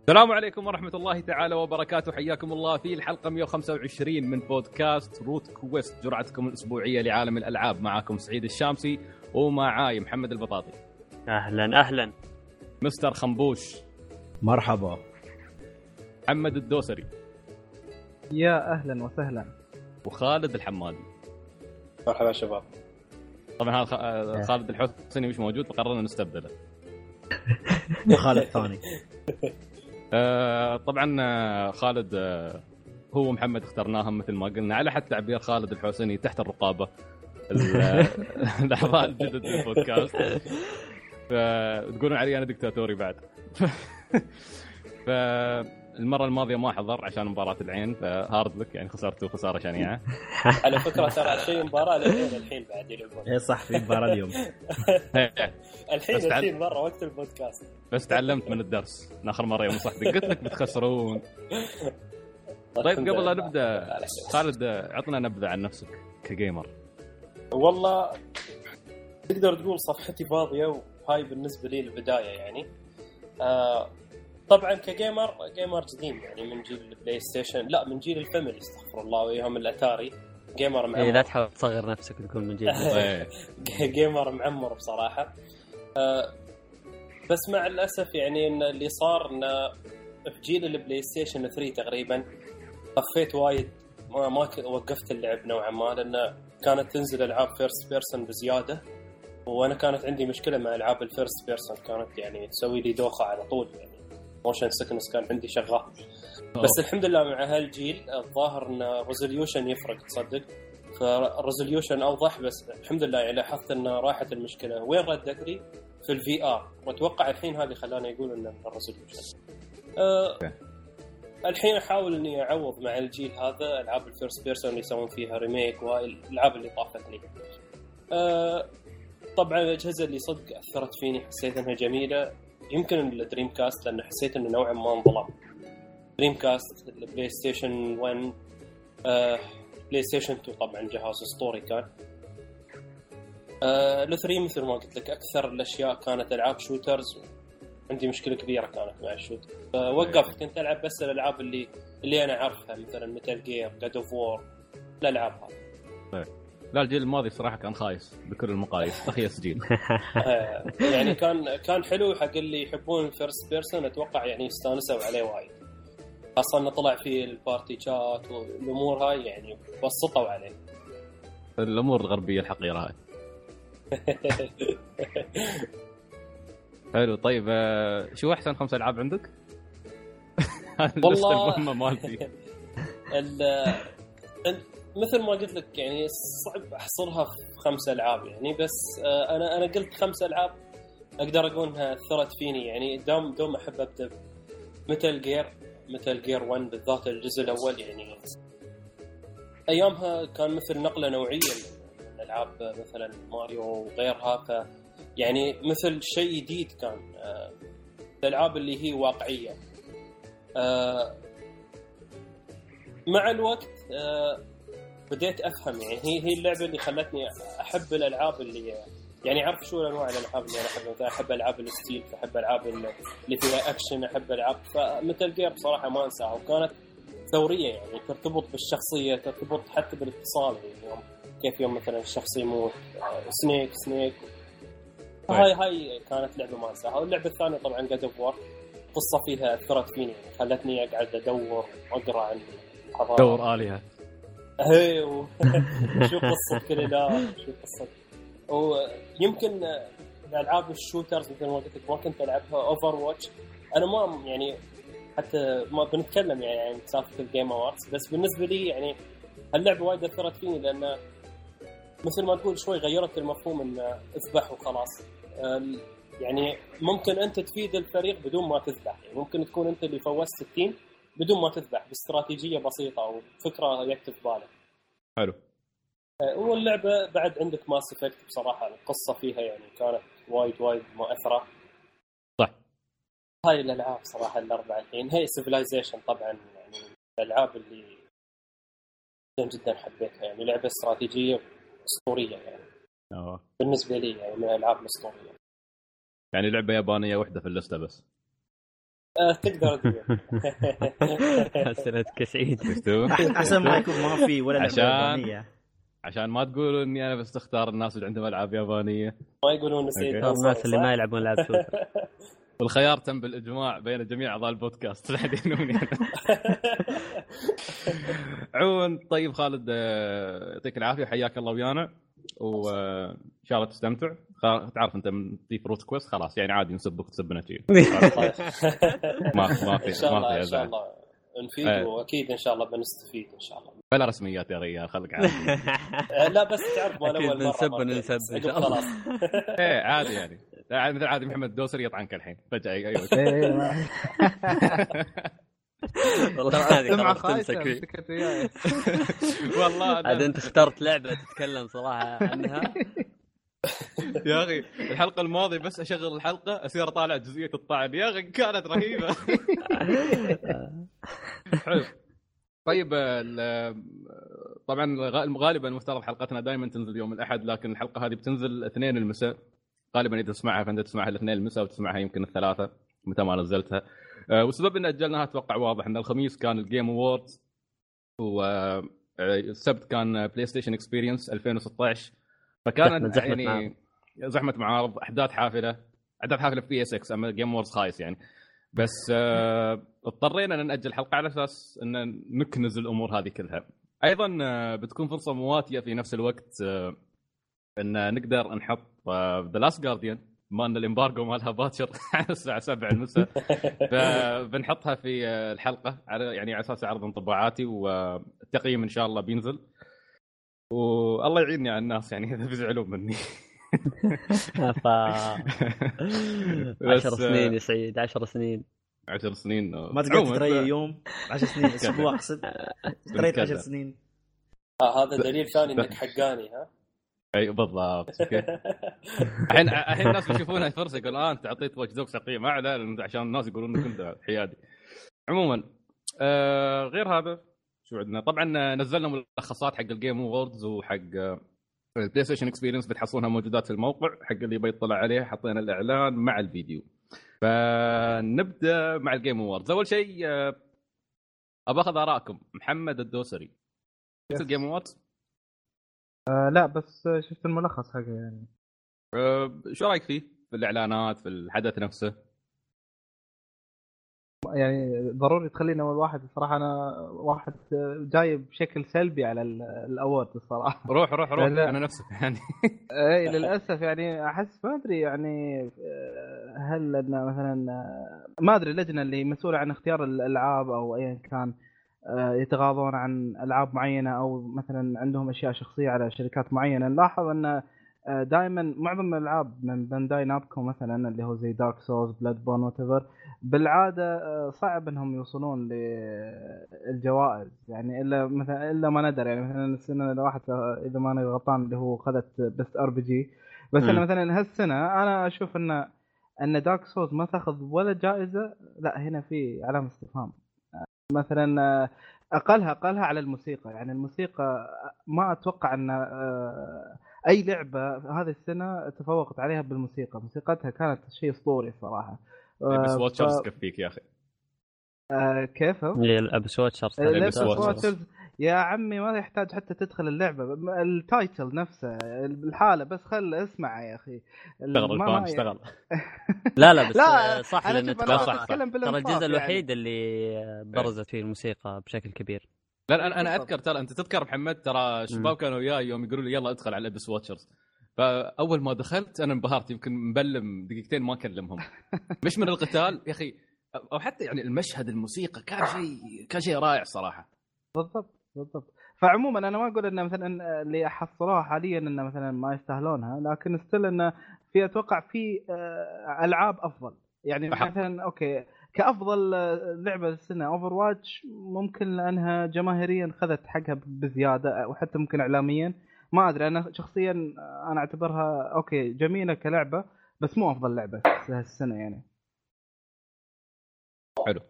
السلام عليكم ورحمة الله تعالى وبركاته. حياكم الله في الحلقة 125 من بودكاست روت كويست، جرعتكم الأسبوعية لعالم الألعاب. معكم سعيد الشامسي ومعاي محمد البطاطي. أهلا أهلا. مستر خنبوش. مرحبا. محمد الدوسري. يا أهلا وسهلا. وخالد الحمادي. مرحبا شباب. طبعا خالد الحسني مش موجود فقررنا نستبدله. خالد ثاني. طبعا خالد هو محمد اخترناهم مثل ما قلنا على حد تعبير خالد الحسني تحت الرقابة الأعضاء الجدد في البودكاست، فتقولون علي أنا دكتاتوري بعد. فالمرة الماضية ما حضر عشان مباراة العين، فهارد لك يعني خسرته خسارة شنيعة. على فكرة ترى شيء مباراة الحين بعد يلعبون. ايه صح، في مباراة اليوم. الحين برا وقت البودكاست. بس تعلمت من الدرس من آخر مرة يوم نصحتك قلت لك بتخسرون. طيب قبل لا نبدأ خالد عطنا نبذة عن نفسك كجيمر. والله تقدر تقول صفحتي فاضية، وهاي بالنسبة لي البداية يعني. طبعا جيمر قديم يعني من جيل البلاي ستيشن، لا من جيل الفاميلي استغفر الله، وياهم الاتاري. جيمر معمر. لا تحاول تصغر نفسك وتقول من جيل. جيمر معمر بصراحة. بس مع الأسف يعني إن اللي صار إن في جيل البلاي ستيشن 3 تقريبا طفيت وايد، ما وقفت اللعب نوعا ما، لأن كانت تنزل ألعاب فيرست بيرسون بزيادة، وأنا كانت عندي مشكلة مع ألعاب الفيرست بيرسون، كانت يعني تسوي لي دوخة على طول يعني. موشن سيكنس كان عندي شغال. بس الحمد لله مع هالجيل الظاهر ان ريزوليوشن يفرق، تصدق فالريزوليوشن اوضح. بس الحمد لله يعني لاحظت ان راحت المشكله. وين ردت لي؟ في الفي ار، واتوقع الحين هذه خلاني يقول ان الريزوليوشن الحين احاول اني اعوض مع الجيل هذا العاب الفيرست بيرسون اللي يسوون فيها ريميك، وهاي الالعاب اللي طافتني. طبعا الاجهزه اللي صدق اثرت فيني حسيت انها جميله، يمكن الدريم كاست، لأن حسيت إنه نوعا ما انظلم. دريم كاست، البلاي ستيشن 1، بلاي ستيشن 2 طبعا جهاز أسطوري كان. ال3 مثل ما قلت لك أكثر الأشياء كانت ألعاب شوترز، عندي مشكلة كبيرة كانت مع الشوت. وقفت كنت ألعب بس الألعاب اللي أنا أعرفها، مثلا ميتال جير، جاد اوف وور، الألعاب هذه. لا الجيل الماضي صراحة كان خايس بكل المقاييس، أخيس جيل. يعني كان حلو حق اللي يحبون الفيرست بيرسون، أتوقع يعني يستانسوا عليه وايد، خاصة إنه طلع فيه البارتي شات والأمور هاي يعني بسطوا عليه. الأمور الغربية الحقيرة هاي. حلو. طيب شو أحسن 5 ألعاب عندك؟ والله مالتي مثل ما قلت لك يعني صعب احصرها في 5 ألعاب يعني، بس انا قلت 5 ألعاب اقدر اقول انها اثرت فيني يعني. دوم احب ابدا ميتال جير 1 بالذات الجزء الاول، يعني ايامها كان مثل نقله نوعيه من العاب مثلا ماريو وغيرها، ف يعني مثل شيء جديد كان. الالعاب اللي هي واقعيه مع الوقت بديت أفهم يعني هي اللعبة اللي خلتني أحب الألعاب اللي يعني أعرف شو أنواع الألعاب اللي أنا أحبها. أحب ألعاب الستيل، أحب ألعاب اللي فيها أكشن، أحب ألعاب. فمثل جير بصراحة ما أنساها، وكانت ثورية يعني ترتبط بالشخصية، ترتبط حتى بالاتصال يعني كيف يوم مثلا الشخص يموت. سنيك هاي كانت لعبة ما أنساها. واللعبة الثانية طبعا جاد اوف وور، قصة فيها أثرت فيني يعني، خلتني أقعد أدور وأقرأ عن دور آلهة. ايوه. شو قصة كل لا شو قصة. ويمكن الالعاب الشوترز مثل ما قلت لك ما كنت العبها. اوفر واتش انا ما يعني حتى ما بنتكلم يعني عن سالفة الجيم اووردز، بس بالنسبة لي يعني اللعبة وايد اثرت فيني، لان مثل ما تقول شوي غيرت المفهوم ان اذبح وخلاص. يعني ممكن انت تفيد الفريق بدون ما تذبح، يعني ممكن تكون انت اللي فوزت التيم بدون ما تذبح، باستراتيجية بسيطة وفكرة يكتب بالك. حلو. واللعبة بعد عندك ماس إفكت، بصراحة القصة فيها يعني كانت وايد مؤثرة. صح. هاي الألعاب صراحة الأربعة الحين. هي سيفلايزيشن طبعا يعني الألعاب اللي جدا حبيتها، يعني لعبة استراتيجية أسطورية يعني. بالنسبة لي يعني من الألعاب الأسطورية. يعني لعبة يابانية واحدة في الليستة بس. تقدر تقول. أسئلتك سعيد. احسن ما يكون ما في ولا لعبه يابانيه. عشان ما تقولوا اني انا بس اختار الناس اللي عندهم العاب يابانيه، ما يقولون نسيت الناس اللي ما يلعبون العاب شوتر. والخيار تم بالاجماع بين جميع اعضاء البودكاست. عون. طيب خالد، يعطيك العافيه، حياك الله ويانا، وان شاء الله تستمتع. تعرف انت من ضيف روت كويست خلاص يعني عادي نسبك تسبنا شيء. ما في ان شاء الله ان شاء الله نفيد، واكيد ان شاء الله بنستفيد ان شاء الله. بلا رسميات يا ريال، خليك عادي. لا بس تعرف ما اول مره نسب ان شاء الله. ايه عادي يعني مثل عادي محمد الدوسري يطعنك الحين فجاه. ايوه والله هذه سمعة خلاص خايسة تمسك فيه. مسكت وياي. والله عاد انت اخترت لعبه تتكلم صراحه عنها. يا اخي الحلقه الماضيه بس اشغل الحلقه اصير اطالع جزئيه الطعن، يا اخي كانت رهيبه. حلو. طيب طبعا غالبا مفترض حلقتنا دائما تنزل يوم الاحد، لكن الحلقه هذه بتنزل 2 المساء غالبا. اذا تسمعها فانت تسمعها الاثنين المساء، وتسمعها يمكن الثلاثة متى ما نزلتها. والسبب ان اجلناها اتوقع واضح، ان الخميس كان الجيم اووردز، والسبت كان بلاي ستيشن اكسبيرينس 2016، فكان يعني زحمه معارض، احداث حافله في بي اس اكس، اما جيم اووردز خايس يعني. بس اضطرينا ان ناجل الحلقه على اساس ان نكنز الامور هذه كلها. ايضا بتكون فرصه مواتيه في نفس الوقت ان نقدر نحط ذا لاست جارديان، ما ان الامبارجو مالها باكر على الساعه 7 المساء، فبنحطها في الحلقه على اساس عرض انطباعاتي، والتقييم ان شاء الله بينزل. والله يعيني على الناس يعني اذا بيزعلون مني. 10 سنين يا سعيد، 10 سنين ما تقدر تريا يوم 10 سنين اسبوع احسب تريت 10 سنين. هذا دليل ثاني انك حقاني. ها اي بالضبط. الحين الناس يشوفونها فرصه يقول انت اعطيت واتش دوكس تقييم اعلى عشان الناس يقولون انك انت حيادي. عموما غير هذا شو عندنا؟ طبعا نزلنا ملخصات حق الجيم اووردز وحق البلاي ستيشن اكسبيرينس، بتحصلونها موجودات في الموقع حق اللي يبي يطلع عليه، حطينا الاعلان مع الفيديو. فنبدا مع الجيم اووردز. اول شيء ابى اخذ ارائكم. محمد الدوسري شفت الجيم اووردز؟ لا بس شفت الملخص حقه يعني. شو رايك فيه في الاعلانات في الحدث نفسه؟ يعني ضروري تخلينا اول واحد الصراحه. انا واحد جاي بشكل سلبي على الاورد الصراحه. روح انا نفسي يعني. اي للاسف يعني احس ما ادري يعني هل ان مثلا ما ادري اللجنه اللي مسؤوله عن اختيار الالعاب او ايا كان يتغاضون عن العاب معينه، او مثلا عندهم اشياء شخصيه على شركات معينه. نلاحظ ان دائما معظم الالعاب من بانداي نابكو مثلا اللي هو زي دارك سولز، بلاد بون، واتيفر، بالعاده صعب انهم يوصلون للجوائز يعني، الا ما ندر يعني. مثلا السنه الواحد اذا ما انا غلطان اللي هو اخذت بست ار بي جي، بس انا مثلا هالسنه انا اشوف ان دارك سولز ما تاخذ ولا جائزه. لا هنا في علامه استفهام. مثلا اقلها على الموسيقى. يعني الموسيقى ما اتوقع ان اي لعبه هذه السنه تفوقت عليها بالموسيقى. موسيقتها كانت شيء اسطوري صراحه. بس واتشرز كفيك يا اخي. كيف هو؟ الابس واتشرز يا عمي ما يحتاج حتى تدخل اللعبه، التايتل نفسه الحاله بس خل اسمع يا اخي. اشتغل. لا بس صح، لان ترى الجزء الوحيد اللي برزت فيه الموسيقى بشكل كبير. لا انا اذكر، ترى انت تذكر محمد، ترى الشباب كانوا وياي يوم يقولوا لي يلا ادخل على الابس واتشرز، فاول ما دخلت انا انبهرت، يمكن مبلم دقيقتين ما اكلمهم. مش من القتال يا اخي، او حتى يعني المشهد، الموسيقى كان شيء رائع صراحه. بالضبط. فعموما انا ما اقول ان مثلا اللي حصلوها حاليا ان مثلا ما يستاهلونها، لكن استل انه في اتوقع في العاب افضل يعني. مثلا اوكي كافضل لعبه السنه اوفر واتش، ممكن لانها جماهيريا خذت حقها بزياده، وحتى ممكن اعلاميا ما ادري. انا شخصيا انا اعتبرها اوكي جميله كلعبه، بس مو افضل لعبه السنه يعني. حلو.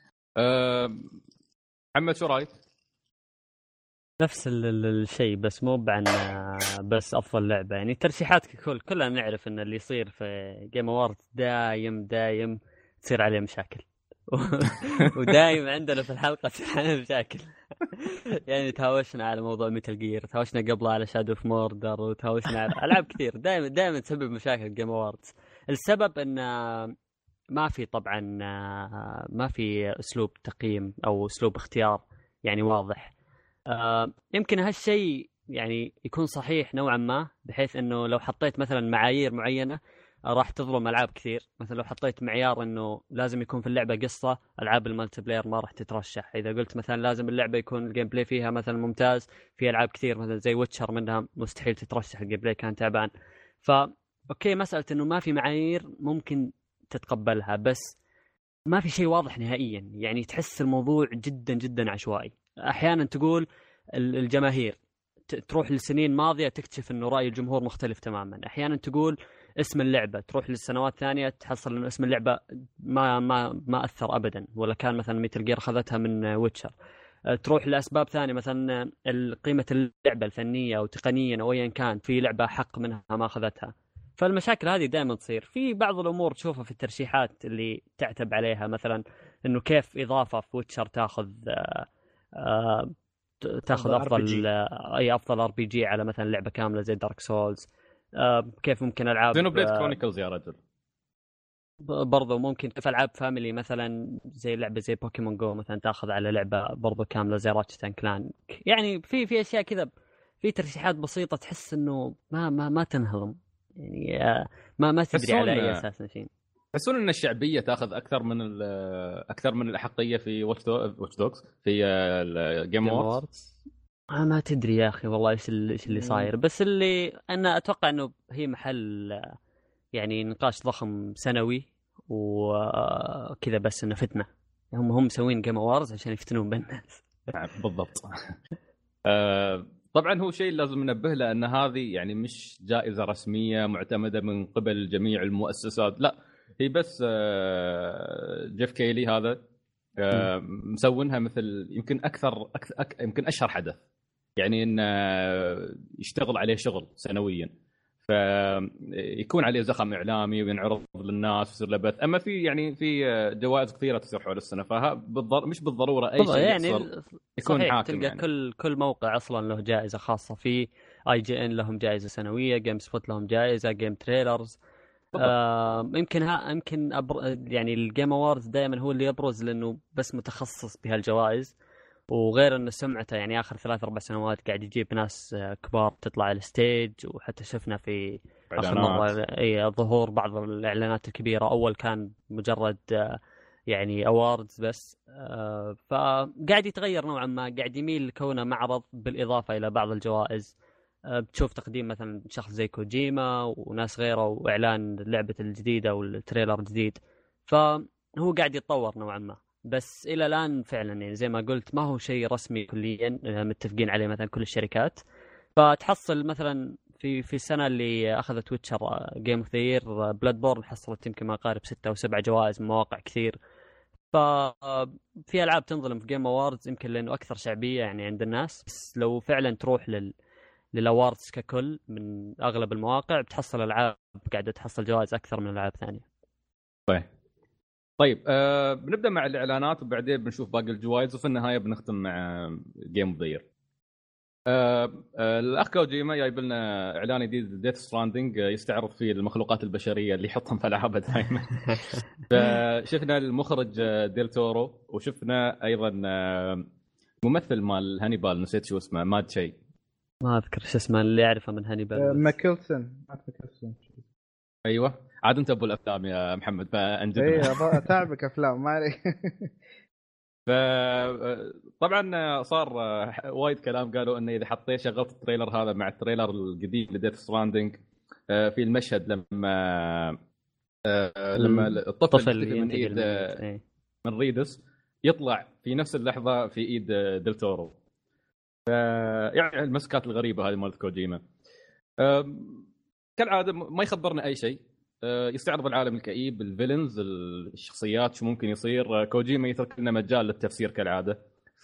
محمد شو رايك؟ نفس الشيء، بس مو بعن بس افضل لعبه يعني. ترشيحات كلنا نعرف ان اللي يصير في جيم اوورد دايم تصير عليه مشاكل. ودايم عندنا في الحلقة مشاكل. يعني تهاوشنا على موضوع ميتال جير، تهاوشنا قبله على شادو اوف موردر، وتهاوشنا على ألعاب كثير. دائما تسبب مشاكل جيم أواردز. السبب إن ما في طبعا ما في أسلوب تقييم أو أسلوب اختيار يعني واضح. يمكن هالشيء يعني يكون صحيح نوعا ما، بحيث انه لو حطيت مثلا معايير معينة راح تظلم العاب كثير. مثلا لو حطيت معيار انه لازم يكون في اللعبة قصة، العاب المالتي بلاير ما راح تترشح. اذا قلت مثلا لازم اللعبة يكون الجيم بلاي فيها مثلا ممتاز، في العاب كثير مثلا زي ويتشر منها مستحيل تترشح، الجيم بلاي كان تعبان. اوكي مسألة انه ما في معايير ممكن تتقبلها، بس ما في شيء واضح نهائيا. يعني تحس الموضوع جدا جدا عشوائي. احيانا تقول الجماهير، تروح لسنين ماضية تكتشف انه رأي الجمهور مختلف تماما. احيانا تقول اسم اللعبة، تروح للسنوات ثانية تحصل انه اسم اللعبة ما اثر ابدا، ولا كان مثلا ميتل جير اخذتها من ويتشر. تروح لاسباب ثانية، مثلا قيمة اللعبة الفنية او تقنيا او ايا كان، في لعبة حق منها ما اخذتها. فالمشاكل هذه دائما تصير في بعض الامور. تشوفها في الترشيحات اللي تعتب عليها، مثلا انه كيف اضافة في ويتشر تاخذ افضل ار بي جي على مثلا لعبه كامله زي دارك سولز. كيف ممكن العاب زينوبليد كرونيكلز يا رجل برضو ممكن كيف العاب فاميلي مثلا زي لعبه زي بوكيمون جو مثلا تاخذ على لعبه برضو كامله زي راتشت اند كلانك. يعني في اشياء كذا، في ترشيحات بسيطه تحس انه ما تنهضم. يعني ما تدري على اي اساس ماشيين. تحسون ان الشعبيه تاخذ اكثر من الاحقيه في واتش دوغز في الجيم ووردز؟ ما تدري يا اخي والله ايش اللي صاير. بس اللي انا اتوقع انه هي محل يعني نقاش ضخم سنوي وكذا، بس انه فتنه. هم مسوين جيم ووردز عشان يفتنون بالناس. بالضبط. طبعا هو شيء لازم ننبه له ان هذه يعني مش جائزه رسميه معتمده من قبل جميع المؤسسات، لا هي بس جيف كيلي هذا مسوينها مثل يمكن يمكن اشهر حدث، يعني انه يشتغل عليه شغل سنويا، فيكون عليه زخم اعلامي وينعرض للناس ويصير له بث. اما في جوائز كثيره تصير حول السنه، فها مش بالضروره اي شيء يعني يكون حاكم. تلقى يعني كل موقع اصلا له جائزه خاصه. في اي جي ان لهم جائزه سنويه، جيم سبوت لهم جائزه، جيم تريلرز. يمكن يعني الجيم أواردز دائما هو اللي يبرز لأنه بس متخصص بهالجوائز، وغير أن سمعته يعني آخر 3-4 سنوات قاعد يجيب ناس كبار تطلع على الستيج. وحتى شفنا في آخر مرة ظهور بعض الإعلانات الكبيرة. أول كان مجرد يعني أواردز بس، فقاعد يتغير نوعا ما، قاعد يميل لكونه معرض بالإضافة إلى بعض الجوائز. بتشوف تقديم مثلا شخص زي كوجيما وناس غيره، واعلان اللعبه الجديده والتريلر الجديد. فهو قاعد يتطور نوعا ما، بس الى الان فعلا يعني زي ما قلت ما هو شيء رسمي كليا متفقين عليه مثلا كل الشركات. فتحصل مثلا في السنه اللي اخذت ويتشر جيم اوف ذا يير، بلاد بورن حصلت يمكن ما يقارب 6 أو 7 جوائز من مواقع كثير. ففي العاب تنظلم في جيم أواردز يمكن لانه اكثر شعبيه يعني عند الناس. بس لو فعلا تروح للأواردز ككل من أغلب المواقع بتحصل ألعاب قاعدة تحصل جوائز أكثر من ألعاب ثانية. طيب بنبدأ مع الإعلانات وبعدين بنشوف باقي الجوائز، وفي النهاية بنختم مع جيم اوف ذا يير. الأخ كوجيما جايب لنا إعلان جديد ديث ستراندينج يستعرض فيه المخلوقات البشرية اللي يحطهم في ألعابه دائما. فشفنا المخرج ديل تورو، وشفنا أيضا ممثل مال هانيبال نسيت شو اسمه، ماد شيء ما أذكر شو اسمه اللي يعرفه من هانيبال. ماكلسون. ايوه عاد انت ابو الافلام يا محمد فانجدنا. ايه اتعبك افلام ما عليك. طبعا صار وايد كلام، قالوا انه اذا حطيت شغلت التريلر هذا مع التريلر الجديد لديث ستراندينج في المشهد لما الطفل من ايد من ريدس يطلع في نفس اللحظه في ايد ديل تورو. يعني المسكات الغريبه هذه مالت كوجيما كالعاده ما يخبرنا اي شيء. يستعرض العالم الكئيب، الفيلنز، الشخصيات، شو ممكن يصير. كوجيما يترك لنا مجال للتفسير كالعاده.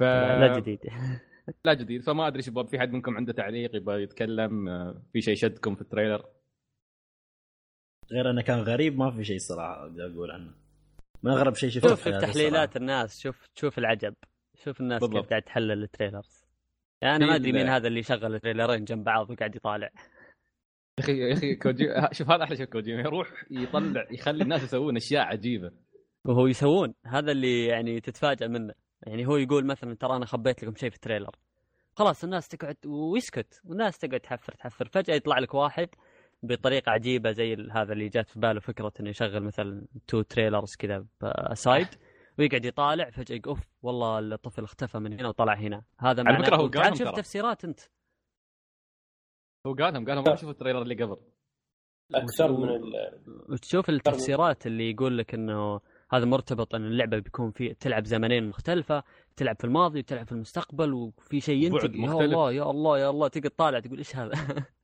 لا جديد. فما ادري شباب في حد منكم عنده تعليق يبغى يتكلم؟ في شيء شدكم في التريلر؟ غير انه كان غريب ما في شيء صراحه اقدر اقول عنه. من اغرب شيء شفته شوف تحليلات الناس، شوف العجب، شوف الناس بالضبط. كيف قاعد تحلل التريلرز. يعني انا ما ادري مين هذا اللي يشغل التريلرين جنب بعض وقاعد يطالع. يا اخي كوجيما، شوف هذا احلى شيء كوجيما، يروح يطلع يخلي الناس يسوون اشياء عجيبه، وهو يسوون هذا اللي يعني تتفاجأ منه. يعني هو يقول مثلا ترى انا خبيت لكم شيء في التريلر، خلاص الناس تقعد ويسكت، والناس تقعد تحفر فجأة يطلع لك واحد بطريقة عجيبة زي هذا اللي جات في باله فكرة انه يشغل مثلا 2 تريلرز كذا سايد ويقعد يطالع فجأة يقول والله الطفل اختفى من هنا وطلع هنا. هذا على فكرة هو تعال شوف تفسيرات انت. هو قالهم ما شوفوا التريلر اللي قبل اكثر من وتشوف التفسيرات اللي يقول لك انه هذا مرتبط ان اللعبه بيكون في تلعب زمنين مختلفه، تلعب في الماضي وتلعب في المستقبل وفي شيء ينتج. يا الله يا الله يا الله، تقعد طالع تقول ايش هذا.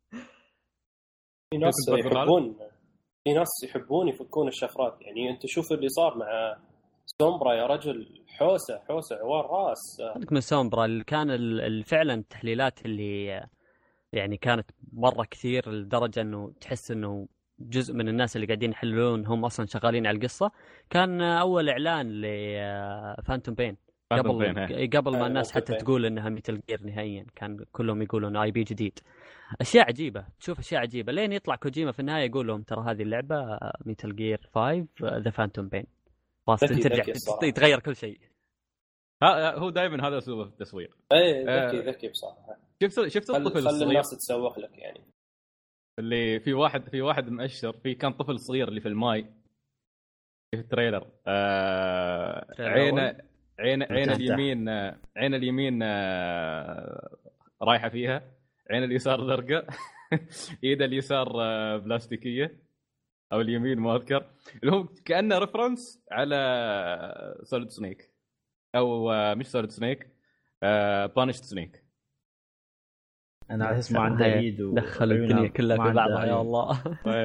في ناس يحبون يفكون الشفرات. يعني انت شوف اللي صار مع سومبرا يا رجل، حوسه عوار راس. عندك من سومبرا اللي كان فعلا التحليلات اللي يعني كانت مرة كثير لدرجة انه تحس انه جزء من الناس اللي قاعدين يحللون هم اصلا شغالين على القصة. كان اول اعلان لفانتوم بين قبل ما الناس حتى تقول انها ميتل جير نهائيا، كان كلهم يقولون اي بي جديد. اشياء عجيبة، تشوف اشياء عجيبة لين يطلع كوجيما في النهاية يقول لهم ترى هذه اللعبة ميتل جير 5 ذا فانتوم بين، خلاص ترجع يتغير كل شيء. هو دائما هذا اسلوبه في التسويق. اي ذكي بصراحه. شفت الطفل الصغير، خلي الناس تسوق لك يعني. اللي في واحد مؤشر، في كان طفل صغير اللي في الماي في التريلر، عين اليمين رايحه فيها، عين اليسار زرقاء، ايده اليسار بلاستيكيه او اليمين ما اذكر، اللي هو كانه ريفرنس على سوليد سنيك او مش سوليد سنيك، بانشت سنيك. انا على اساس ما عنده ايد ودخل الدنيا كلها في بعضها يا الله.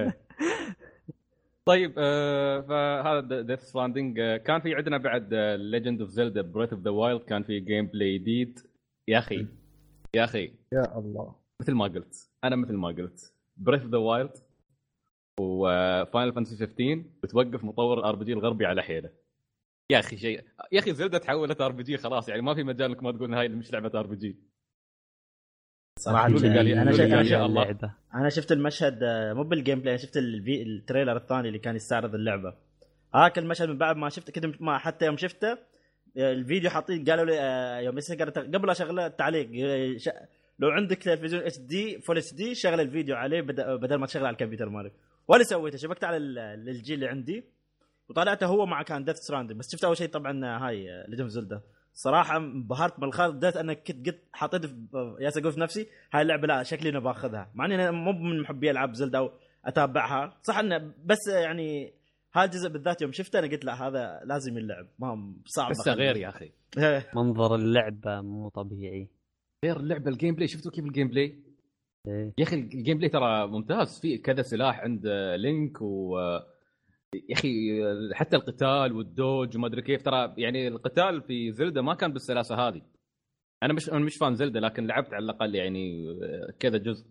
طيب فهذا ديث ستراندينج. كان في عندنا بعد ليجند اوف زيلدا بريث اوف ذا وايلد، كان في جيم بلاي جديد. يا اخي يا الله، مثل ما قلت بريث اوف ذا وايلد وفاينل فانتسي 15 بتوقف مطور الار بي جي الغربي على حيله. يا اخي شيء، يا اخي زلدة تحولت ار بي جي خلاص، يعني ما في مجال انك ما تقول هاي مش لعبه ار بي جي صراحه. انا شفت المشهد مو بالجيم بلاي، شفت التريلر الثاني اللي كان يستعرض اللعبه. هاك المشهد من بعد ما شفته كنت ما حتى يوم شفته الفيديو حاطين قالوا لي يوم قبل اشغله التعليق لو عندك تلفزيون اتش دي فول اتش دي شغل الفيديو عليه بدل ما تشغله على الكمبيوتر مالك. ولا سويته، شبكت على الجيل اللي عندي وطلعته هو مع كان ديث ستراندنج. بس شفت اول شيء طبعا هاي ليجند زلدة. صراحه انبهرت بالخالد ديث. انا كنت قلت حطيت ياس اقول في نفسي هاي اللعبه لا شكلي انا باخذها، مع اني انا مو من محبي العاب زلدة او اتابعها صح، انه بس يعني هذا الجزء بالذات يوم شفته انا قلت لا هذا لازم يلعب، ما صعب بس غير يا اخي. منظر اللعبه مو طبيعي، غير اللعبه. الجيم بلاي شفتوا كيف الجيم بلاي؟ يا اخي الجيم بلاي ترى ممتاز، في كذا سلاح عند لينك يا اخي حتى القتال والدوج وما ادري كيف. ترى يعني القتال في زلدة ما كان بالسلاسه هذه. انا مش فان زلدة، لكن لعبت على الاقل يعني كذا جزء.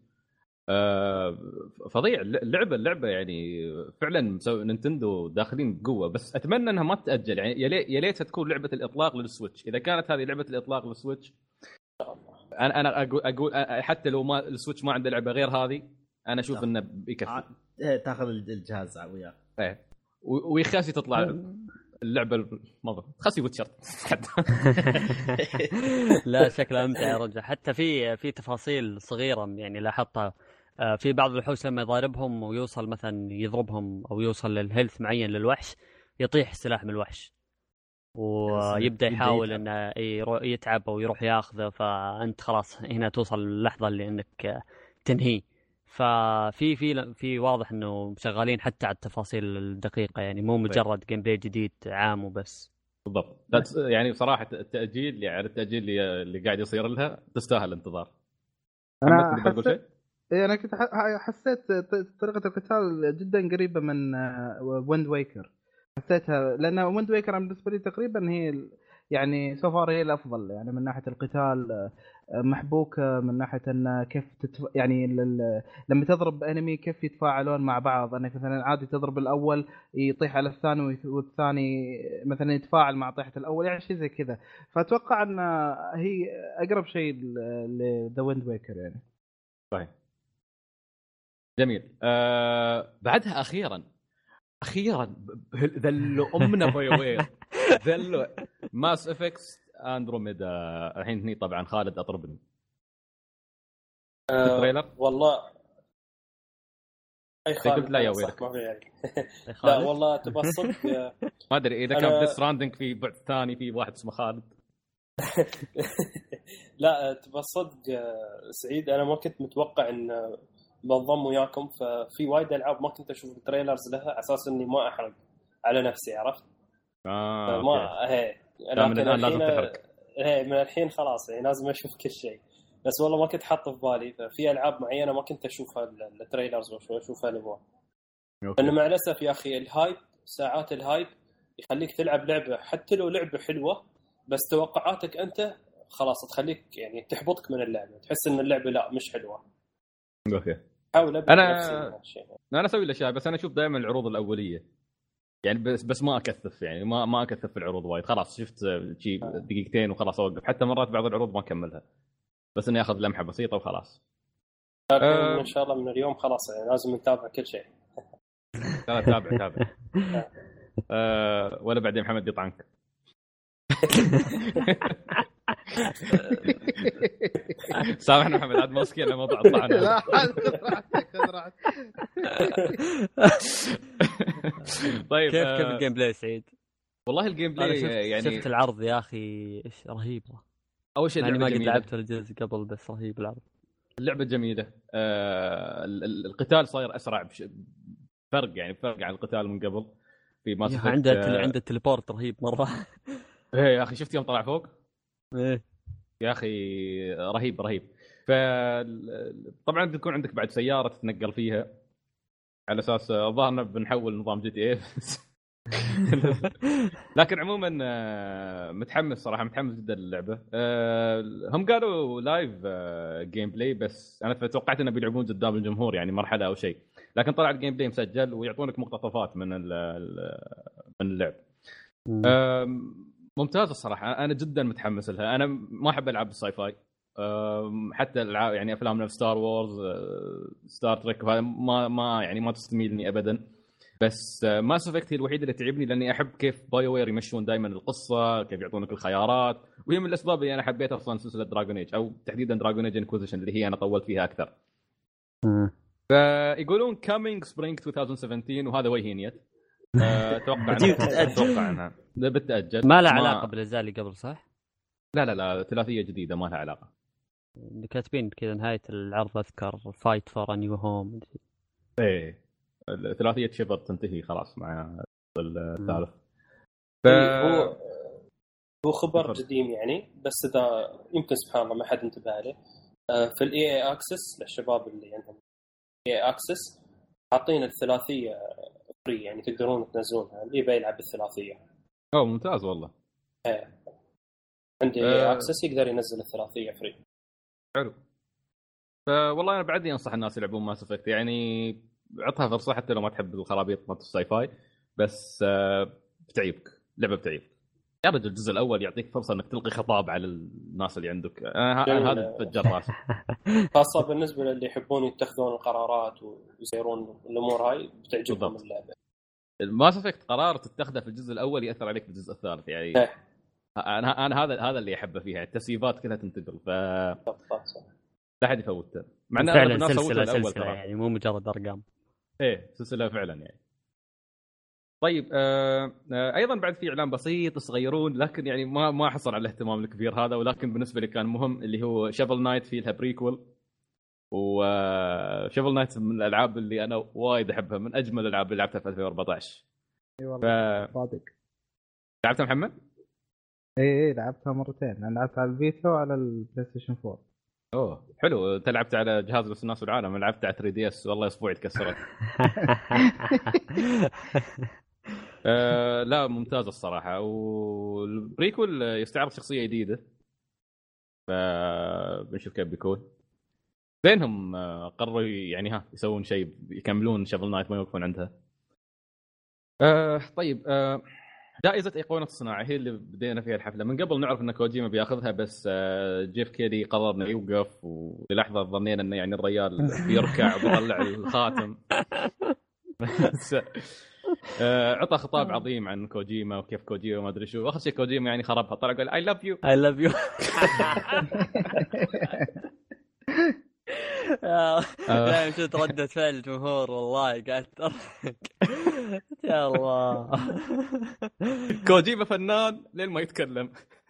فظيع اللعبه يعني فعلا نينتندو داخلين بقوه. بس اتمنى انها ما تتاجل، يعني يا ليتها تكون لعبه الاطلاق للسويتش. اذا كانت هذه لعبه الاطلاق للسويتش، انا اقول حتى لو ما السويتش ما عنده لعبه غير هذه، انا اشوف انه بيكفي تاخذ الجهاز وياه. ويخاسي تطلع اللعبه خاسي ويتشر. لا شكلها ممتع يا رجل. حتى في تفاصيل صغيره يعني لاحظتها في بعض الوحوش لما يضاربهم ويوصل مثلا يضربهم او يوصل للهيلث معين للوحش يطيح السلاح من الوحش ويبدا يحاول انه يتعب او يروح ياخذه، فانت خلاص هنا توصل اللحظه اللي انك تنهي. ففي واضح انه شغالين حتى على التفاصيل الدقيقه، يعني مو مجرد جيم بلاي جديد عام وبس. بالضبط. يعني صراحه التاجيل يعني التاجيل اللي قاعد يصير لها تستاهل الانتظار. انا كنت حسيت طريقه القتال جدا قريبه من ويند ويكر، حسيتها لان ويند ويكر بالنسبه لي تقريبا هي يعني سوفار هي الافضل يعني من ناحيه القتال، محبوكه من ناحيه ان كيف يعني لما تضرب انمي كيف يتفاعلون مع بعض، انك مثلا عادي تضرب الاول يطيح على الثاني والثاني مثلا يتفاعل مع طيحه الاول، يعني شيء زي كذا. فاتوقع ان هي اقرب شيء لذا ويند ويكر يعني. طيب جميل. بعدها اخيرا ذلوا امنا بايوير، ذلوا ماس افكس اندروميدا. الحين هني طبعا خالد اطربني. التريلر والله اي خالد لا يا ويلك ما في يعني. لا والله تبى الصدق ما ادري اذا كان بس راندنج في بعد ثاني في واحد اسمه خالد. لا تبى الصدق سعيد، انا ما كنت متوقع ان بنضم وياكم، ففي وايد العاب ما كنت اشوف التريلرز لها على اساس اني ما احرق على نفسي، عرفت؟ ما هي من الان لازم تحرق. من الحين خلاص يعني لازم اشوف كل شيء، بس والله ما كنت حاطه في بالي. ففي العاب معينه ما كنت اشوفها التريلرز واشوفها لبوا، لانه مع الاسف يا اخي الهايب، ساعات الهايب يخليك تلعب لعبه حتى لو لعبه حلوه، بس توقعاتك انت خلاص تخليك يعني تحبطك من اللعبه، تحس ان اللعبه لا مش حلوه. اوكي حاول انا اسوي الاشياء، بس انا اشوف دائما العروض الاوليه يعني، بس ما اكثف يعني، ما اكثف في العروض وايد. خلاص شفت شيء دقيقتين وخلاص اوقف. حتى مرات بعض العروض ما اكملها، بس اني اخذ لمحه بسيطه وخلاص. ان شاء الله من اليوم خلاص يعني لازم نتابع كل شيء. لا تابع ولا بعدين محمد يطعنك. سامحنا محمد، عاد ماسكي على موضوع الطعن. لا خذ طيب كيف الجيم بلاي سعيد؟ والله الجيم بلاي يعني شفت العرض يا اخي ايش رهيبه. اول شيء يعني ما قد لعبت الجزء قبل، بس رهيب العرض. اللعبه جميله. القتال صاير اسرع فرق عن القتال من قبل. في ما عنده التليبورت رهيب مره. ايه يا اخي شفت يوم طلع فوق؟ ايه يا اخي رهيب. فطبعا بتكون عندك بعد سياره تتنقل فيها، على اساس ظهرنا بنحول نظام جي تي اي. لكن عموما متحمس صراحه، متحمس جدا للعبه. هم قالوا لايف جيم بلاي، بس انا توقعت انه بيلعبون قدام الجمهور يعني مرحله او شيء، لكن طلع الجيم بلاي مسجل ويعطونك مقتطفات من اللعب. ممتاز الصراحه، انا جدا متحمس لها. انا ما احب العاب الساي فاي، حتى العاب يعني افلام نفس ستار وورز، ستار تريك، وهذا ما تستميلني ابدا. بس ماس افكت هي الوحيده اللي تعبني، لاني احب كيف باي وير يمشون دائما القصه، كيف يعطونك الخيارات، وهي من الاسباب اللي انا حبيت اصلا سلسله دراجون ايج، او تحديدا دراجون ايج انكوزيشن اللي هي انا طولت فيها اكثر. فيقولون كامينج سبرينج 2017، وهذا وجهينيت. اتوقع انها بتتاجل. ما لها علاقه بالاجزاء اللي قبل صح؟ لا ثلاثيه جديده ما لها علاقه. اللي كاتبين كذا نهايه العرض اذكر فايت فور ا نيو هوم. ايه ثلاثيه شيبر تنتهي خلاص مع الثالث. هو خبر قديم يعني، بس اذا يمكن سبحان الله ما حد انتبه عليه. في الاي اي اكسس للشباب اللي عندهم اي اكسس حاطين الثلاثيه فري، يعني تقدرون تنزلونها اللي بيلعب الثلاثيه. ممتاز والله. عندي اي اكسس يقدر ينزل الثلاثيه فري. حلو. فوالله انا بعدني انصح الناس يلعبون ماس افكت، يعني عطها فرصه حتى لو ما تحب الخرابيط مالت الساي فاي، بس بتعيبك لعبه بتعيبك يا رجل. الجزء الاول يعطيك فرصه انك تلقي خطاب على الناس اللي عندك. هذا فجر راسي. خاصه بالنسبه للي يحبون يتخذون القرارات ويسيرون الامور هاي، بتعجبهم اللعبه. ماس افكت قرار تتخذه في الجزء الاول ياثر عليك في الجزء الثالث يعني. انا هذا اللي احبه فيها، التسييفات كلها تنتقل، ف لا حد يفوتها. مع ان فعلا سلسله يعني مو مجرد ارقام. ايه سلسله فعلا يعني. طيب ايضا بعد في اعلان بسيط صغيرون، لكن يعني ما حصل على الاهتمام الكبير هذا، ولكن بالنسبه لي كان مهم، اللي هو شيفل نايت في لها بريكول. وشيفل نايت من الالعاب اللي انا وايد احبها، من اجمل الالعاب اللي لعبتها في 2014. اي والله صادق. لعبتها محمد؟ اي لعبتها مرتين، انا لعبت على الفيتا وعلى البلاي ستيشن 4. حلو. انت لعبت على جهاز بس الناس والعالم، انا لعبت على 3DS والله اسبوعي تكسرت. لا ممتاز الصراحه. والبريكول يستعرض شخصيه جديده، فبنشوف كيف بيكون. بينهم قرروا يعني يسوون شيء، يكملون شغل نايت ما يوقفون عندها. طيب جائزة أيقونة الصناعة هي اللي بدينا فيها الحفلة. من قبل نعرف أن كوجيما بياخذها، بس جيف كيلي قرر أنه يوقف، وللحظة ظنينا أنه يعني الرجال بيركع وبيطلع الخاتم. بس عطى خطاب عظيم عن كوجيما وكيف كوجيما ما أدري شو. آخر شيء كوجيما يعني خربها، طلع قال I love you. I love you. لا شفت ردة فعل الجمهور والله قاعد أضحك. يا الله. كوجيما فنان لين ما يتكلم.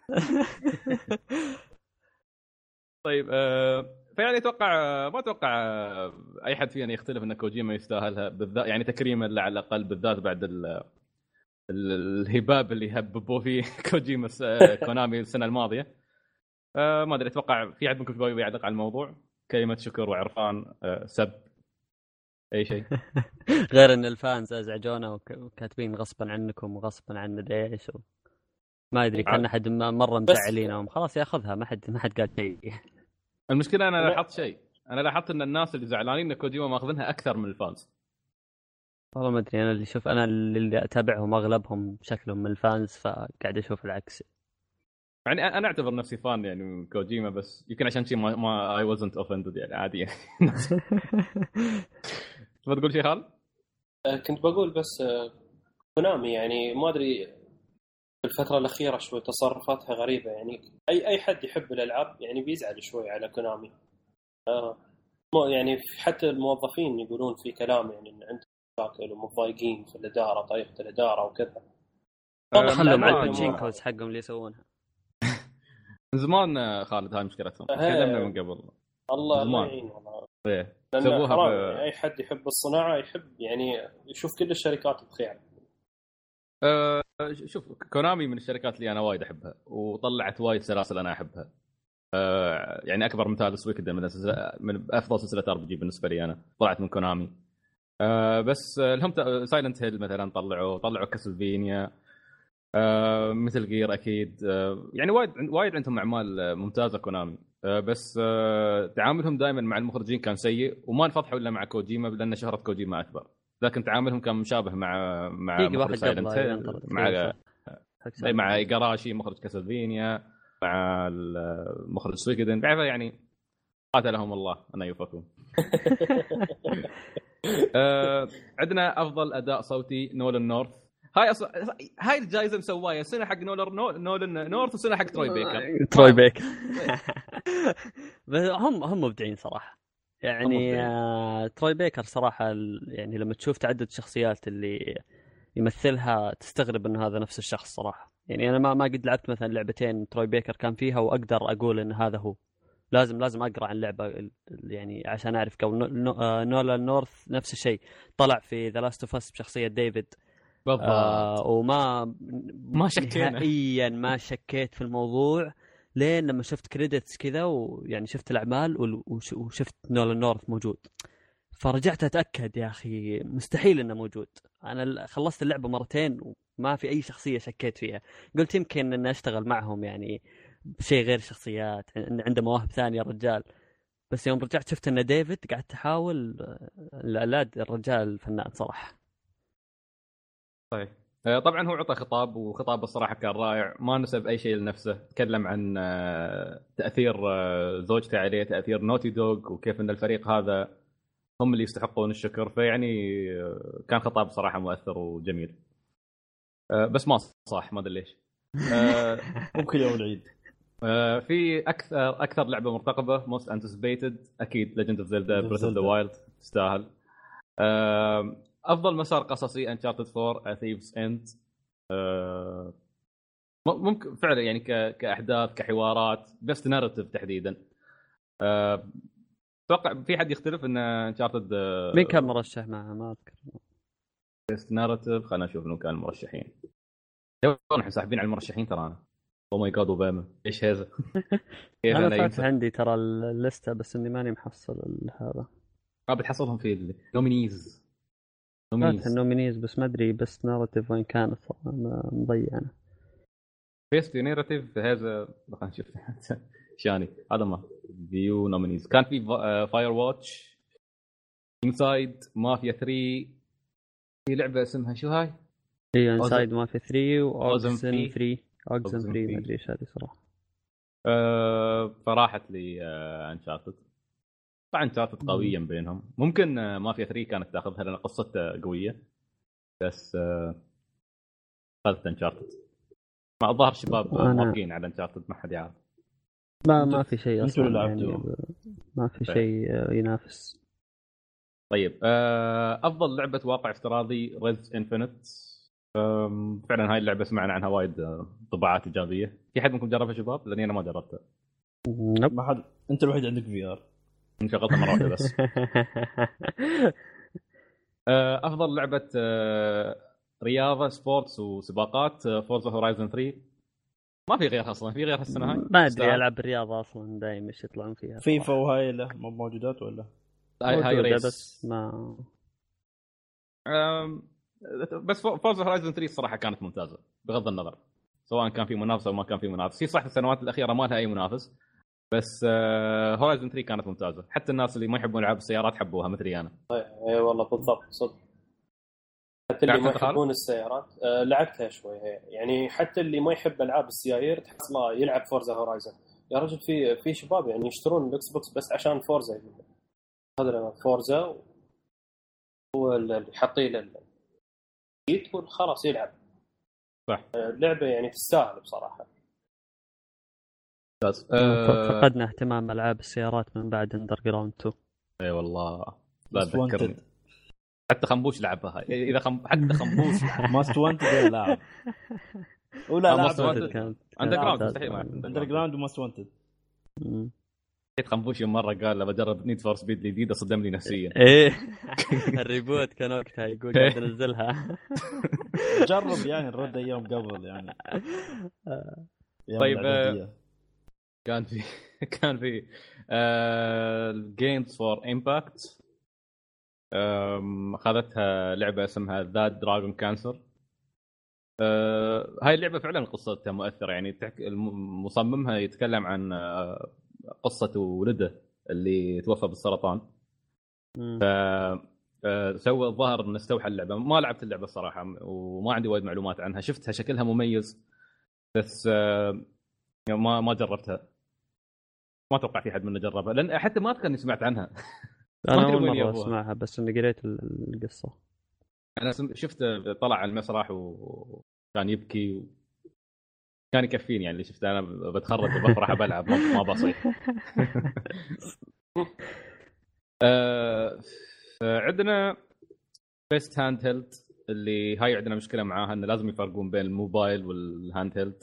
طيب فيعني ما اتوقع اي حد فينا يختلف ان كوجيما يستاهلها بالذات، يعني تكريما على الاقل، بالذات بعد الهباب اللي هببوه فيه كوجيما كونامي السنه الماضيه. ما ادري، اتوقع في احد منكم يبغى يعلق على الموضوع؟ كلمه شكر وعرفان سب اي شيء. غير ان الفانز ازعجونا وكاتبين غصبا عنكم وغصبا عن مدري ايش، ما ادري كان احد مره مزعلينهم. خلاص ياخذها، ما حد قال شيء. المشكله انا لاحظت شيء، انا لاحظت ان الناس اللي زعلانين ان كوجيما ماخذينها اكثر من الفانز. والله ما ادري، انا اللي شوف، انا اللي اتابعهم اغلبهم شكلهم من الفانز، فقاعد اشوف العكس. يعني انا اعتبر نفسي فان يعني من كوجيما، بس يمكن عشان شيء ما I wasn't offended يعني عادي يعني. تبغى تقول شيء خالد؟ كنت بقول بس كونامي يعني ما ادري الفترة الأخيرة شوي تصرفاتها غريبة. يعني أي حد يحب الألعاب يعني بيزعل شوي على كونامي. يعني حتى الموظفين يقولون في كلام يعني إن عندهم مشاكل ومتضايقين في الإدارة، طريقة الإدارة وكذا. خلهم على الباتشينكوز حقهم اللي يسوونها من زمان. خالد هاي مشكلتهم، تكلمنا من قبل. الله يعين والله. سووها أي حد يحب الصناعة يحب يعني يشوف كل الشركات بخير. شوف كونامي من الشركات اللي انا وايد احبها، وطلعت وايد سلاسل انا احبها. يعني اكبر مثال سويكدن من افضل سلسله RPG بالنسبه لي انا طلعت من كونامي. بس لهم سايلنت هيل مثلا طلعوا كاسلفينيا، مثل جير اكيد. يعني وايد عندهم اعمال ممتازه كونامي. بس تعاملهم دائما مع المخرجين كان سيء، وما انفضحوا الا مع كوجيما لان شهره كوجيما اكبر. لكن تعاملهم كان مشابه مع مخرج سايلنت هيل، مع إيغاراشي مخرج كاسلفينيا، مع مخرج سويكدن. بعرف يعني قاتلهم الله أنا يوفقون. عندنا أفضل أداء صوتي نولان نورث. هاي الجائزة مسواية سنة حق نولان نورث وسنة حق تروي بيكر. بس هم مبدعين صراحة يعني. تروي بيكر صراحة يعني لما تشوف تعدد الشخصيات اللي يمثلها تستغرب انه هذا نفس الشخص صراحة. يعني انا ما قد لعبت مثلا لعبتين تروي بيكر كان فيها واقدر اقول ان هذا هو. لازم اقرا عن اللعبة يعني عشان اعرف. نولان نورث نفس الشيء، طلع في ذا لاست اوف اس بشخصية ديفيد بالضبط. وما شكينا نهائيا، ما شكيت في الموضوع لين لما شفت كريدتس كذا، ويعني شفت الاعمال وشفت نولان نورث موجود، فرجعت أتأكد يا أخي مستحيل إنه موجود. أنا خلصت اللعبة مرتين وما في أي شخصية شكيت فيها. قلت يمكن إن أشتغل معهم يعني بشيء غير شخصيات، إن عنده مواهب ثانية الرجال. بس يوم رجعت شفت إنه ديفيد قعدت أحاول. لا الرجال فنان صراحة. طيب طبعا هو عطى خطاب، وخطابه الصراحة كان رائع. ما نسب أي شيء لنفسه، تكلم عن تأثير زوجته عليه، تأثير نوتي دوغ، وكيف إن الفريق هذا هم اللي يستحقون الشكر. فيعني كان خطاب صراحة مؤثر وجميل. بس ما صح ما ادري ليش. ممكن يوم العيد. في اكثر لعبة مرتقبة most anticipated اكيد Legend of Zelda Breath of the Wild تستاهل. افضل مسار قصصي Uncharted 4 A Thief's End. ممكن فعلا يعني كاحداث كحوارات بس ناريتيف تحديدا. اتوقع في حد يختلف ان انشارتد مين كان مرشح معه ما اذكر. بيست ناريتيف خلينا نشوف انه كان المرشحين. احنا ساحبين على المرشحين ترانا. او ماي جاد اوباما ايش هذا. كيف انا فاتح عندي ترى الليسته بس اني ماني محصل هذا. بتحصلهم في النومينيز. نومينيز بس ما ادري بس ناراتيف وين كانت مضيع انا. بيست ناراتيف هذا خلينا نشوف شاني هذا ما فيو نومينيز كان في فاير واتش انسايد مافيا 3 في لعبه اسمها شو هاي انسايد مافيا 3 واوزن 3 ما ادري ايش هذه صراحه. فراحت لي انشارتد. طبعا انشارتد قويا بينهم ممكن مافيا 3 كانت تاخذها لان قصتها قويه بس اخذت انشارتد مع الظاهر شباب موافقين على انشارتد ما حد يعرف. ما في شيء اصلا يعني ما في شيء ينافس. طيب افضل لعبه واقع افتراضي ريز انفينيت. فعلا هاي اللعبه سمعنا عنها وايد طباعات ايجابيه. في حد منكم جربها شباب؟ لاني انا ما جربتها. ما حد. انت الوحيد عندك في ار. انشغلتها مره واحده بس. افضل لعبه رياضه سبورتس وسباقات فورزا هورايزن 3. ما في غيرها اصلا. في غيرها السنه هاي ما ادري العب الرياضه اصلا دائما ايش يطلعون فيها. فيفا وهاي له موجودات ولا هاي ريس بس ما بس فورزا هورايزن 3 الصراحه كانت ممتازه بغض النظر سواء كان في منافسه او ما كان في منافسه. هي صح السنوات الاخيره ما لها اي منافس بس هورايزن 3 كانت ممتازه. حتى الناس اللي ما يحبون العاب السيارات حبوها مثلي انا. اي والله بالضبط صدق. حتى اللي ما يحبون السيارات لعبتها شوي هي. يعني حتى اللي ما يحب العاب السيايير تحصله يلعب فورزا هورايزن. يا رجل في شباب يعني يشترون الاكس بوكس بس عشان فورزا. هذا فورزا هو اللي حاطين له الجيت وخلاص يلعب. صح. اللعبه يعني تستاهل بصراحه. فقدنا اهتمام العاب السيارات من بعد اندرجراوند 2. اي والله لا تذكرني. حتى خنبوش لعبها. اذا حتى خنبوش ماست وانتد لاعب ولا لاعب اندرجراوند مستحيل. اندرجراوند وماست وانتد. حيت خنبوش مره قال بجرب نيد فور سبيد الجديده صدم لي نفسيا. ايه الريبوت كان وقتها يقول ننزلها. جرب يعني الرد ايام قبل يعني. طيب كان في جيمز فور امباكت. اخذتها لعبه اسمها ذا دراجون كانسر. هاي اللعبه فعلا قصتها مؤثره يعني مصممها يتكلم عن قصه ولده اللي توفى بالسرطان. سوى الظاهر انه استوحى اللعبه. ما لعبت اللعبه الصراحه وما عندي وايد معلومات عنها. شفتها شكلها مميز بس ما جربتها. ما اتوقع في حد منا جربها لان حتى ما اذكر اني سمعت عنها. انا اول مره اسمعها بس اني قريت القصه. انا شفت طلع على المسرح وكان يبكي كان يكفيني يعني اللي شفته. انا بتخرج وبفرح بلعب ما بصيح. عندنا بيست هاند هيلد اللي هاي عندنا مشكله معاها انه لازم يفرقون بين الموبايل والهاند هيلد.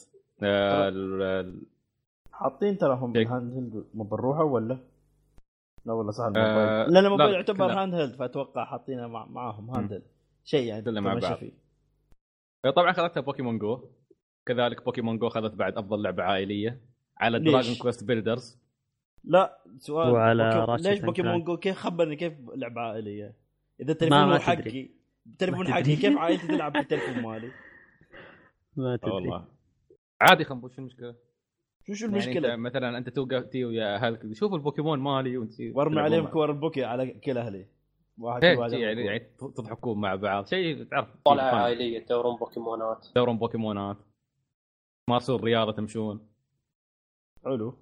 حاطين تراهم بالهاند هيلد بالروحه ولا لا والله صح الموبايل. لان الموبايل يعتبر هاند هيلد فاتوقع حاطينه معاهم هاند هيلد شيء يعني تمشي فيه. طبعا اخذتها بوكيمون جو. كذلك بوكيمون جو اخذت بعد افضل لعبه عائليه على دراجون كويست بيلدرز. لا سؤال وعلى ليش بوكيمون جو كيف خبرني كيف لعبه عائليه؟ اذا التليفون حقي كيف عائلتي تلعب بالتليفون مالي؟ ما تدري والله عادي. خنبوش المشكله شو المشكله يعني مثلا انت توقف تي ويا اهلك شوف البوكيمون مالي وانت ورمي عليهم كور البوكي على كل اهلي واحد يعني تضحكون مع بعض شيء تعرف طلعه عائليه دورون بوكيمونات مارسون رياضه تمشون حلو.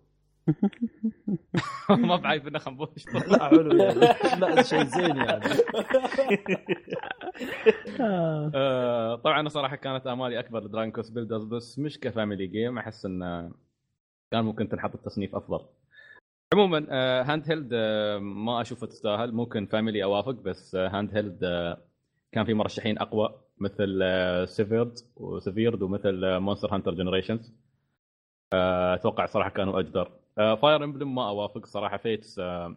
ما بعرف انه خنبوش. لا حلو يعني لا شيء زين يعني. طبعا صراحه كانت امالي اكبر لدراجون كوست بيلدرز بس مش كفاميلي جيم. احس انه كان ممكن تنحط التصنيف افضل. عموما هاند هيلد ما اشوفه تستاهل. ممكن فاميلي اوافق بس هاند هيلد كان في مرشحين اقوى مثل سيفيرد ومثل مونستر هانتر جنريشنز. اتوقع صراحه كانوا اجدر. فاير امبلم ما اوافق صراحه. فيتس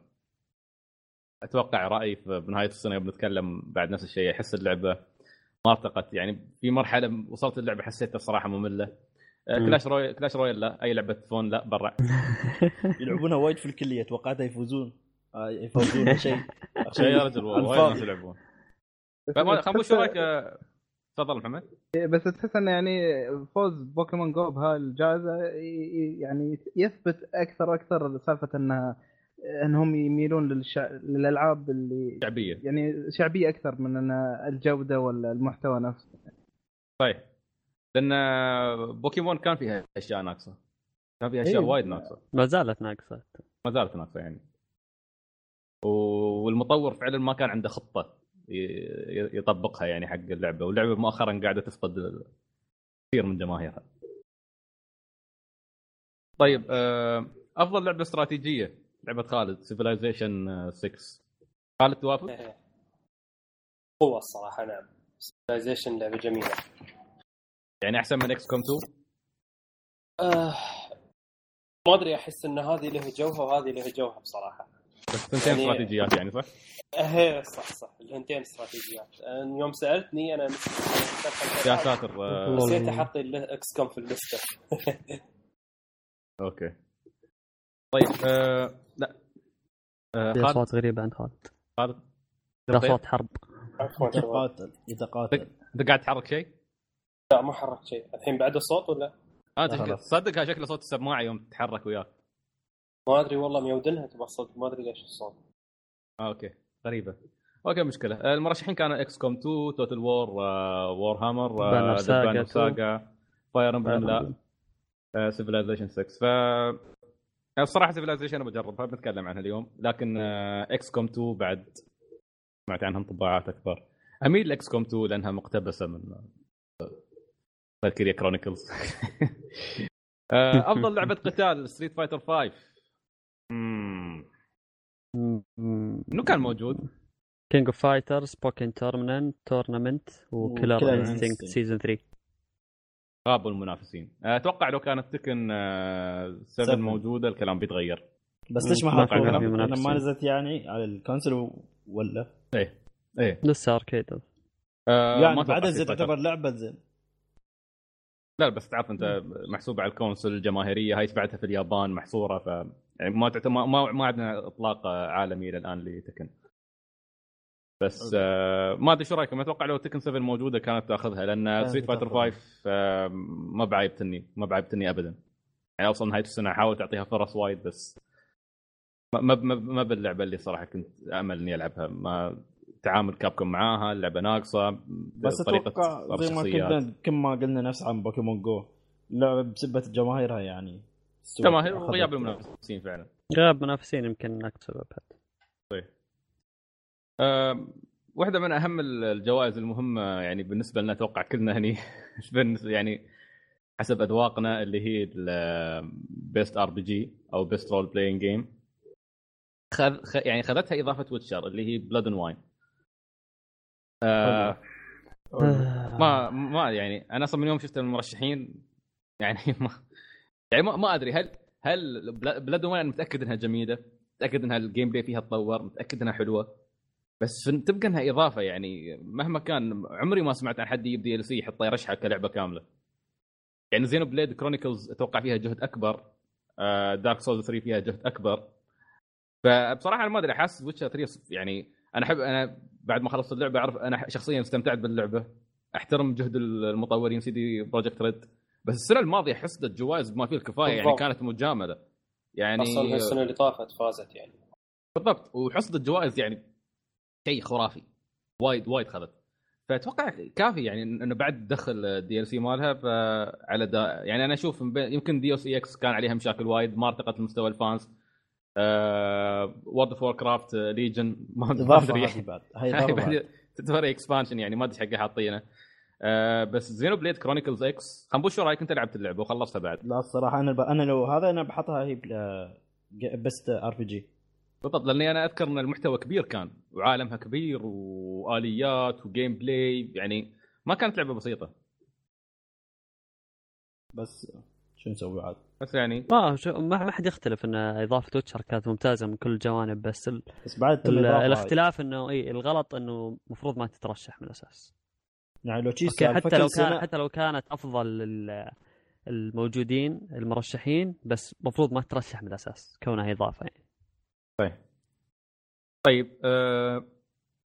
اتوقع رايي بنهايه السنه بنتكلم بعد نفس الشيء. احس اللعبه ما ارتقت يعني. في مرحله وصلت اللعبه حسيتها الصراحه ممله. كلاش رويال لا. اي لعبه فون لا برا. يلعبونها وايد في الكليه. توقعتها يفوزون شيء يا رجل وايد ناس يلعبون. خلينا شو رايك؟ تفضل محمد. بس تحس انه يعني فوز بوكيمون جو بهالجائزه يعني يثبت اكثر واكثر سالفه انهم يميلون للالعاب اللي شعبيه، يعني شعبيه اكثر من ان الجوده ولا المحتوى نفسه. طيب لان بوكيمون كان فيها اشياء ناقصه، كان فيها اشياء وايد ناقصه، ما زالت ناقصه يعني. والمطور فعلا ما كان عنده خطه يطبقها يعني حق اللعبه، واللعبه مؤخرا قاعده تفقد كثير من جماهيرها. طيب افضل لعبه استراتيجيه لعبه خالد سيفلايزيشن 6. خالد توافق؟ هو الصراحه نعم، سيفلايزيشن لعبه جميله، يعني احسن من اكس كوم 2. ما ادري، احس ان هذه له جوها وهذه له جوها بصراحه، بس ثنتين يعني استراتيجيات يعني صح؟ صح الهنتين استراتيجيات. يوم سالتني انا يا ساتر نسيت احط اكس كوم في الليسته. اوكي طيب لا في صوت غريب عند خالد. ده صوت حرب. يتقاتل. انت قاعد تحرك شيء؟ لا ما حركت شيء. الحين بعده صوت ولا؟ تصدق هذا شكله صوت السماعه يوم تتحرك وياك. ما ادري والله ميودنها تبى الصوت، ما ادري ليش الصوت. اوكي غريبه. اوكي مشكله. المرشحين كانوا اكس كوم 2، توتال وور، وور هامر، بانر ساغا، فاير امبلم، لا سيفلايزيشن 6. ف الصراحه سيفلايزيشن انا بجربها بنتكلم عنها اليوم، لكن اكس كوم 2 بعد سمعت عنها انطباعات اكبر. اميل لاكس كوم 2 لانها مقتبسه من فالكيريا كرونيكلز. افضل لعبه قتال ستريت فايتر 5. انه كان موجود كينج اوف فايترز، بوكن تورنمنت وكيلر انستينكت سيزون 3. غابوا المنافسين. اتوقع لو كانت تكن 7 موجوده الكلام بيتغير. بس ليش ما حطوا انا ما نزلت يعني على الكونسول ولا ايه لسه اركيد يعني بعد زين تعتبر لعبه زين. لا بس تعرف انت محسوبه على الكونسول الجماهيريه هاي، تبعتها في اليابان محصوره، ف يعني ما عندنا اطلاق عالمي الى الان لتكن. بس ما ادري شو رايكم. اتوقع لو تكن 7 موجوده كانت تاخذها، لان ستريت فايتر 5 ما بعيبتني ابدا. يعني اوصل نهايه السنه احاول تعطيها فرص وايد، بس ما باللعبه اللي صراحه كنت امل اني العبها. ما تعامل كابكوم معاها اللعبه ناقصه، بس اتوقع زي ما كنا قلنا نفس عن بوكيمون جو، لعبه بسبه جماهيرها يعني جماهير وغياب المنافسين. فعلا غياب منافسين يمكن اكثر سبب. طيب واحده من اهم الجوائز المهمه يعني بالنسبه لنا اتوقع كلنا هني يعني حسب اذواقنا، اللي هي البيست ار بي جي او بيست رول بلاينج جيم. يعني خذتها اضافه ويتشر اللي هي بلاد اند واين. ما يعني انا اصلا من يوم شفت المرشحين يعني ما ادري هل بلاد واين متاكد انها جميله، متاكد انها الجيم بلاي فيها تطور، متاكد انها حلوه، بس تبقى انها اضافه. يعني مهما كان عمري ما سمعت عن حد يبدي DLC يحطها يرشحها كلعبه كامله. يعني زينو بليد كرونيكلز اتوقع فيها جهد اكبر، دارك سولز 3 فيها جهد اكبر. فبصراحه انا ما ادري، حاسس ويتشر 3 يعني انا بعد ما خلصت اللعبه اعرف انا شخصيا استمتعت باللعبه، احترم جهد المطورين CD Projekt Red. بس السنه الماضيه حصدت جوائز بما فيه الكفايه، يعني كانت مجامله. يعني اصلا السنه اللي طافت فازت يعني بالضبط، وحصدت جوائز يعني شيء خرافي، وايد خذت. فاتوقع كافي يعني انه بعد دخل DLC مالها على يعني انا اشوف يمكن Deus Ex كان عليها مشاكل وايد، ما ارتقت لمستوى الفانز. وورد اوف ووركرافت ليجن ما ادري هاي تعتبر اكسبانشن يعني ما ادري حقها حاطينه. بس زينو بليد كرونيكلز اكس خنبوش، شو رايك انت لعبت اللعبه وخلصتها بعد؟ لا الصراحه انا لو هذا انا بحطها هي بست ار بي جي بالضبط، لاني انا اذكر ان المحتوى كبير كان وعالمها كبير واليات وجيم بلاي، يعني ما كانت لعبه بسيطه. بس شو نسوي عاد؟ بس يعني ما حد يختلف ان اضافه ويتشر كانت ممتازه من كل الجوانب، بس بعد الاختلاف انه الغلط انه المفروض ما تترشح من الاساس. يعني لو حتى لو كانت افضل الموجودين المرشحين، بس المفروض ما تترشح من الاساس كونها اضافه يعني. طيب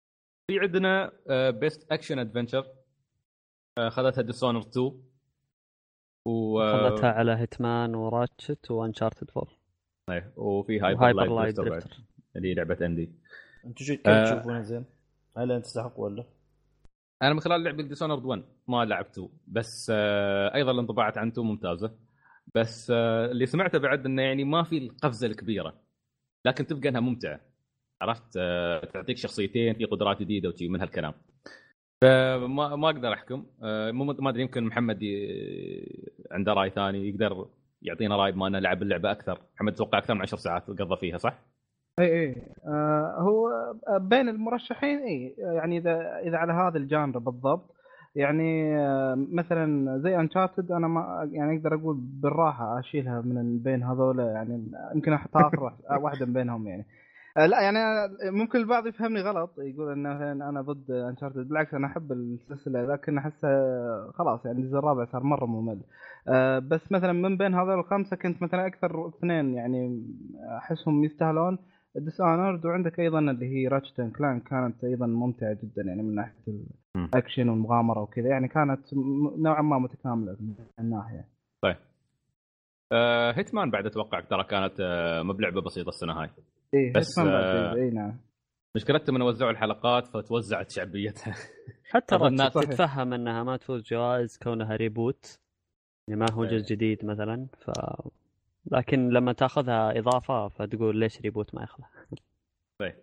في عندنا بيست اكشن ادفنتشر اخذتها ديسونر 2 اخذتها على هيتمان وراتشت وانشارتد 4. ايه وفي هايبر لايت دريفتر اللي لعبه اندي. انتوا شو كيف تشوفونها زين؟ هل انت تستحق ولا؟ انا من خلال لعبه ديسونر 1 ما لعبته بس ايضا الانطباعات عنته ممتازه. بس اللي سمعته بعد انه يعني ما في القفزه الكبيره لكن تبقى انها ممتعه. عرفت تعطيك شخصيتين في قدرات جديده وشي من هالكلام. فما اقدر احكم. ما ادري يمكن محمد عنده راي ثاني يقدر يعطينا راي بما انه لعب اللعبه اكثر. محمد توقع اكثر من 10 ساعات قضى فيها صح؟ اي هو بين المرشحين يعني اذا على هذا الجانر بالضبط يعني مثلا زي انشارتد انا ما يعني اقدر اقول بالراحه اشيلها من بين هذول يعني يمكن احط اخر واحده من بينهم يعني. لا يعني ممكن البعض يفهمني غلط يقول ان انا ضد انشارتد. بالعكس انا احب السلسله لكن احسها خلاص يعني الجزء الرابع صار مره ممل. بس مثلا من بين هذول الخمسه كنت مثلا اكثر اثنين يعني احسهم يستاهلون ديسانرد. وعندك ايضا اللي هي راتشت اند كلانك كانت ايضا ممتعه جدا يعني من ناحيه الاكشن والمغامره وكذا يعني كانت نوعا ما متكامله من الناحيه. طيب هيتمان بعد اتوقع ترى كانت مبلعبه بسيطه السنه هاي. إيه بس نعم مشكلتها من وزعوا الحلقات فتوزعت شعبيتها. حتى الناس تتفهم انها ما تفوز جوائز كونها ريبوت يعني ما هو جزء جديد مثلا لكن لما تاخذها اضافه فتقول ليش ريبوت ما ياخذها. طيب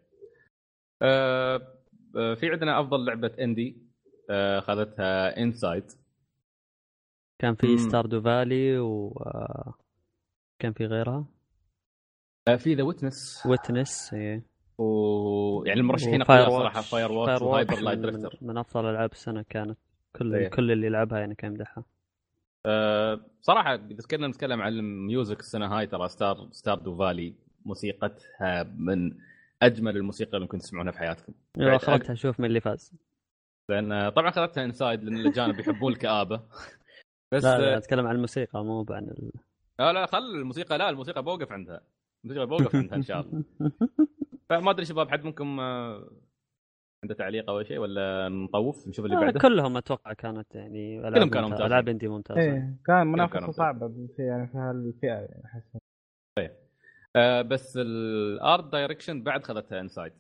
في عندنا افضل لعبه اندي اخذتها انسايد. كان في ستاردو فالي كان في غيرها في ذا ويتنس ايه ويعني المرشحين اقوياء صراحه. فاير واتش وهايبر لايت دريفتر من افضل العاب السنه كانت. كل اللي لعبها يعني كان يمدحها. صراحه اذا كنا نتكلم عن الميوزك السنه هاي ترى ستاردو فالي موسيقتها من اجمل الموسيقى اللي ممكن تسمعونها في حياتكم. اخذتها اشوف من اللي فاز لان طبعا اخذتها انسايد لان الاجانب يحبون الكآبه. بس لا اتكلم عن الموسيقى مو عن لا خل الموسيقى. لا الموسيقى بوقف عندها. ان شاء الله. فما ادري شباب حد منكم عنده تعليق او شيء ولا نطوف نشوف اللي بعده؟ كلهم اتوقع كانت يعني كلهم كانوا ممتازين. العاب اندي ممتازه. ايه كان منافسه صعبه في يعني في هالفئه يعني احس. طيب بس الارت دايركشن بعد خذتها انسايد.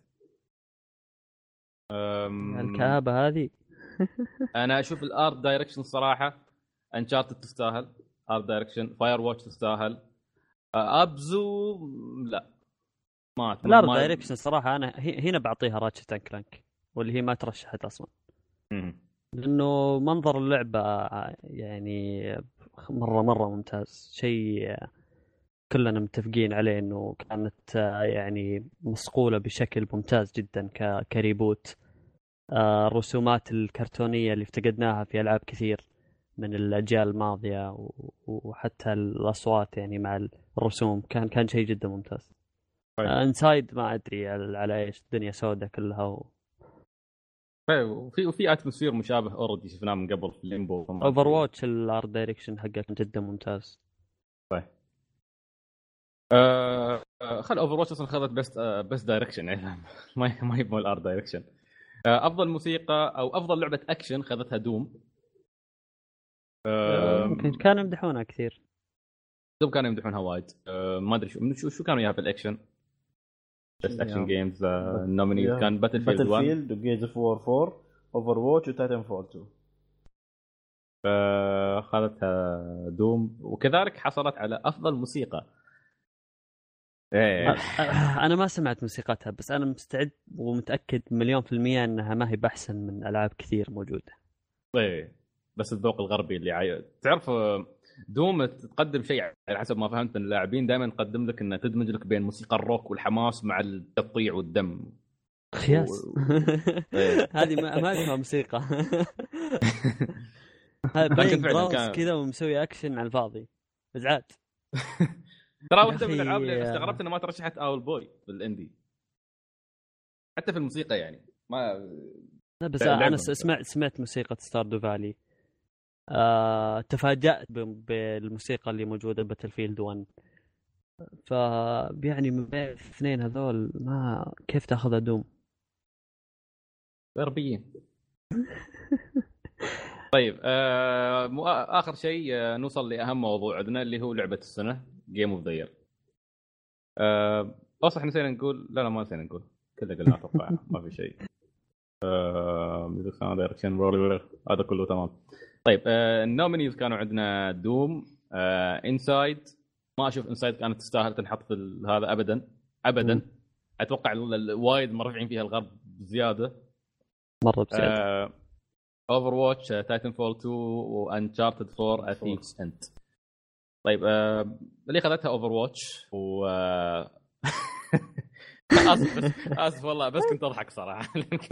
الكآبه هذه. انا اشوف الارت دايركشن الصراحه انشارتد تستاهل ارت دايركشن. فاير واتش تستاهل. ابزو لا ما الارت دايركشن صراحه انا هنا بعطيها راتشت اند كلانك واللي هي ما ترشحت اصلا. لانه منظر اللعبه يعني مره ممتاز. شيء كلنا متفقين عليه انه كانت يعني مصقوله بشكل ممتاز جدا كريبوت. الرسومات الكرتونيه اللي افتقدناها في العاب كثير من الاجيال الماضيه وحتى الاصوات يعني مع الرسوم كان شيء جدا ممتاز. انسايد ما ادري على ايش الدنيا سوداء كلها وفي اتموسفير مشابه اوريدي شفناه من قبل في ليمبو. اوفر واتش الارت دايركشن حقه جدا ممتاز. طيب خل اوفر واتش اصلا خذت بس دايركشن يعني ما يبغى الارت دايركشن. افضل موسيقى او افضل لعبه اكشن خذتها دوم. ممكن كانوا يمدحونها كثير. دوم كانوا يمدحونها وايد. ما ادري شو كانوا ياها في الاكشن. بس اكشن جيمز نومينيت كان باتل فيلد وجيز اوف وور 4 اوفر واتش وتايتن فول 2. فاخذتها دوم وكذلك حصلت على افضل موسيقى. انا ما سمعت موسيقتها بس انا مستعد ومتاكد 100% انها ما هي باحسن من العاب كثير موجوده. ايه بس الذوق الغربي اللي تعرف دوم تقدم شيء على حسب ما فهمت اللاعبين دائما تقدم لك انها تدمج لك بين موسيقى الروك والحماس مع التقطيع والدم. خياس هذه ما اسمها موسيقى. هذا بين براوس كذا ومسوي اكشن على الفاضي ازعاج. ترى واحده من الالعاب اللي استغربت انها ما ترشحت اول بوي بالاندي حتى في الموسيقى يعني ما. بس انا سمعت موسيقى ستاردو فالي. تفاجأت بالموسيقى اللي موجوده باتل فيلد 1. يعني من بين الاثنين هذول ما كيف تاخذها دوم. غربيين. طيب اخر شيء نوصل لاهم موضوع عندنا اللي هو لعبه السنه جيم اوف ذا يير. صح نسينا نقول، لا ما نسينا نقول، كله قلنا اتوقع ما في شيء. هذا كله تمام. طيب النومينيز كانوا عندنا دوم، انسايد. ما اشوف انسايد كانت تستاهل تنحط في هذا ابدا. اتوقع وايد مرفعين فيها الغرب بزياده مره بزياده. اوفر واتش، تايتن فول 2 وانشارتد 4 اثيفز انت. طيب اللي اخذتها اوفر واتش و اسف والله بس كنت اضحك صراحه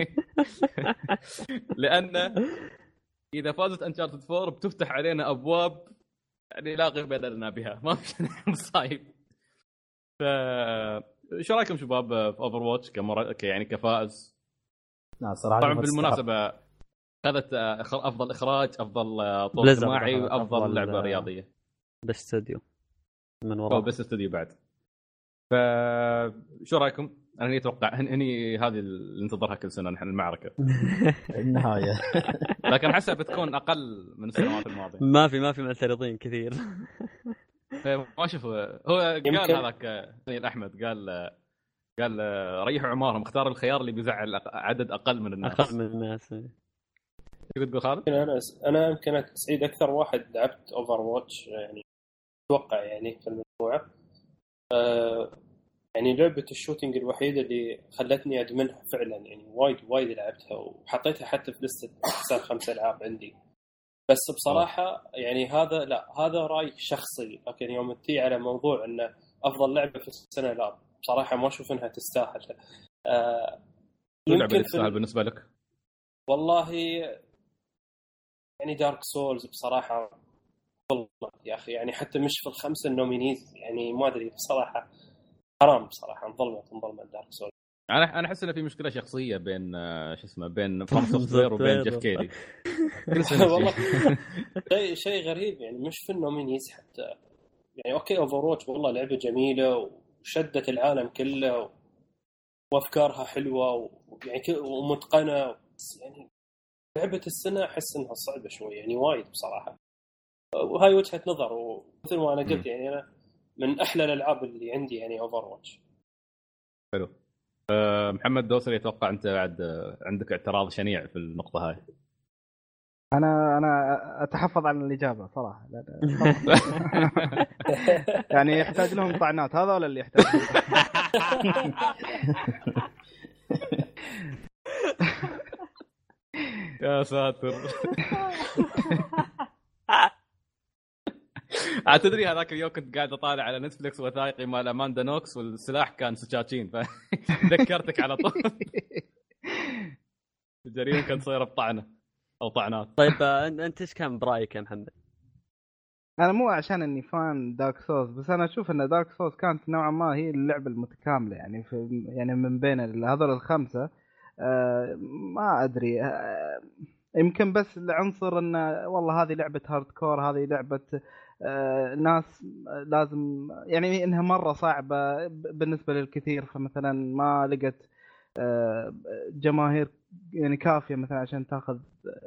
لان اذا فازت انشارتد 4 بتفتح علينا ابواب يعني لا غير لنا بها، ما في مصايب. ف شو رايكم شباب في اوفر واتش يعني كفائز؟ لا صراحه طبعا بالمناسبه اخذت افضل اخراج، افضل طور جماعي، وافضل لعبه رياضيه باستوديو من وراء بس استوديو بعد. فشو رايكم؟ انا اتوقع هني هذه اللي ننتظرها كل سنه نحن المعركه النهايه لكن حسها بتكون اقل من السنوات الماضيه. ما في معترضين كثير. ما شوف هو قال هذاك احمد قال ريحوا عمارهم، اختار الخيار اللي بيزعل عدد اقل من الناس. تقول خالد؟ انا يمكن سعيد اكثر واحد لعبت اوفر واتش يعني اتوقع يعني في المجموعه. يعني لعبه الشوتينج الوحيده اللي خلتني ادمنها فعلا، يعني وايد لعبتها وحطيتها حتى في لسته احسن 5 ألعاب عندي. بس بصراحه يعني هذا راي شخصي، لكن يوم تجي على موضوع انه افضل لعبه في السنه لا بصراحه ما اشوف انها تستاهل. يمكن تستاهل بالنسبه لك؟ والله يعني دارك سولز بصراحه ظلمت يا اخي، يعني حتى مش في ال5 النومينيز، يعني ما ادري بصراحه حرام بصراحه انظلمت دارك سولز. انا احس ان في مشكله شخصيه بين شو اسمه بين فروم سوفت وير وبين جيف كيلي. والله شيء غريب يعني مش في النومينيز حتى. يعني اوكي اوفر واتش والله لعبه جميله وشدت العالم كله وافكارها حلوه ويعني ومتقنه، يعني لعبه السنه احس انها صعبه شوي يعني وايد بصراحه. وهاي وجهه نظر، ومثل ما انا قلت يعني انا من احلى الالعاب اللي عندي يعني اوفر واتش. حلو. محمد دوسري يتوقع انت بعد عندك اعتراض شنيع في النقطه هاي. انا اتحفظ على الاجابه صراحه. يعني يحتاج لهم طعنات هذا ولا اللي يحتاج يا ساتر. تدري هذاك اليوم كنت قاعد اطالع على نتفلكس وثائقي مال اماندا نوكس والسلاح كان سكاكين، فذكرتك على طول. الجريمه كانت صايره بطعنه او طعنات. طيب انت ايش كان برايك يا محمد؟ انا مو عشان اني فان دارك سولز، بس انا اشوف ان دارك سولز كانت نوعا ما هي اللعبه المتكامله يعني يعني من بين هذول ال5 ما ادري يمكن بس العنصر ان والله هذه لعبه هارد كور، هذه لعبه ناس لازم يعني انها مره صعبه بالنسبه للكثير، فمثلا ما لقت جماهير يعني كافيه مثلا عشان تاخذ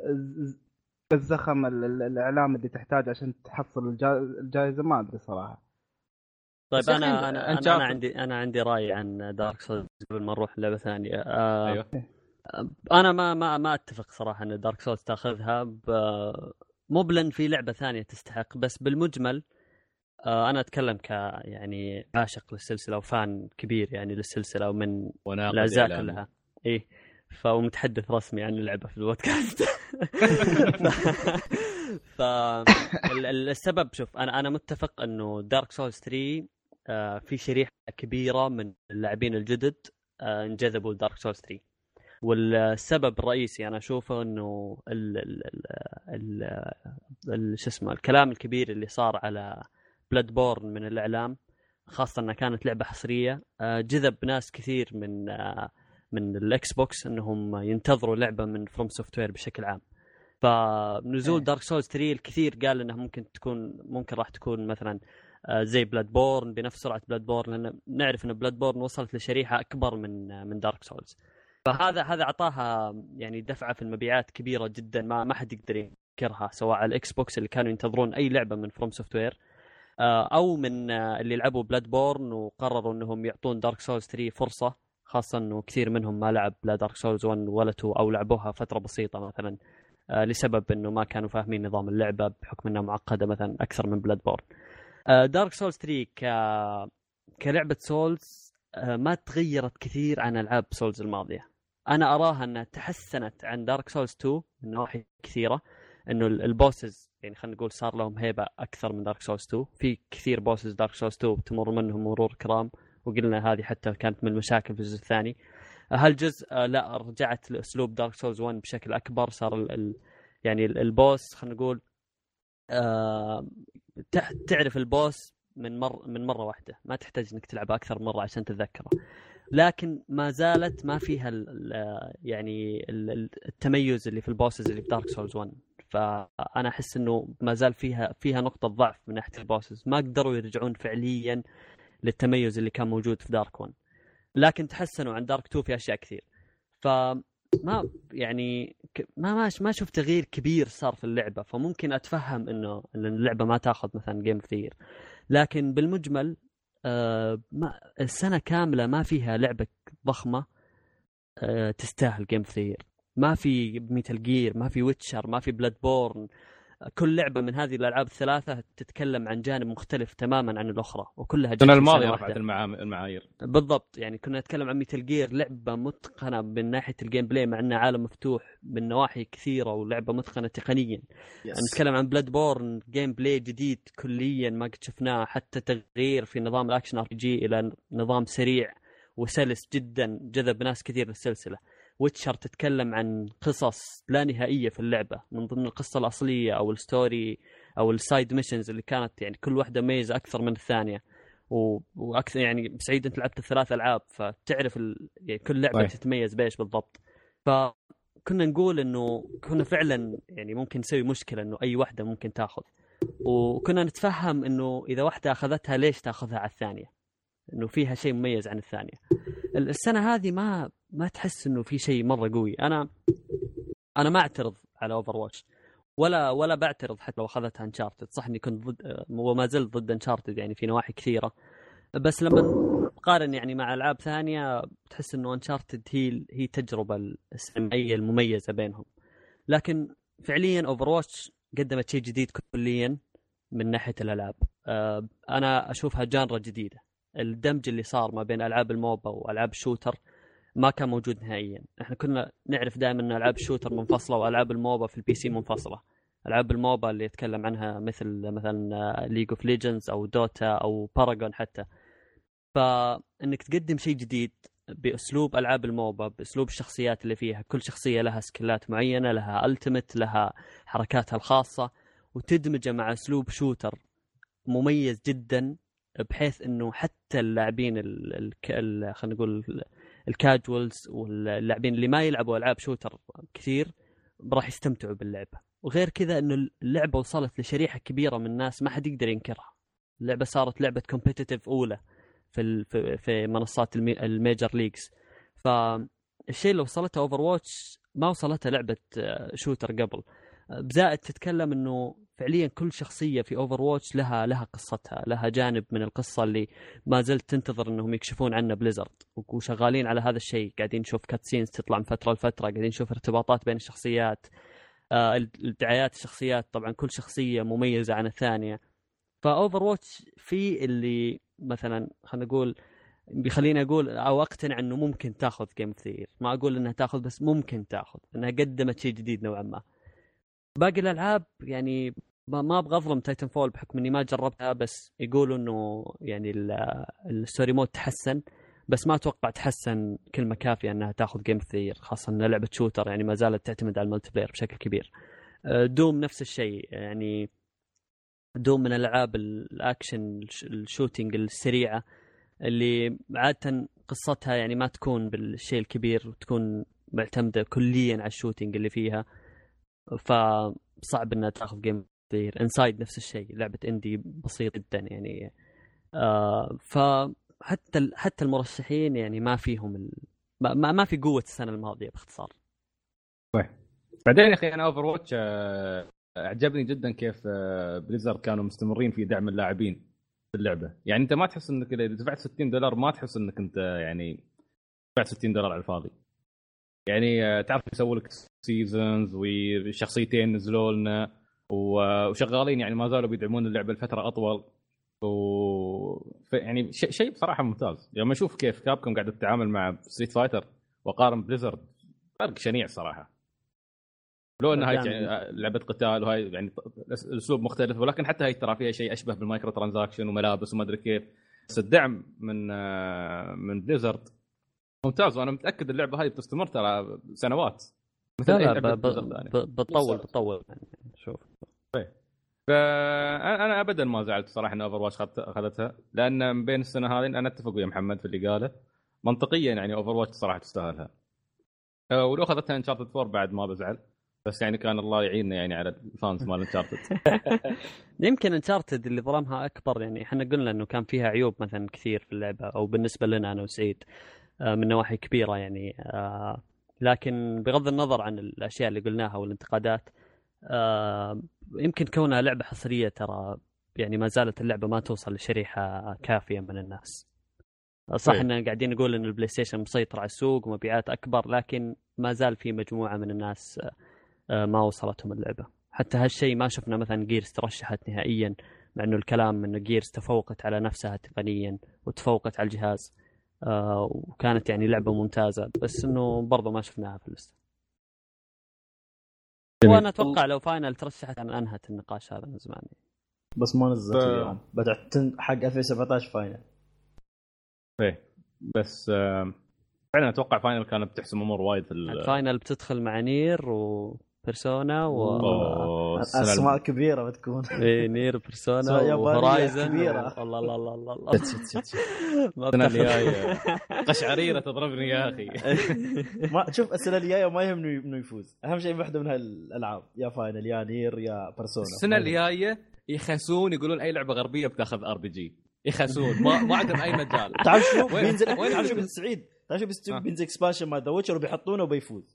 الزخم الاعلام اللي تحتاج عشان تحصل الجائزه. ما ادري صراحه. طيب انا عندي راي عن دارك سولز قبل ما نروح لعبه ثانيه. ايوه انا ما اتفق صراحه ان دارك سولز تاخذها مو بلن في لعبه ثانيه تستحق، بس بالمجمل انا اتكلم يعني عاشق للسلسله وفان كبير يعني للسلسله ومن الاجزاء كلها. ايه فمتحدث رسمي عن اللعبه في البودكاست. فالسبب شوف انا متفق انه دارك سولز 3 في شريحه كبيره من اللاعبين الجدد انجذبوا لدارك سولز 3، والسبب الرئيسي انا اشوفه انه شو اسمه الكلام الكبير اللي صار على بلاد بورن من الاعلام، خاصه انها كانت لعبه حصريه، جذب ناس كثير من الاكس بوكس انهم ينتظروا لعبه من فروم سوفت وير بشكل عام. فنزول دارك سولز 3 الكثير قال انها ممكن راح تكون مثلا زي بلاد بورن بنفس سرعه بلاد بورن، لان نعرف ان بلاد بورن وصلت لشريحه اكبر من دارك سولز. فهذا اعطاها يعني دفعه في المبيعات كبيره جدا ما حد يقدر ينكرها، سواء على الاكس بوكس اللي كانوا ينتظرون اي لعبه من فروم سوفت وير، او من اللي لعبوا بلاد بورن وقرروا انهم يعطون دارك سولز 3 فرصه، خاصه انه كثير منهم ما لعب لا دارك سولز 1 ولا 2 او لعبوها فتره بسيطه مثلا لسبب انه ما كانوا فاهمين نظام اللعبه بحكم انها معقده مثلا اكثر من بلاد بورن. دارك سولز 3 كلعبه سولز ما تغيرت كثير عن العاب سولز الماضيه. انا اراها انها تحسنت عن دارك سولز 2 من نواحي كثيره، انه البوسز يعني خلينا نقول صار لهم هيبه اكثر من دارك سولز 2. في كثير بوسز دارك سولز 2 تمر منهم مرور كرام، وقلنا هذه حتى كانت من المشاكل في الجزء الثاني. هالجزء لا، رجعت لاسلوب دارك سولز 1 بشكل اكبر. صار يعني البوس خلينا نقول تعرف البوس من مره واحده، ما تحتاج انك تلعب اكثر مره عشان تتذكره. لكن ما زالت ما فيها يعني التميز اللي في البوسز اللي في دارك سولز 1. فانا احس انه ما زال فيها نقطه ضعف من ناحيه البوسز، ما قدروا يرجعون فعليا للتميز اللي كان موجود في دارك 1. لكن تحسنوا عن دارك 2 في اشياء كثير. فما يعني ما شفت تغيير كبير صار في اللعبه. فممكن اتفهم انه اللعبه ما تاخذ مثلا جيم كثير، لكن بالمجمل ما السنه كامله ما فيها لعبه ضخمه تستاهل جيم كثير. ما في ميتال جير، ما في ويتشر، ما في بلاد بورن. كل لعبة من هذه الألعاب الثلاثة تتكلم عن جانب مختلف تماما عن الأخرى، وكلها السنة الماضية رفعت المعايير بالضبط. يعني كنا نتكلم عن ميتال جير، لعبة متقنة من ناحية الجيم بلاي مع أنها عالم مفتوح من نواحي كثيرة ولعبة متقنة تقنيا. نتكلم عن بلاد بورن، جيم بلاي جديد كليا ما قد شفناه، حتى تغيير في نظام الأكشن ار بي جي إلى نظام سريع وسلس جدا جذب ناس كثير للسلسلة. ويتشر تتكلم عن قصص لا نهائية في اللعبة، من ضمن القصة الأصلية أو الستوري أو السايد ميشنز اللي كانت يعني كل واحدة ميزة أكثر من الثانية. وأكثر يعني سعيد أنت لعبت الثلاث ألعاب فتعرف يعني كل لعبة تتميز بإيش بالضبط. فكنا نقول إنه كنا فعلا يعني ممكن نسوي مشكلة إنه أي واحدة ممكن تأخذ، وكنا نتفهم إنه إذا واحدة أخذتها ليش تأخذها على الثانية، إنه فيها شيء مميز عن الثانية. السنة هذه ما تحس إنه في شيء مرة قوي. أنا ما أعترض على أوفر واتش ولا بعترض حتى لو أخذتها انشارتد. صح إني كنت ضد وما زلت ضد انشارتد يعني في نواحي كثيرة، بس لما قارن يعني مع ألعاب ثانية تحس إنه انشارتد هي تجربة السينمائية المميزة بينهم. لكن فعليا أوفر واتش قدمت شيء جديد كليا من ناحية الألعاب. أنا أشوفها جانرا جديدة. الدمج اللي صار ما بين ألعاب الموبا وألعاب الشوتر ما كان موجود نهائيا. احنا كنا نعرف دائما ان ألعاب الشوتر منفصلة وألعاب الموبا في البي سي منفصلة. ألعاب الموبا اللي يتكلم عنها مثلا ليج اوف ليجندز أو دوتا أو باراغون حتى. فإنك تقدم شيء جديد بأسلوب ألعاب الموبا، بأسلوب الشخصيات اللي فيها، كل شخصية لها سكيلات معينة، لها ألتيميت، لها حركاتها الخاصة، وتدمجها مع أسلوب شوتر مميز جدا، بحيث انه حتى اللاعبين خلينا نقول الكاجوالز واللاعبين اللي ما يلعبوا العاب شوتر كثير راح يستمتعوا باللعبه. وغير كذا انه اللعبه وصلت لشريحه كبيره من الناس ما حد يقدر ينكرها. اللعبه صارت لعبه كومبيتيتيف اولى في منصات الميجر ليجز. فالشيء اللي وصلته اوفر واتش ما وصلتها لعبه شوتر قبل. بزائد تتكلم انه فعليا كل شخصية في اوفر واتش لها قصتها، لها جانب من القصة اللي ما زلت تنتظر انهم يكشفون عنه بليزرد، وشغالين على هذا الشيء. قاعدين نشوف كاتسينز تطلع من فترة لفترة، قاعدين نشوف ارتباطات بين الشخصيات، الدعايات الشخصيات، طبعا كل شخصية مميزة عن الثانية. فاوفر واتش في اللي مثلا خلينا نقول بيخليني اقول او اقتنع انه ممكن تاخذ جيم كثير. ما اقول انها تاخذ، بس ممكن تاخذ، انها قدمت شيء جديد نوعا ما. باقي الالعاب يعني ما ابغى اظلم تايتن فول بحكم اني ما جربتها، بس يقولوا انه يعني الستوري مود تحسن، بس ما اتوقع تحسن كلمه كافيه انها تاخذ جيم كثير، خاصه ان لعبه شوتر يعني ما زالت تعتمد على الملتي بلاير بشكل كبير. دوم نفس الشيء، يعني دوم من الالعاب الاكشن الشوتينج السريعه اللي عاده قصتها يعني ما تكون بالشيء الكبير، وتكون معتمده كليا على الشوتينج اللي فيها، فصعب انها تاخذ جيم كثير. انسايد نفس الشيء، لعبه اندي بسيط جدا يعني. فحتى المرشحين يعني ما فيهم ما في قوه السنه الماضيه باختصار. بعدين يا اخي انا اوفر واتش اعجبني جدا كيف بليزرد كانوا مستمرين في دعم اللاعبين في اللعبه. يعني انت ما تحس انك اذا دفعت $60 ما تحس انك انت يعني دفعت $60 على الفاضي. يعني تعرف يسووا لك سيزونز وشخصيتين نزلوا لنا وشغالين، يعني ما زالوا بيدعمون اللعبه لفتره اطول. يعني شيء بصراحه ممتاز. لما اشوف كيف كابكوم قاعده تتعامل مع ستريت فايتر وقارن بليزرد، فرق شنيع صراحه. لو ان هاي لعبه قتال وهاي يعني اسلوب مختلف، ولكن حتى هاي ترى فيها شيء اشبه بالمايكرو ترانزاكشن وملابس وما ادري كيف. بس الدعم من بليزرد ممتاز، وانا متاكد اللعبه هاي بتستمر ترى سنوات مثل اي لعبه بتطول يعني. شوف فانا ابدا ما زعلت صراحه ان اوفر واتش اخذتها، لان من بين السنه هذه انا اتفق ويا محمد في اللي قاله منطقيا. يعني اوفر واتش صراحه تستاهلها، ولو اخذتها انشارتد 4 بعد ما بزعل. بس يعني كان الله يعيننا يعني على الفانز مال انشارتد. يمكن انشارتد اللي ظلمها اكبر، يعني احنا قلنا انه كان فيها عيوب مثلا كثير في اللعبه، او بالنسبه لنا انا وسعيد من نواحي كبيره يعني. لكن بغض النظر عن الاشياء اللي قلناها والانتقادات، يمكن كونها لعبه حصريه ترى يعني ما زالت اللعبه ما توصل لشريحه كافيه من الناس. صح اننا قاعدين نقول ان البلاي ستيشن مسيطر على السوق ومبيعات اكبر، لكن ما زال في مجموعه من الناس ما وصلتهم اللعبه. حتى هالشيء ما شفنا مثلا جيرز ترشحت نهائيا، مع انه الكلام انه جيرز تفوقت على نفسها تقنيا وتفوقت على الجهاز، وكانت يعني لعبه ممتازه، بس انه برضو ما شفناها في اللسته. وانا اتوقع لو فاينل ترشحت عن انهت النقاش هذا من زمان، بس ما نزلت اليوم. بدأت حق 2017 فاينل. ايه بس فعلا اتوقع فاينل كانت بتحسم امور وايد في الفاينل بتدخل مع نير وبيرسونا اسماء كبيره بتكون. ايه نير بيرسونا وهورايزن كبيره. الله الله الله الله الله. السنه الجايه قشعريره تضربني يا اخي. ما شوف السنه الجايه ما يهمني انه يفوز، اهم شيء واحده من هالالعاب، يا فاينل يا نير يا بيرسونا. السنه الجايه يخسون يقولون اي لعبه غربيه بتاخذ ار بي جي، يخسون ما عندهم اي مجال. تعرف شو بينزل؟ تعرف شو بالسعيد؟ تعرف شو بينزل اكسبانشن مال ذا ويتشر وبيحطونه وبيفوز.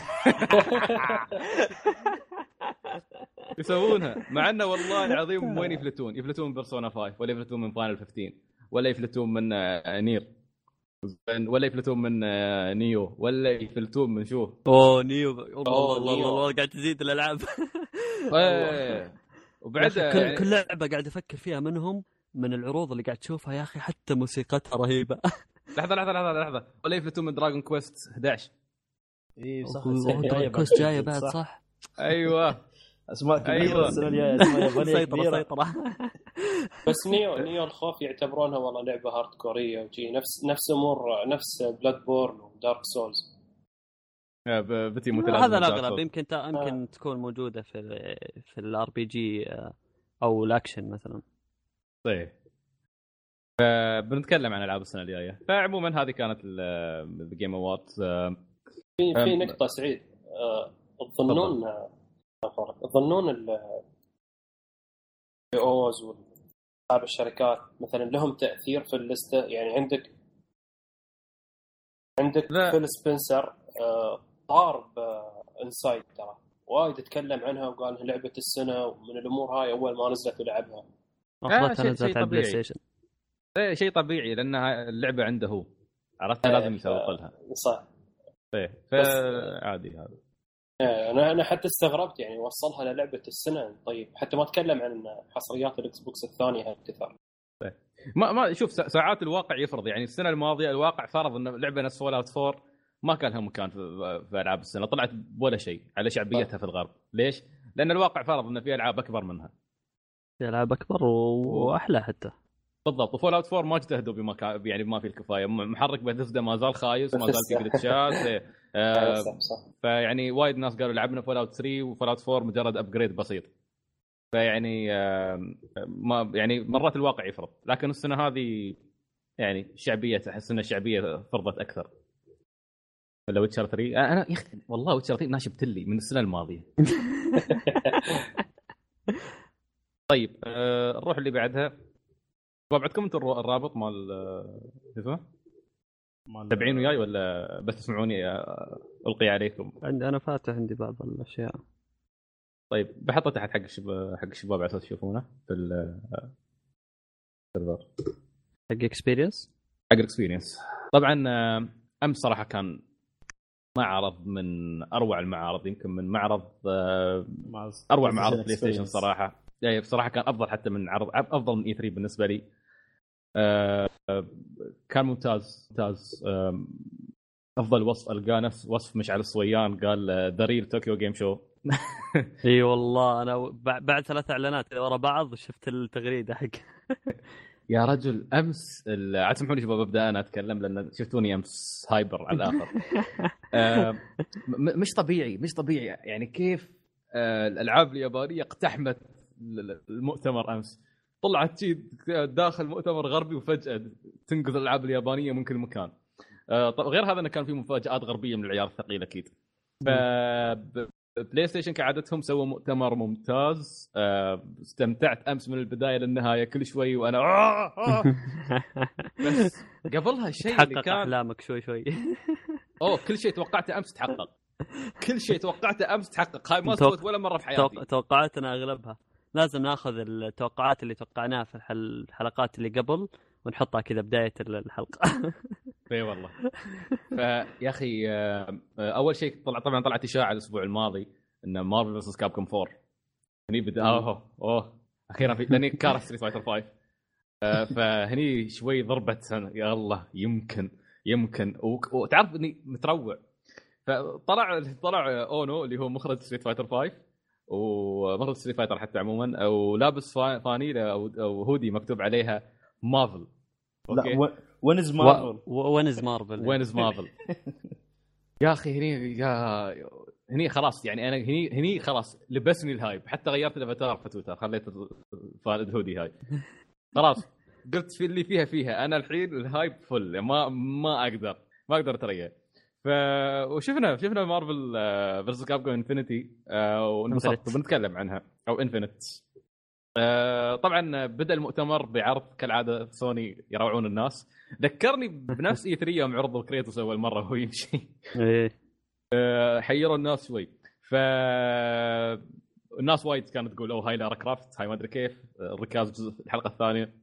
يسوونها مع انه والله العظيم وين يفلتون من بيرسونا 5 ولا يفلتون من فاينل 15 ولا يفلتون من نير ولا يفلتون من نيو ولا يفلتون من شو نيو. الله قاعد تزيد الالعاب. وبعد كل لعبه قاعد افكر فيها منهم من العروض اللي قاعد تشوفها يا اخي، حتى موسيقتها رهيبه. لحظه ولا يفلتون من دراجون كويست 11. اي صح، دراجون كويست جايه بعد. صح ايوه اسماء كبيره السنه الجايه، اسماء يابانيه كبيره. بس نيو الخوف يعتبرونها والله لعبه هارد كوريه وجي نفس امور نفس بلاد بورن ودارك سولز. بتي هذا الاغلب يمكن تكون موجوده في الار بي جي او الاكشن مثلا. طيب بنتكلم عن العاب السنه الجايه. فعموما هذه كانت الجيم اووردز. في نقطه سعيد، تظنون الاوز واصحاب الشركات مثلا لهم تاثير في اللسته؟ يعني عندك فيل سبنسر طار انسايد، ترى وايد اتكلم عنها وقال لعبه السنه ومن الامور هاي اول ما نزلت ولعبها. نزلت على البلاي ستيشن. شيء طبيعي لانها اللعبه عنده هو، عرفت لازم يسوق لها. صح. فعادي هذا. انا حتى استغربت يعني وصلها للعبه السنه. طيب حتى ما اتكلم عن حصريات الاكس بوكس الثانيه هالكثر. ما شوف ساعات الواقع يفرض. يعني السنه الماضيه الواقع فرض ان لعبه نفس فول اوت 4 ما كان لها مكان في العاب السنه، طلعت ولا شيء على شعبيتها في الغرب. ليش؟ لان الواقع فرض ان في العاب اكبر منها، في العاب اكبر واحلى حتى. بالضبط. وفول اوت 4 ما اجتهدوا بما يعني ما في الكفايه. محرك بثزدا ما زال خايس، ما زال في جلتشات. فيعني وايد ناس قالوا لعبنا فول اوت 3 وفول اوت 4 مجرد ابجريد بسيط. فيعني ما يعني مرات الواقع يفرض. لكن السنه هذه يعني شعبيه، احس ان الشعبيه فرضت اكثر. ولا ويتشر 3 انا يا اخي والله ويتشر 3 ناشبت لي من السنه الماضيه. طيب نروح اللي بعدها. عندكم انتم الرابط مال اسمه تابعين وياي ولا بس تسمعوني القي عليكم؟ انا فاتح عندي بعض الاشياء. طيب بحطه تحت حق الشباب على اساس يشوفونه في السيرفر حق اكسبيرينس. طبعا امس صراحه كان معرض من اروع المعارض، يمكن من معرض اروع معارض بلاي ستيشن صراحه. يعني بصراحه كان افضل حتى من عرض، افضل من E3 بالنسبه لي. كان ممتاز. افضل وصف القاه نفس وصف مشعل الصويان، قال ذا ريل طوكيو جيم شو. اي والله انا بعد 3 اعلانات ورا بعض شفت التغريده حق يا رجل امس سامحوني شباب ابدا انا اتكلم لان شفتوني امس هايبر على الاخر. مش طبيعي يعني كيف الالعاب اليابانيه اقتحمت المؤتمر امس. طلعت داخل مؤتمر غربي وفجاه تنقذ الالعاب اليابانيه من كل مكان. غير هذا انه كان في مفاجآت غربيه من العيار الثقيل اكيد. بلاي ستيشن كعادتهم سووا مؤتمر ممتاز. استمتعت امس من البدايه للنهايه كل شوي وانا بس قبلها الشيء اللي كان احلامك شوي كل شيء توقعته امس تحقق. هاي ما سويت ولا مره في حياتي. توقعاتنا اغلبها لازم ناخذ التوقعات اللي توقعناها في الحلقات اللي قبل ونحطها كذا بدايه الحلقه. اي والله. فيا اخي اول شيء طلعت اشاعه الاسبوع الماضي ان مارفل فيرسس كابكوم 4 هني بدا اخيرا في لاني كاره ستريت فايتر 5. فهني شوي ضربت يا الله يمكن وتعرف اني متروع. فطلع اونو اللي هو مخرج ستريت فايتر 5 ومخرج ستريت فايتر حتى عموما، او لابس فانيله او هودي مكتوب عليها مارفل. لا وينز مارفل يا اخي هني خلاص يعني انا هني خلاص لبسني الهايب. حتى غيرت الافاتار في تويتر خليت الهودي هاي خلاص. قلت في اللي فيها انا الحين الهايب فل ما اقدر اتريق. وشفنا مارفل فيرسس كابكوم انفينيتي ونبسط بنتكلم عنها او انفينيت. طبعا بدا المؤتمر بعرض كالعاده سوني يروعون الناس. ذكرني بنفس E3 يوم عرضوا كريتوس اول مره وهو يمشي. حيروا الناس شوي. الناس وايد كانت تقول هاي لارا كرافت، هاي ما ادري كيف الركاز جزء الحلقه الثانيه.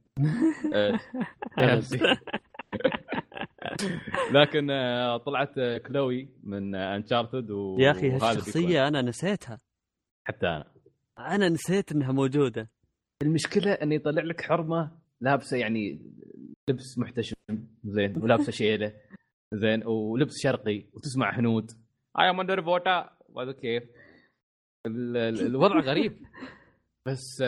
لكن طلعت كلوي من انشارتد يا اخي هالشخصيه انا نسيتها. حتى انا نسيت انها موجوده. المشكله انه يطلع لك حرمه لابسه يعني لبس محتشم زين ولابسه شيله زين ولبس شرقي وتسمع هنود اي ام اندر فوتا وهذا كيف. الوضع غريب. بس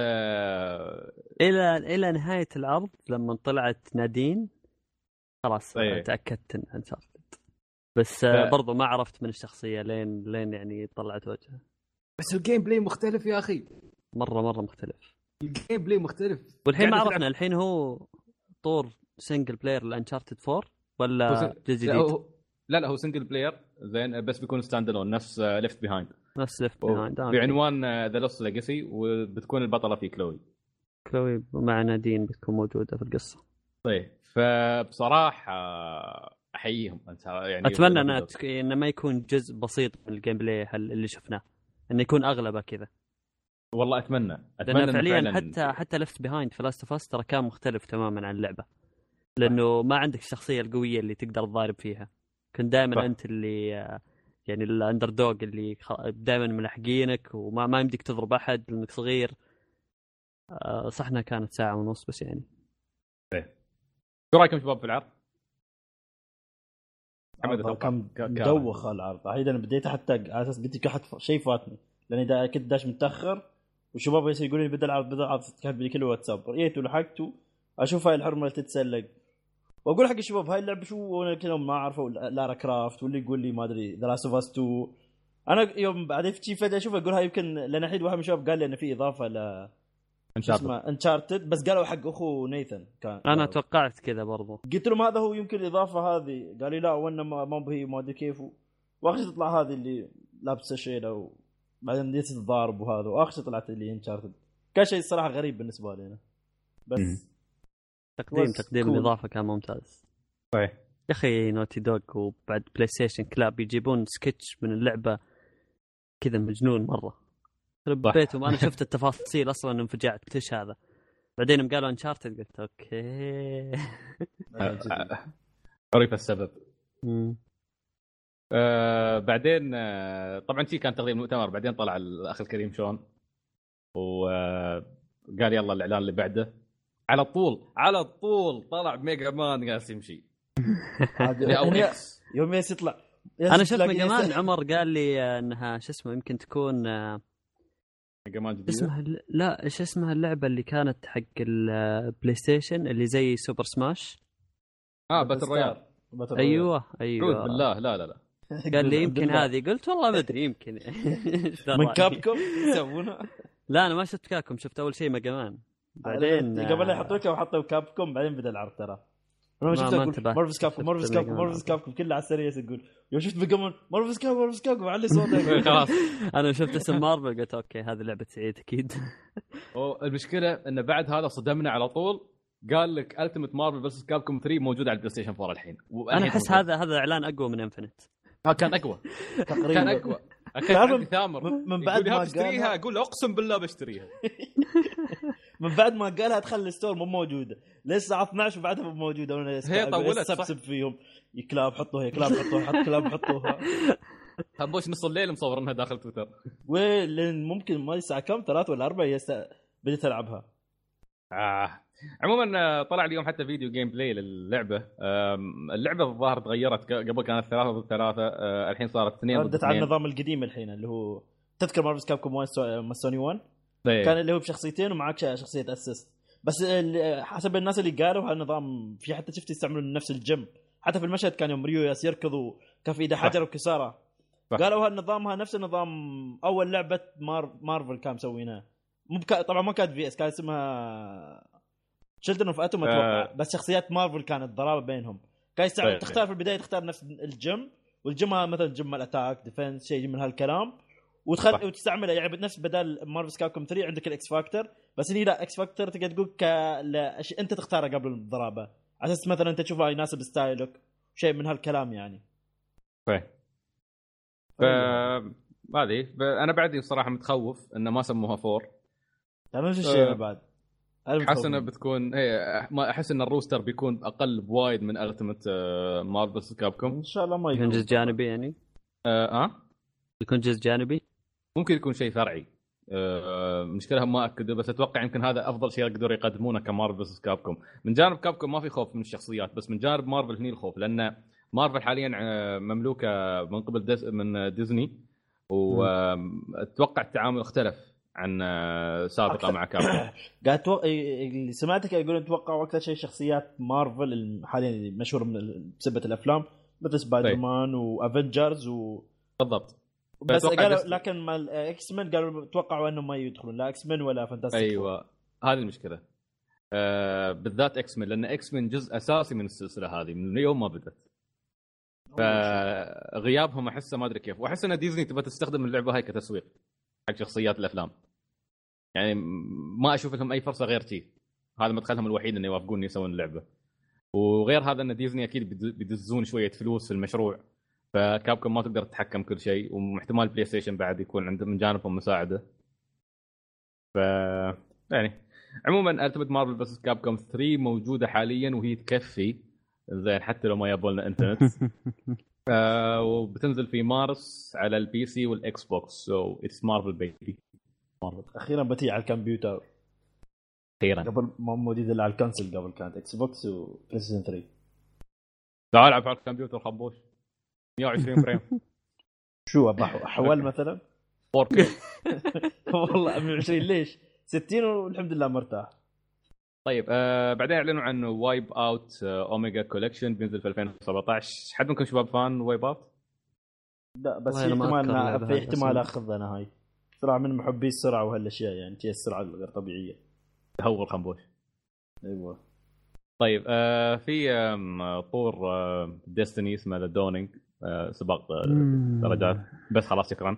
الى نهايه العرض لما طلعت نادين خلاص تاكدت انها انشارتد. بس برضو ما عرفت من الشخصيه لين يعني طلعت وجهها. بس الجيم بلاي مختلف يا اخي، مره مختلف. الجيم بلاي مختلف. والحين ما عرفنا الحين هو طور سنجل بلاير لانشارتد 4 ولا جديد؟ لا هو سنجل بلاير زين بس بيكون ستاند الون نفس ليفت بيهايند بعنوان ذا لوست ليجاسي. وبتكون البطله في كلوي مع نادين بتكون موجوده في القصه. طيب فبصراحه احييهم يعني. اتمنى انه ما يكون جزء بسيط من الجيم بلاي اللي شفناه، انه يكون اغلبه كذا. والله اتمنى فعليا حتى ليفت بيهايند في لاست اوف اس ترى كان مختلف تماما عن اللعبه، لانه ما عندك الشخصيه القويه اللي تقدر تضارب فيها. كنت دائما انت اللي يعني الاندر دوغ اللي دائما ملحقينك وما يمديك تضرب احد لانك صغير. صحنا كانت 1.5 ساعة بس يعني. شو رايكم شباب في العرض؟ كم دوخ العرض. انا بديت حتى على اساس بدي احد شيء فاتني لاني كنت داش متاخر وشباب يقولوا لي بدل العرض تكتب لي كل واتساب. رأيت ولحقته اشوف هاي الحرمه اللي تتسلق واقول حق الشباب هاي اللعبه شو وانا كذا ما اعرفه. لارا كرافت واللي يقول لي ما ادري ذا لاست اوف اس 2. انا يوم بعدين في فجاه اشوف اقول هاي يمكن لان الحين واحد من الشباب قال لي انه في اضافه ل انشارتد بس قالوا حق اخو نيثن كان. انا توقعت كذا برضو قلت لهم هذا هو يمكن الاضافه هذه. قال لي لا وانا ما بهي ما ادري كيف. واخشى تطلع هذه اللي لابسه شيله وبعدين ديت تضارب وهذا. واخشى طلعت اللي انشارتد. كان شيء الصراحه غريب بالنسبه لي أنا. بس تقديم الاضافه كان ممتاز. صحيح. يا اخي نوتي دوغ وبعد بلاي ستيشن كلاب يجيبون سكتش من اللعبه كذا مجنون مره. ربيتهم انا شفت التفاصيل اصلا انفجعت ايش هذا. بعدين قالوا انشارتد قلت اوكي. عرف السبب. بعدين طبعا شيء كان تقريبا مؤتمر. بعدين طلع الاخ الكريم شون وقال يلا الاعلان اللي بعده. على طول طلع ميجا مان قاعد يمشي. يوم يطلع انا شفت ميجا مان. عمر قال لي انها شو اسمه يمكن تكون ميجا مان جديدة. اسمها لا ايش اسمها اللعبه اللي كانت حق البلاي ستيشن اللي زي سوبر سماش. باتل رويال. ايوه بالله لا قال لي يمكن هذه. قلت والله ما ادري يمكن. من كابكم يسوونها. لا انا ما شفت كابكم. شفت اول شيء ميجا مان. بعدين قبل لا يحطوك وحطوا كابكم بعدين بدا العرض. ترى انا شفت اقول مارفلز كابكم كله على السريع يقول يوم شفت ميجا مان مارفلز كابكم علي صوته. خلاص انا شفت اسم مارفل قلت اوكي هذه لعبه سعيد اكيد. المشكله ان بعد هذا صدمنا على طول. قال لك التيمت مارفل بس كابكم 3 موجود على البلاي ستيشن 4 الحين. انا احس هذا اعلان اقوى من انفنت. كان اقوى تقريبا. كان اقوى. كان ثامر من بعد ما اشتريها اقول اقسم بالله بشتريها. من بعد ما قالها تخلي الستور مو موجوده لسه 12 وبعدها مو موجوده. هي طولت سبسب فيهم يكلاب حطوها كلاب حطوها حط كلاب حطوها. هبوش نص الليل مصورينها داخل تويتر. ولين ممكن ما الساعه كم 3 ولا 4 بديت العبها. عموما طلع اليوم حتى فيديو جيم بلاي للعبه. اللعبه الظاهر تغيرت. قبل كانت 3 ضد 3 الحين صارت 2 ضد 2. ردت على النظام القديم الحين اللي هو تذكر مارفل كابكوم 1 سوني 1 كان اللي هو بشخصيتين ومعك شخصيه اسيست. بس حسب الناس اللي قالوا هالنظام في حتى شفت يستعملون نفس الجيم. حتى في المشهد كان يوم ريو يركض كان في ايده حجر وكساره. قالوا هالنظام نفس النظام اول لعبه مارفل كان مسوينها. طبعا ما كانت في اس كان اسمها شيلدرن اوف اتوم اتوقع. بس شخصيات مارفل كانت ضرابه بينهم. كان يستعمل تختار في البدايه تختار نفس الجيم والجيم مثلا جيم الاتاك ديفنس شيء من هالكلام وتستعمله يعني بنفس بدل مارفل كابكوم 3 عندك الاكس فاكتور. بس هنا لا اكس فاكتور تقدر تقول انت تختاره قبل الضربه على اساس مثلا انت تشوفه يناسب ستايلك شيء من هالكلام يعني. هذه انا بعدي بصراحه متخوف انه ما سموها 4. انا نفس الشيء بعد احس انها بتكون ما احس ان الروستر بيكون اقل بوايد من التيمت مارفل كابكوم. ان شاء الله ما يكون جزء جانبي يعني. يكون جزء جانبي ممكن يكون شيء فرعي. مشكلة ما أكدوا بس أتوقع يمكن هذا أفضل شيء يقدروا يقدمونه كمارفل vs كابكوم. من جانب كابكوم ما في خوف من الشخصيات بس من جانب مارفل هني الخوف لأن مارفل حاليا مملوكة من قبل من ديزني وأتوقع التعامل اختلف عن سابقة مع كابكوم. قاعد اللي سمعتك يقولون توقعوا أكثر شيء شخصيات مارفل حاليا مشهورة بسبة الأفلام مثل سبايدر مان وأفنجرز بالضبط. بس قالوا لكن ما اكس مان قالوا توقعوا انه ما يدخلون لا اكس مان ولا فانتاستيك. ايوه هذه المشكله بالذات اكس مان لان اكس مان جزء اساسي من السلسله هذه من يوم ما بدت. فغيابهم احسه ما ادري كيف. واحس ان ديزني تبغى تستخدم اللعبه هاي كتسويق حق شخصيات الافلام يعني ما اشوف لهم اي فرصه غير شيء. هذا مدخلهم الوحيد انه يوافقون يسوون اللعبه. وغير هذا ان ديزني اكيد بيدزون شويه فلوس في المشروع فكابكوم ما تقدر تتحكم كل شيء واحتمال بلاي ستيشن بعد يكون عندهم من جانبهم مساعده. يعني عموما التيمت مارفل بس كابكوم 3 موجوده حاليا وهي تكفي زين حتى لو ما يبون لنا انترنت. وبتنزل في مارس على البي سي والاكس بوكس سو اتس مارفل بيبي. مارفل اخيرا بتيجي على الكمبيوتر اخيرا قبل ما موجوده الا على الكونسول. قبل كانت اكس بوكس وبلاي ستيشن 3. لا العب على الكمبيوتر خبوش 120 فريم. شو احول مثلا 4K والله 120 ليش 60 والحمد لله مرتاح. طيب بعدين اعلنوا عن وايب اوت اوميجا كولكشن بينزل في 2017. حد منكم شباب فان وايب اوت؟ لا بس في احتمال اخذ انا هاي صراحه من محبي السرعه وهالاشياء يعني تي السرعه الغير طبيعيه تهور خنبوش. ايوه طيب في طور ديستني اسمه ذا دونينج سباق درجات بس خلاص شكرا.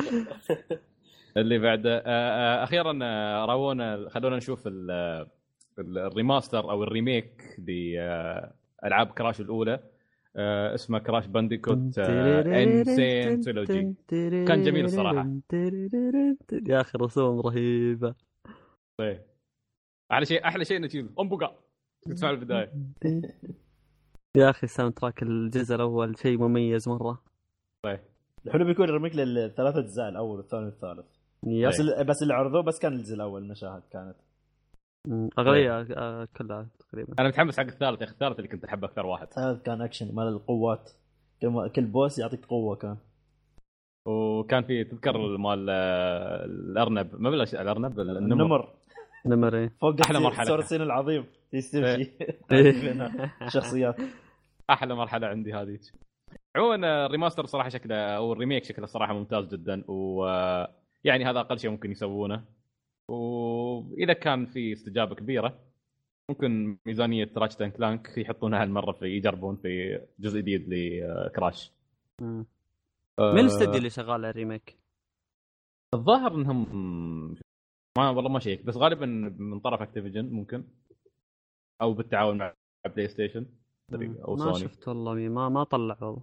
اللي بعده اخيرا رونا خلونا نشوف الريماستر او الريميك لالعاب كراش الاولى، اسمه كراش بانديكوت انسين تريلوجي. كان جميل الصراحه يا اخي رسوم رهيبه. طيب احلى شيء نجيب امبوغا تسمع البدايه. يا اخي ساوند تراك الجزء الاول شيء مميز مره. طيب الحلو بيكون ريميك للثلاث اجزاء الاول والثاني والثالث. بس اللي عرضوه بس كان الجزء الاول مشاهد كانت اغليه كلها تقريبا. انا متحمس حق الثالث يا اخي. الثالث اللي كنت احبه اكثر واحد. الثالث كان اكشن مال القوات، كل بوس يعطيك قوه كان. وكان في تذكر مال الارنب، ما بلاش الارنب، النمر فوق احلى مرحله صور الصين العظيم يستمشي شخصيات. احلى مرحله عندي هذه. عموما الريماستر صراحه شكله او الريميك شكله صراحه ممتاز جدا، ويعني هذا اقل شيء ممكن يسوونه. واذا كان في استجابه كبيره ممكن ميزانيه راتشت اند كلانك يحطونها هالمره في يجربون في جزء جديد لكراش. من الاستديو اللي شغال على الريميك؟ الظاهر انهم والله ما شيك، بس غالبا من طرف اكتيفيجن ممكن، او بالتعاون مع بلاي ستيشن او ما سوني. شفت والله ما طلعوا.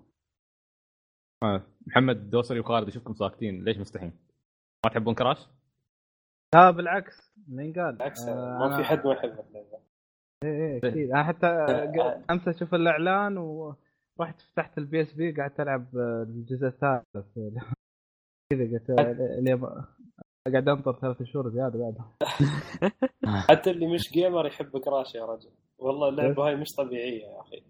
محمد الدوسري وخالد اشوفكم ساكتين، ليش مستحين؟ ما تحبون كراش؟ لا بالعكس، مين قال؟ بالعكس ما في حد ما يحب اللعبه. ايه اكيد. انا حتى امس اشوف الاعلان ورحت فتحت البي اس بي قعدت العب الجزء الثالث كذا. قلت اليوم قاعد انطر 3 شهور زياده بعد. حتى اللي مش جيمر يحب كراش يا رجل، والله اللعبه هاي مش طبيعيه يا اخي.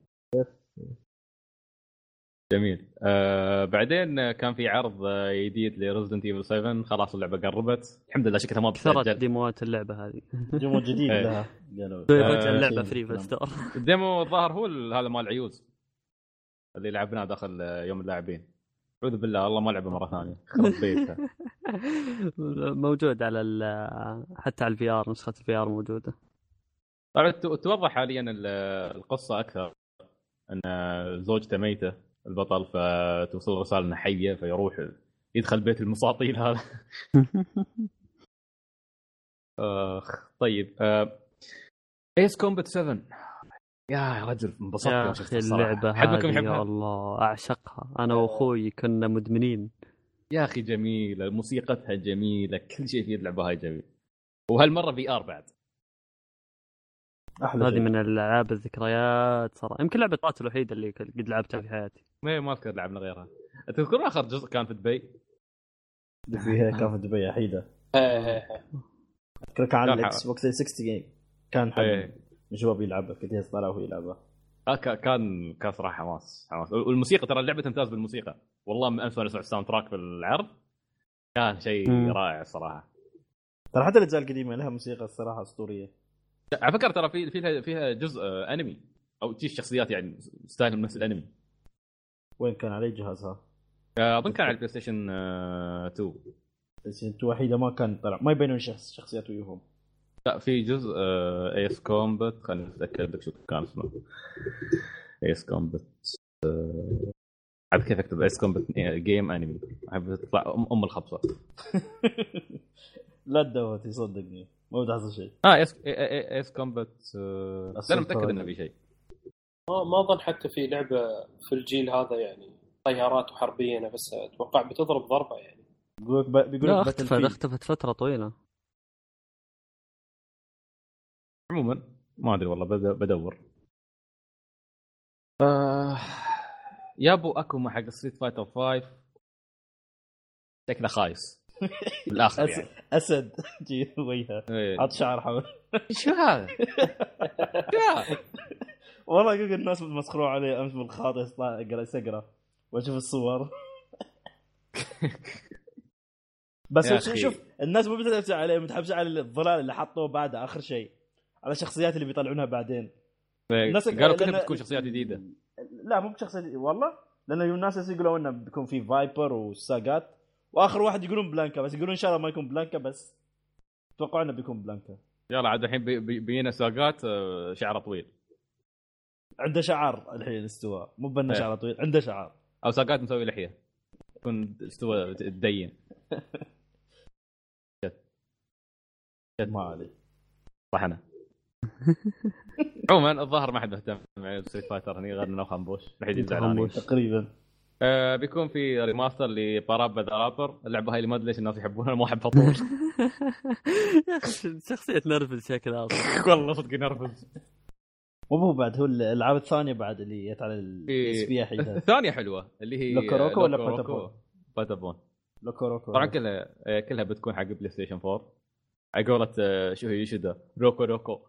جميل. بعدين كان في عرض جديد لريزدنت ايفل 7. خلاص اللعبه قربت الحمد لله، شكلها ما كثرت ديموات اللعبه هذه. ديمو جديد لها قالوا اللعبه فري في الستور. الديمو الظاهر هو هذا مال العيوز اللي لعبناه داخل يوم اللاعبين. اعوذ بالله والله ما لعبه مره ثانيه خرب بيتها. موجود على حتى على الفي ار، نسخه الفي ار موجوده. طبعا توضح حاليا القصه اكثر ان زوجته ميته البطل، فتوصل رساله انها حيه، فيروح يدخل بيت المساطيل هذا. طيب ايس كومبات 7 يا رجل انبسطت يا اخي اللعبه هذه يا الله اعشقها. انا واخوي كنا مدمنين يا اخي. جميله موسيقتها، جميله كل شيء في اللعبه هاي جميل. وهالمره في ار بعد. هذه من الالعاب الذكريات صراحه. يمكن لعبه باتل الوحيده اللي قد لعبتها في حياتي. ما اذكر لعبنا غيرها. تذكر اخر جزء كان في دبي؟ فيها كان في دبي وحيده. كان على الاكس بوكس 60 جيم. كان حد شباب يلعبها كذا، طلع وهو يلعبها. كان صراحه حماس. والموسيقى ترى اللعبه تمتاز بالموسيقى والله. من امس اسمع الساوند تراك في العرض كان شيء رائع الصراحه. ترى حتى الاجزاء القديمه لها موسيقى الصراحه اسطوريه. على فكره ترى فيها جزء انمي او تيش شخصيات يعني ستايل نفس الانمي. وين كان عليه جهازها؟ اظن كان على البلاي ستيشن 2. بس انت وحيده ما كان طلع، ما يبينون شخصيات وياهم. لا في جزء ايس كومبات، خليني اتاكد لك شو كان اسمه. ايس كومبات عاد كيف اكتب ايس كومبات جيم انمي؟ احب تطلع الخبصه. لا تدوت يصدقني ما بتحصل شيء. ايس كومبات انا متاكد انه في شيء. ما اظن حتى في لعبه في الجيل هذا يعني طيارات وحربيه، بس اتوقع بتضرب ضربه يعني. بيقول اختفت فتره طويله. عموما ما ادري والله بدور. يابو اكو حق ستريت فايتر 5 شكله خايس بالاخر يعني. اسد جي ويها حط شعر حول. شو هذا؟ والله يقول الناس مسخروا عليه امس بالخاطئ، جالس اقرا واشوف الصور. بس شوف الناس مو بتحبش عليه، متحبش على الظلال اللي حطوه بعد اخر شيء على الشخصيات اللي بيطلعونها بعدين. الناس قالوا كلها بتكون شخصيات جديده. لا مو بشخصيات والله، لانه الناس يقولوا انه بيكون في فايبر وساقات، واخر واحد يقولون بلانكا، بس يقولون ان شاء الله ما يكون بلانكا، بس اتوقع انه بيكون بلانكا. يلا عاد الحين بينا ساقات شعره طويل. عنده شعر الحين استوى، مو بانه شعره طويل، عنده شعر. او ساقات مسوي لحيه يكون استوى تدين. ما علي صح. انا عموما الظاهر ما حد مهتم مع ستريت فايتر هني غير انه خنبوش راح يجي زعلانين تقريبا. بيكون في ريماستر لبارابا ذا رابر. اللعبه هاي اللي ما ادري ليش الناس يحبونها، ما احب فطور. يا اخي شخصيه نرفز شكل اصلا. والله صدق نرفز. وهو بعد هو الالعاب الثانيه بعد اللي جت على السبيح الثانيه حلوه اللي هي لوكوروكو ولا باتابون. باتابون لوكوروكو طبعا كلها بتكون حق بلاي ستيشن 4 على قولة شو هي يشدا روكوروكو.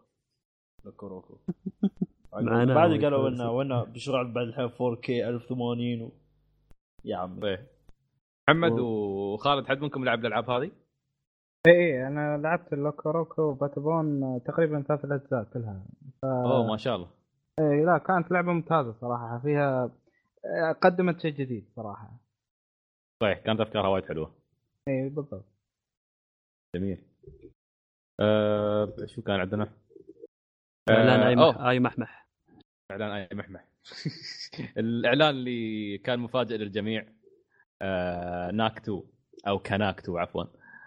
بعد قالوا انه بيشرع بعد الحين 4K 1080 يا عمي. محمد وخالد حد منكم لعب الالعاب هذه؟ ايه انا لعبت لوكوروكو وباتابون تقريبا 3 اجزاء كلها. اوه ما شاء الله. ايه لا كانت لعبه ممتازه صراحه، فيها قدمت شيء جديد صراحه. صحيح كانت افكارها وايد حلوه. ايه بالضبط. جميل. شو كان عندنا؟ اعلان اي محمح. اعلان اي محمح. الاعلان اللي كان مفاجئ للجميع ناكتو او كناكتو عفوا.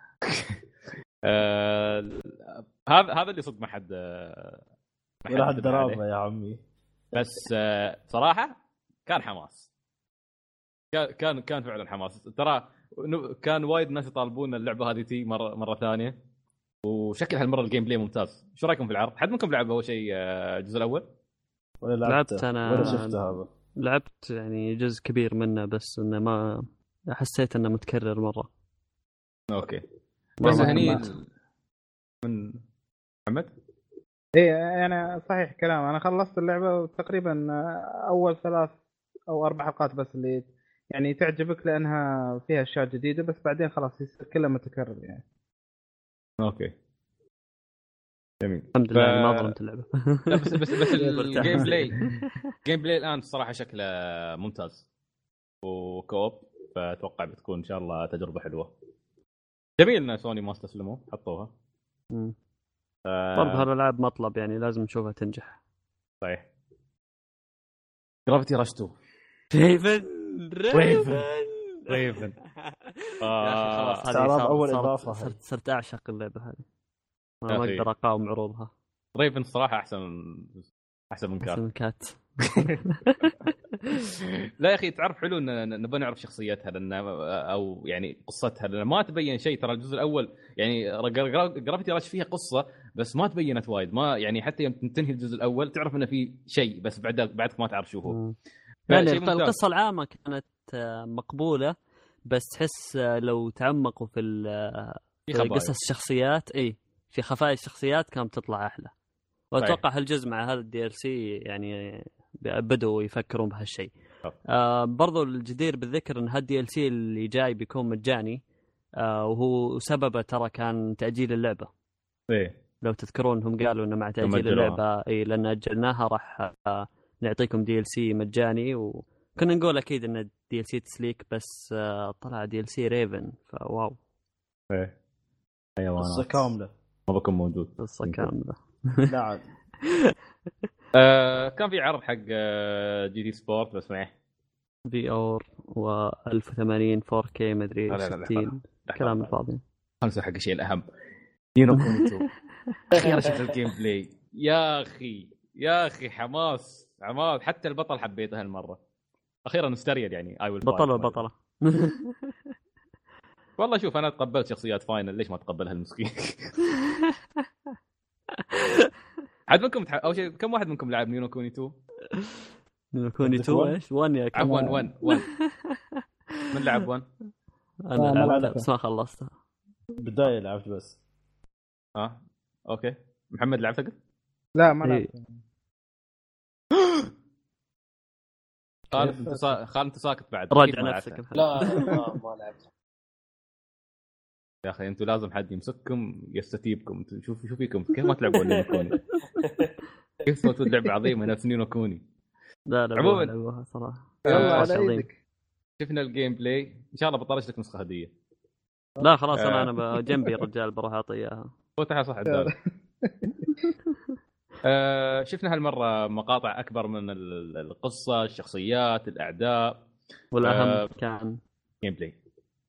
هذا اللي صدق ما حد ولا حد درامه يا عمي. بس صراحه كان حماس. كان فعلا حماس. ترى كان وايد ناس يطالبون اللعبه هذه تي مره ثانيه، وشكل هالمره الجيم بلاي ممتاز. شو رايكم في العرض؟ حد منكم لعب اول شيء الجزء الاول؟ ولا لعبت انا ولا شفت هذا؟ لعبت يعني جزء كبير منه، بس انه ما حسيت انه متكرر مره. اوكي بس هني من محمد. ايه انا صحيح كلام، انا خلصت اللعبه وتقريبا اول 3 أو 4 حلقات بس اللي يعني تعجبك لانها فيها اشياء جديده، بس بعدين خلاص يصير كله متكرر يعني. اوكي جميل الحمد لله ما ظلمت اللعبه. لا بس الجيم بلاي الان الصراحه شكله ممتاز وكوب، فاتوقع بتكون ان شاء الله تجربه حلوه. جميل ان سوني ما استسلموا حطوها. برضه هالالعاب مطلب يعني لازم نشوفها تنجح. صحيح. جرافيتي رش 2 ريفن خلاص هذه اول اضافه. صرت اعشق اللعبه هذه، ما اقدر اقاوم عروضها. ريفن صراحه احسن من كات. لا يا اخي تعرف حلو ان نبغى نعرف شخصيتها لان او يعني قصتها، لان ما تبين شيء. ترى الجزء الاول يعني جرافيتي رش فيها قصه بس ما تبينت وايد، ما يعني حتى يوم تنهي الجزء الاول تعرف انه في شيء بس بعدك ما تعرف شو هو. يعني القصه العامه كانت مقبوله، بس تحس لو تعمقوا في قصص الشخصيات في خفايا الشخصيات كانت تطلع احلى. واتوقع هالجزء مع هذا الدي ال سي يعني بدوا يفكرون بهالشيء. برضو الجدير بالذكر ان هالدي ال سي اللي جاي بيكون مجاني، وهو سببه ترى كان تاجيل اللعبه. لو تذكرون هم قالوا انه مع تاجيل اللعبه لان اجلناها راح نعطيكم دي ال سي مجاني، وكنا نقول اكيد ان الدي ال سي تسليك، بس طلع دي ال سي ريفن فواو. ايوه قصه كامله ما بكون موجود. قصه كامله. لا عاد. كان في عرض حق جي دي سبورت بس معه في ار و1080 4K مدري 60 كلام الفاضي. خمسه حق الشيء الاهم نينو كوني 2. اخيرا شفت الجيم بلاي يا اخي حماس حتى البطل حبيته هالمره اخيرا مستريد يعني بطله. والله شوف انا تقبلت شخصيات فاينل، ليش ما تقبلها المسكين؟ حد منكم اول شيء كم واحد منكم لعب نينو كوني 2؟ نينو كوني 2 ايش 1 يا عفوا 1 من لعب 1؟ انا لعبت بس ما خلصتها. بدايه لعبت بس. اوكي محمد لعبت؟ لا ما لعبت. خالد انت ساكت بعد. راجع نفسك. لا ما لعبت يا اخي انتوا لازم حد يمسككم يستتيبكم. شوف فيكم كيف ما تلعبون نينو كوني. كيف سويتوا لعبه عظيمه نفس نينو كوني. لا عموما صراحه يلا على ايدك. شفنا الجيم بلاي ان شاء الله بطرش لك نسخه هديه. لا خلاص انا جنبي رجال بروح اعطيه اياها. فتحها صح الدار. شفنا هالمره مقاطع اكبر من القصه، الشخصيات، الاعداء، والاهم كان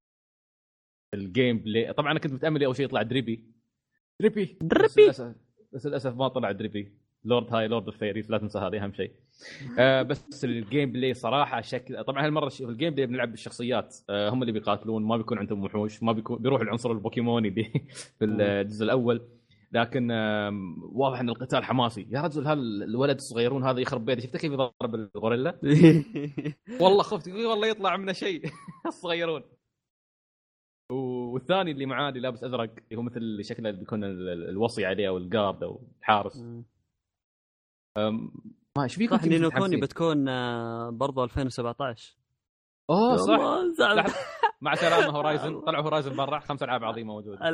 الجيم بلاي. طبعا انا كنت متامل اول شيء يطلع دريبي بس للاسف ما طلع دريبي لورد اوف فيريز، لا تنسى هذه اهم شيء. بس الجيم بلاي صراحه شكل، طبعا هالمره الجيم بلاي بنلعب بالشخصيات، هم اللي بيقاتلون، ما بيكون عندهم وحوش، ما بيروح العنصر البوكيموني اللي في الجزء الاول. لكن واضح ان القتال حماسي. يا رجل الولد الصغيرون هذا يخرب بيته، شفت كيف يضرب الغوريلا؟ والله خفت والله يطلع منه شيء. الصغيرون. والثاني اللي معاه اللي لابس ازرق هو مثل اللي شكله بيكون الوصي عليه او الجارد او الحارس. ما ايش فيكم؟ صح نينو كوني بتكون برضه 2017. صح. مع سلامه هورايزن، طلعوا هورايزن برا 5 ألعاب عظيمه موجوده.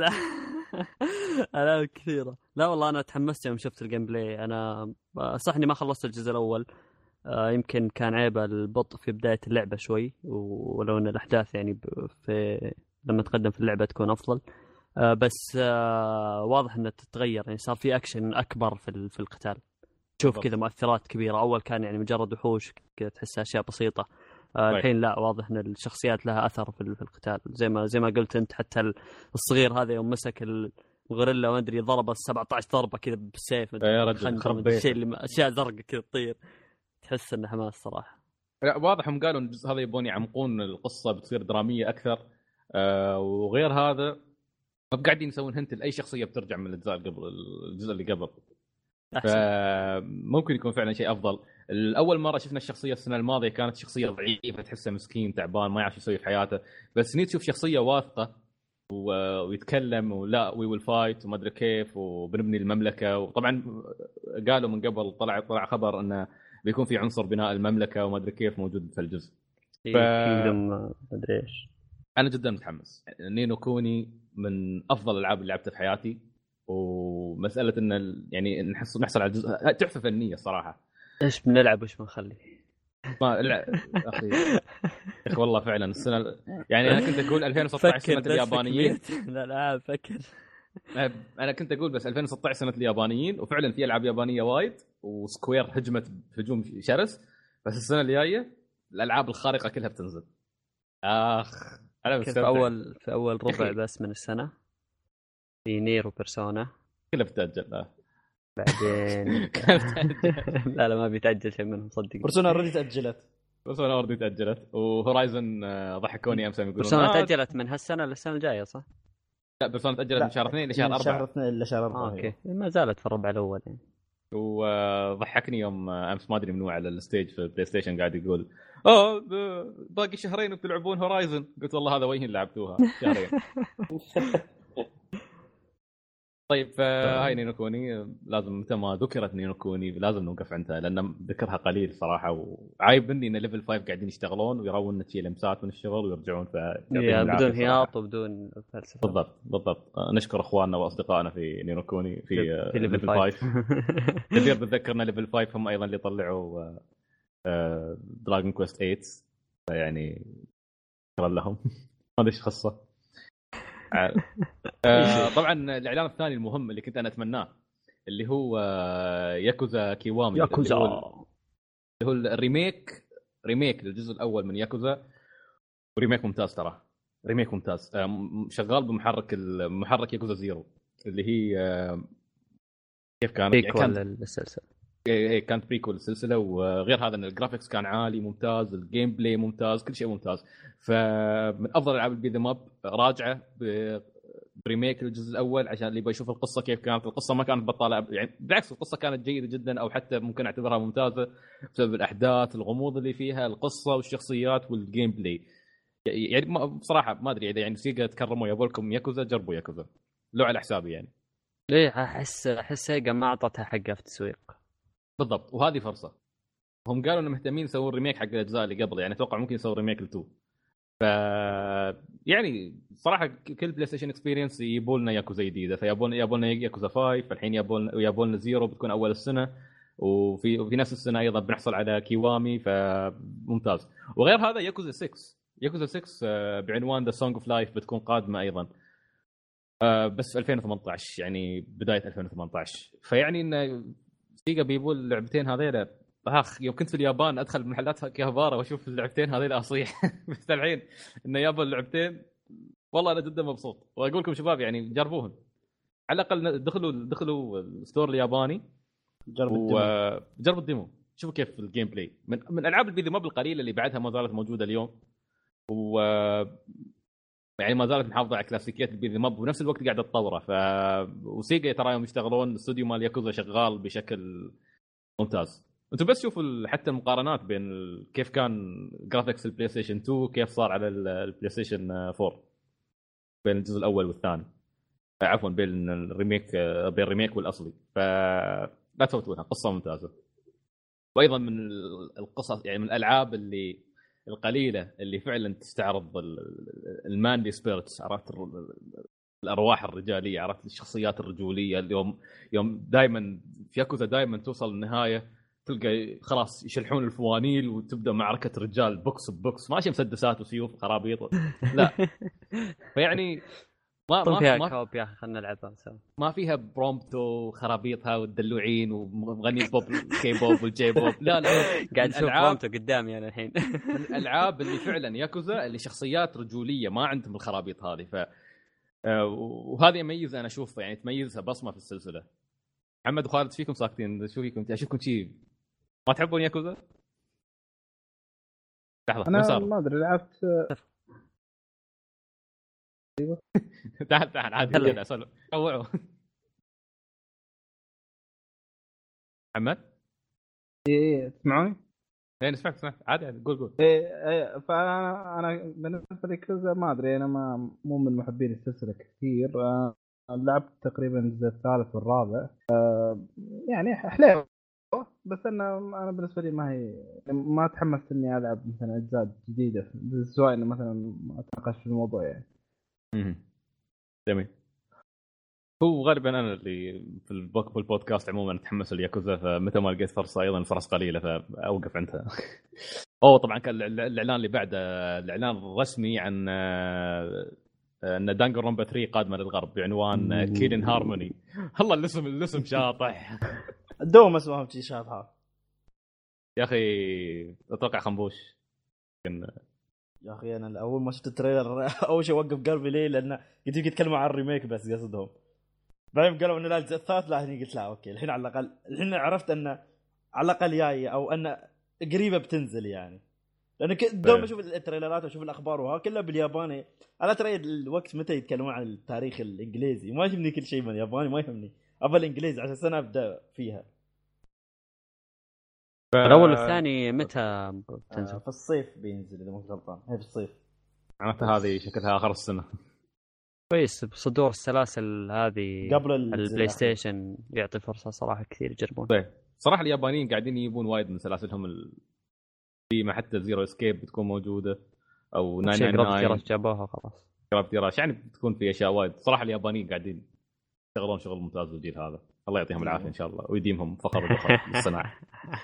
ألعاب كثيره. لا والله انا تحمست يوم شفت الجيم بلاي. انا صح اني ما خلصت الجزء الاول، يمكن كان عيب البطء في بدايه اللعبه شوي، ولو ان الاحداث يعني في لما تقدم في اللعبه تكون افضل. بس واضح انها تتغير، يعني صار في اكشن اكبر في القتال. تشوف كذا مؤثرات كبيره. اول كان يعني مجرد وحوش كذا تحسها اشياء بسيطه. الحين لا، واضح ان الشخصيات لها اثر في القتال. زي ما قلت انت، حتى الصغير هذا يوم مسك الغوريلا ما ادري ضربه 17 ضربه كذا بالسيف، يا رجل الشيء اللي اشياء زرقاء كذا تطير، تحس انه حماس صراحه. لا واضح هم قالوا ان الجزء هذا يبون يعمقون القصه بتصير دراميه اكثر. وغير هذا ما قاعدين يسوون هنت لاي شخصيه بترجع من الجزء اللي قبل. فممكن يكون فعلا شيء افضل. الاول مره شفنا الشخصيه السنه الماضيه كانت شخصيه ضعيفه، تحسه مسكين تعبان ما يعرف يسوي في حياته، بس نيت تشوف شخصيه واثقه ويتكلم ولا وي ويل فايت وما ادري كيف وبنبني المملكه. وطبعا قالوا من قبل طلع خبر انه بيكون في عنصر بناء المملكه وما ادري كيف موجود في الجزء. ما ادري ايش. انا جدا متحمس. نينو كوني من افضل الالعاب اللي لعبتها في حياتي، ومساله ان يعني نحصل على جزء تحفه فنيه صراحه. ايش بنلعب وش بنخلي؟ ما اخي والله فعلا السنه يعني انا كنت اقول 2016 سنه اليابانيين. لا فكر. انا كنت اقول بس 2016 سنه اليابانيين، وفعلا في العاب يابانيه وايد وسكوير هجمت هجوم شرس. بس السنه الجايه الالعاب الخارقه كلها بتنزل. انا مستمتع. في اول ربع بس من السنه في نيرو بيرسونا كلها بتأجل. بعدين لا ما بيتأجل شيء منهم صدق. بيرسونا اوريدي تأجلت. وهورايزن ضحكوني امس يقولون بيرسونا تأجلت من هالسنه للسنه الجايه صح؟ لا بيرسونا تأجلت من شهر 2 لشهر 4. شهر 2 إلى شهر 4. اوكي ما زالت في الربع الاول يعني. وضحكني يوم امس ما ادري منو على الستيج في بلاي ستيشن قاعد يقول باقي شهرين وتلعبون هورايزن. قلت والله هذا وين لعبتوها شهرين. طيب هاي نينو كوني لازم متى ما ذكرت نينو كوني لازم نوقف عندها، لان ذكرها قليل صراحه. وعايب مني ان ليفل 5 قاعدين يشتغلون ويروون شيء لمسات من الشغل ويرجعون بدون هياط وبدون فلسفه. بالضبط. نشكر اخواننا واصدقائنا في نينو كوني في ليفل 5. كثير بتذكرنا ليفل 5 هم ايضا اللي طلعوا دراجون كويست 8، يعني شكرا لهم. ما ادري ايش خصه. طبعا الاعلان الثاني المهم اللي كنت انا اتمناه اللي هو ياكوزا كيوامي، اللي هو الريميك للجزء الاول من ياكوزا. وريميك ممتاز ترى، ريميك ممتاز. شغال بمحرك ياكوزا زيرو اللي هي كيف كانت السلسله. كانت بريكول السلسله. وغير هذا ان الجرافيكس كان عالي ممتاز، الجيم بلاي ممتاز، كل شيء ممتاز. فمن افضل العاب البي ذا ماب راجعه بريميك للجزء الاول عشان اللي يبغى يشوف القصه كيف كانت. القصه ما كانت بطاله يعني، بالعكس القصه كانت جيده جدا، او حتى ممكن اعتبرها ممتازه بسبب الاحداث الغموض اللي فيها، القصه والشخصيات والجيم بلاي. يعني بصراحه ما ادري اذا يعني سيجا تكرموا يبولكم ياكوزا، جربوا ياكوزا لو على حسابي يعني. ليه احس سيجا ما اعطتها حقها في التسويق. بالضبط، وهذه فرصه. هم قالوا انهم مهتمين يسوون ريميك حق الاجزاء اللي قبل، يعني اتوقع ممكن يسوون ريميك ل2. ف يعني صراحه كل بلاي ستيشن اكسبيرينس يجيبوا لنا ياكوزا جديده. فيابولنا ياكوزا 5، فالحين يابولنا زيرو بتكون اول السنه، وفي نفس السنه ايضا بنحصل على كيوامي، فممتاز. وغير هذا ياكوزا 6 بعنوان ذا سونج اوف لايف بتكون قادمه ايضا، بس في 2018 يعني بدايه 2018. فيعني ان سيجا بيبول اللعبتين هذيلا. يوم كنت في اليابان ادخل محلات كهباره واشوف اللعبتين هذيلا اصيح. بس الحين انه يابا اللعبتين والله انا جدا مبسوط. واقول لكم شباب يعني جربوهم، على الاقل دخلوا الستور الياباني جربوا الديمو شوفوا كيف الجيم بلاي من العاب البيذي ماب القليله اللي بعدها ما زالت موجوده اليوم و يعني ما زالت محافظه على كلاسيكيات البيذي ماب ونفس الوقت قاعده تطوره. وسيجا ترى يوم يشتغلون الاستوديو مال ياكوزا شغال بشكل ممتاز. انتم بس شوفوا حتى المقارنات بين كيف كان جرافيكس البلاي ستيشن 2 كيف صار على البلاي ستيشن 4 بين الجزء الاول والثاني، عفوا بين الريميك والاصلي. فلا تفوتونها، قصه ممتازه. وايضا من القصص يعني من الالعاب اللي القليله اللي فعلا تستعرض المانلي سبيرتس، عرفت الارواح الرجاليه، عرفت الشخصيات الرجوليه. يوم دائما في ياكوزا دائما توصل النهايه تلقى خلاص يشلحون الفوانيل وتبدا معركه رجال بوكس بوكس، ماشي مسدسات وسيوف وخرابيط لا. فيعني ما فيها كوب يا اخي، خلينا نلعبها سوا. ما فيها برومبتو وخرابيطها والدلوعين ومغني بوب كي بوب والجي بوب. لا قاعد اشوف برومبتو قدامي انا الحين. الالعاب اللي فعلا ياكوزا اللي شخصيات رجوليه ما عندهم الخرابيط هذه. وهذا يميز انا اشوف يعني تميزها بصمه في السلسله. محمد وخالد فيكم ساكتين، شو فيكم؟ اشوفكم شيء ما تحبون ياكوزا؟ لحظه انا ما ادري لعبت تعال عادي كذا اسولف. اوعوا محمد. ايه تسمعوني؟ ايه نسمعك عادي قول. ايه فانا بالنسبه لي كذا ما ادري، انا مو من محبين السلسله كثير. لعبت تقريبا الجزء الثالث والرابع. يعني حليوه، بس انا بالنسبه لي ما تحمست اني العب مثلا اجزاء جديده، سواء انه مثلا ما اتناقش في الموضوع يعني. جميل. هو غالبا انا اللي في البودكاست عموما اتحمس لياكوزا، فمتى ما لقيت فرصه ايضا فرص قليله فاوقف عندها. طبعا كان الاعلان اللي بعده الاعلان الرسمي عن ان دانجرومبا 3 قادمه للغرب بعنوان كيلين هارموني. الله الاسم شاطح. دوم اسمهم شيء شاطحه يا اخي. اتوقع خنبوش يا اخي. انا اول ما شفت التريلر اول شيء وقف قلبي ليه، لان قلت يتكلموا عن الريميك بس قصدهم. بعدين قالوا انه لا الجزء الثالث، لا هني قلت لا اوكي الحين على الاقل الحين عرفت ان على الاقل جايه او ان قريبه بتنزل يعني. لأنه دوم أشوف التريلرات وأشوف الأخبار وها كلها بالياباني. أنا ترى الوقت متى يتكلمون عن التاريخ الإنجليزي ما يهمني كل شيء من الياباني، ما يهمني أبغى الإنجليزي عشان سنة أبدأ فيها. الأول والثاني متى بتنزل؟ في الصيف بينزل إذا ما كنت غلطان. هي في الصيف. معناتها هذه شكلها آخر السنة. كويس. بصدور السلاسل هذه قبل البلاي ستيشن يعطي فرصة صراحة كثير يجربون. طيب صراحة اليابانيين قاعدين يجيبون وايد من سلاسلهم في ما حتى زيرو اسكيب بتكون موجودة أو 999 جابوها خلاص. كرافت يعني بتكون في أشياء وايد. صراحة اليابانيين قاعدين يشتغلون شغل ممتاز بالجيل هذا. الله يعطيهم العافية إن شاء الله ويديمهم فخر بالصناعة.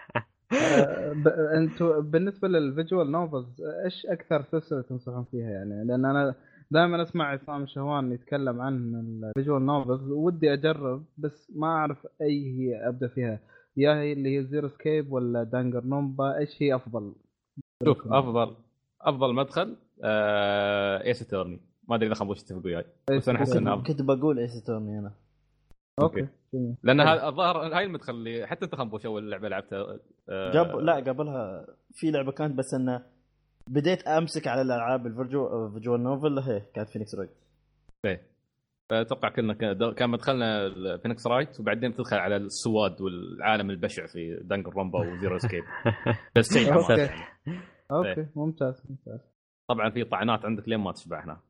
أنتوا بالنسبة للفيجوال نوفلز إيش أكثر سلسلة تنصحون فيها يعني؟ لأن أنا دائما أسمع عصام الشهوان يتكلم عن الفيجوال نوفلز ودي أجرب بس ما أعرف أي هي أبدأ فيها. يا هي اللي هي زيرو سكيب ولا دانجر نومبا، ايش هي افضل؟ شوف افضل مدخل ايس اتورني. ما ادري اذا خنبوش تتفق وياي بس انا احس انه كنت بقول ايس اتورني انا. اوكي. لان هذا الظاهر هاي المدخل اللي حتى انت خنبوش اول لعبه لعبتها لا قبلها في لعبه كانت بس انه بديت امسك على الالعاب الفيجوال نوفل هي كانت فينيكس رايت. اتوقع كنا كان مدخلنا فينيكس رايت وبعدين تدخل على السواد والعالم البشع في دانجر رومبا وزيرو اسكيب. بس شيء حماس. اوكي ممتاز. طبعا في طعنات عندك لين ما تشبع هنا.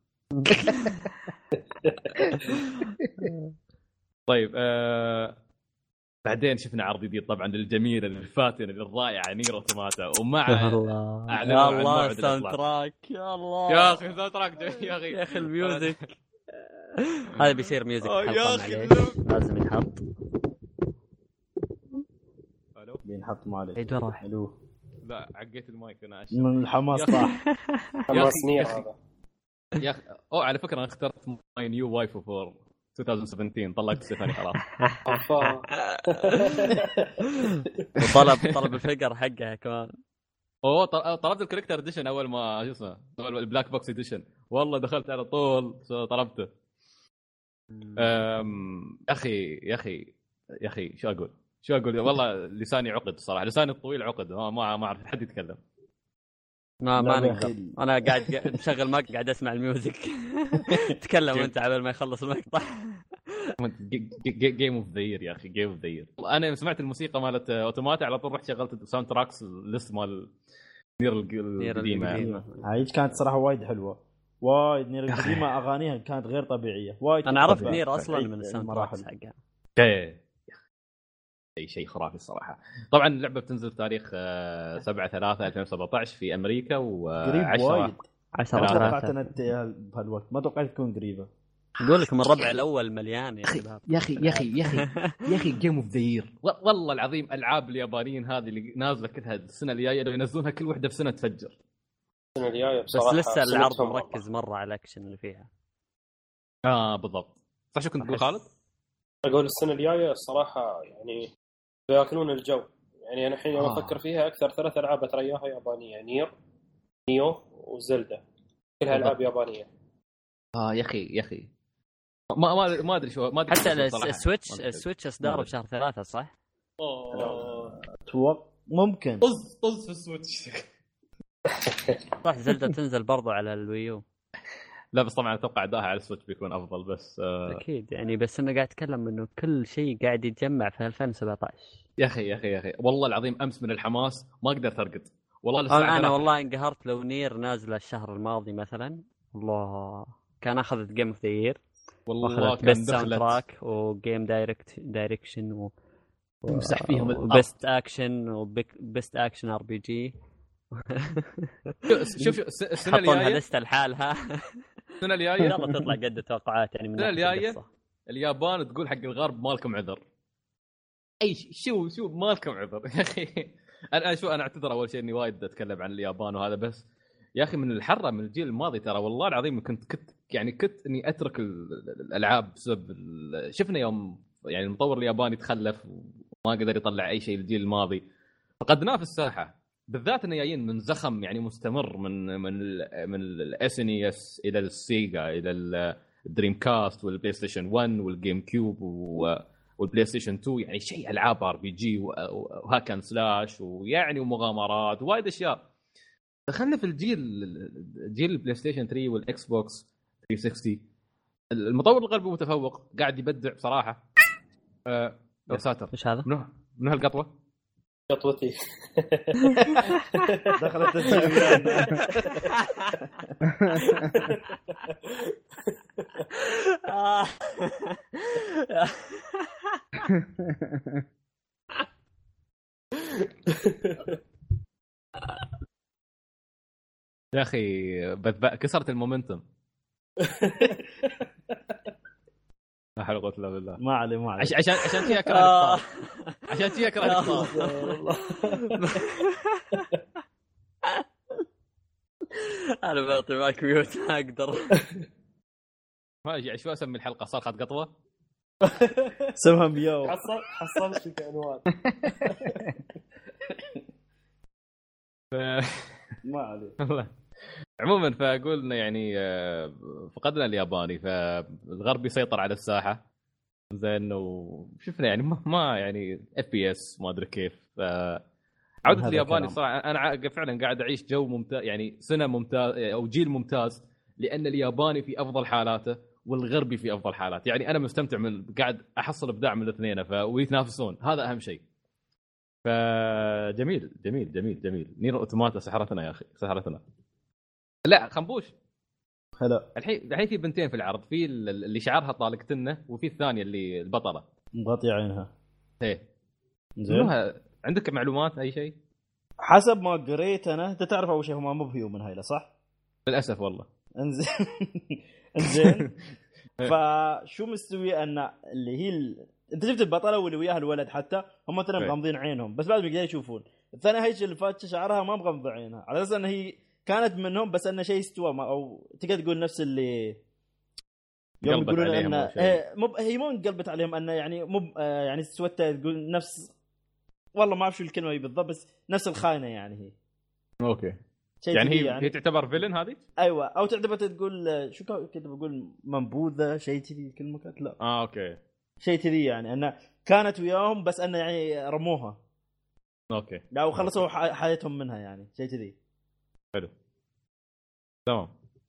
طيب بعدين شفنا عرض جديد طبعا للجميله الفاتنه الرائعه نير اوتوماتا ومع الله الساوند تراك. يا الله يا اخي الساوند تراك يا اخي الميوزك هذا بيصير ميوزك يا اخي لازم ينحط. الو بينحط معلش. اي راح. الو لا عقيت المايك انا من الحماس صح. حماس نير هذا يا اخي. على فكره انا اخترت ماي نيو وايفو فور 2017 طلقت ستيفاني خلاص. طلب الفقر حقها كمان. طلبت الكاركتر اديشن اول ما شو اسمه البلاك بوكس اديشن والله دخلت على طول طلبته. يا اخي شو اقول والله لساني عقد صراحه، لساني الطويل عقد، ما اعرف حد يتكلم. ما نقدر. انا قاعد مشغل مقطع قاعد اسمع الميوزك. تكلم انت على ما يخلص المقطع. جيم اوف ذا يير يا اخي، جيم اوف ذا يير. انا سمعت الموسيقى مالت اوتوماتا على طول رحت شغلت ساوند تراكس ليست مال نير القديمه. هاي كانت صراحه وايد حلوه، وايد نير القديمه اغانيها كانت غير طبيعيه وايد. انا عرفت نير اصلا من الساوند تراكس حقها. شيء خرافي الصراحه. طبعا اللعبه بتنزل تاريخ 7/3/2017 في امريكا، و10 توقعت انا بهالوقت، ما توقعت تكون قريبه. يقول لك من الربع الاول مليان يا شباب. يا اخي جيم اوف ذا يير والله العظيم. العاب اليابانيين هذه اللي نازله كلها السنه الجايه لو ينزلونها كل وحده في سنه تفجر. السنه الجايه بصراحه بس لسه العرض مركز مره على الاكشن اللي فيها. بالضبط. صح. شو كنت تقول خالد؟ اقول السنه الجايه الصراحه يعني بياكلون الجو. يعني انا الحين افكر فيها اكثر 3 العاب اترياها يابانيه، نيو وزلدا، كلها العاب يابانيه. يا اخي ما ادري شو، ما ادري حتى السويتش اصداره بشهر 3 صح؟ ممكن طز في السويتش. صح. زلدة تنزل برضو على الويو. لا بس طبعا اتوقع اداها على السويتش بيكون افضل. بس اكيد يعني، بس انا قاعد اتكلم انه كل شيء قاعد يتجمع في 2017. يا اخي والله العظيم امس من الحماس ما قدرت ارقد والله. انا والله انقهرت. لو نير نازله الشهر الماضي مثلا، الله كان اخذت جيم اوف ذا يير والله، كان بيست ساوند تراك وجيم دايركشن ومسح فيهم وبيست اكشن وبيست اكشن ار بي جي. شوف السنه الجايه لسه لحالها. السنه الجايه يلا تطلع قد التوقعات يعني. من السنه الجايه اليابان تقول حق الغرب مالكم عذر. اي شو مالكم عذر يا اخي. انا اعتذر اول شيء اني وايد اتكلم عن اليابان وهذا، بس يا اخي من الحره من الجيل الماضي ترى والله العظيم كنت اني اترك الالعاب بسبب شفنا يوم يعني المطور الياباني تخلف وما قدر يطلع اي شيء للجيل الماضي، فقدناه في الساحه. بالذات انه جايين من زخم يعني مستمر من الاس ان اس الى السيجا الى الدريم كاست والبلاي ستيشن 1 والجيم كيوب والبلاي ستيشن 2، يعني شيء العاب ار بي جي وهاكن سلاش ويعني ومغامرات وايد اشياء. دخلنا في جيل البلاي ستيشن 3 والاكس بوكس 360. المطور الغربي متفوق قاعد يبدع بصراحه. يا ساتر ايش هذا؟ من هالقطوه قطوتي دخلت التسجيل. يا اخي كسرت المومنتم. لا حول ولا قوه الا بالله. ما عليه عشان كذا اكره عشان كذا اكره انا بعطي معك ميوت ما اقدر. ما شو اسمي الحلقه؟ صرخه قطوه. اسمها مياو. حصلت لك عنوان. ما عليه. عموما فقلنا يعني فقدنا الياباني، فالغرب يسيطر على الساحه زين، وشفنا يعني ما يعني اف بي اس ما ادري كيف. عوده الياباني صراحه انا فعلا قاعد اعيش جو ممتاز، يعني سنه ممتاز او جيل ممتاز، لان الياباني في افضل حالاته والغربي في افضل حالاته. يعني انا مستمتع قاعد احصل ابداع من الاثنين ويتنافسون، هذا اهم شيء. فجميل جميل جميل جميل. نير اوتوماتا سحرتنا يا اخي، سحرتنا. لا خنبوش هلا الحين في بنتين في العرض، في اللي شعرها طالقتنه وفي الثانيه اللي البطله مغطيه عينها. ايه زين. عندك معلومات اي شيء؟ حسب ما قريت انا، انت تعرف اول شيء هم مو بهيومن هايله صح؟ للاسف والله. انزين. فشو مستوي ان اللي هي انت شفت البطله واللي وياها الولد، حتى هم ترى مغمضين عينهم بس بعد يقدروا يشوفون. الثانيه هيك اللي فاتشه شعرها ما مغمضه عينها، على اساس ان هي كانت منهم، بس انه شيء استوى او تقدر تقول نفس اللي يوم يقولون ان هي مو انقلبت عليهم، انه يعني مو يعني استوت تقول نفس، والله ما اعرف شو الكلمه بالضبط، بس نفس الخاينه يعني هي. اوكي يعني هي تعتبر فيلن هذه؟ ايوه، او تعتبر تقول شو كنت بقول منبوذه شيء كذي الكلمه كانت لا اوكي شيء كذي يعني انها كانت وياهم بس انه يعني رموها اوكي لا وخلصوا حياتهم منها يعني شيء كذي. حلو تمام.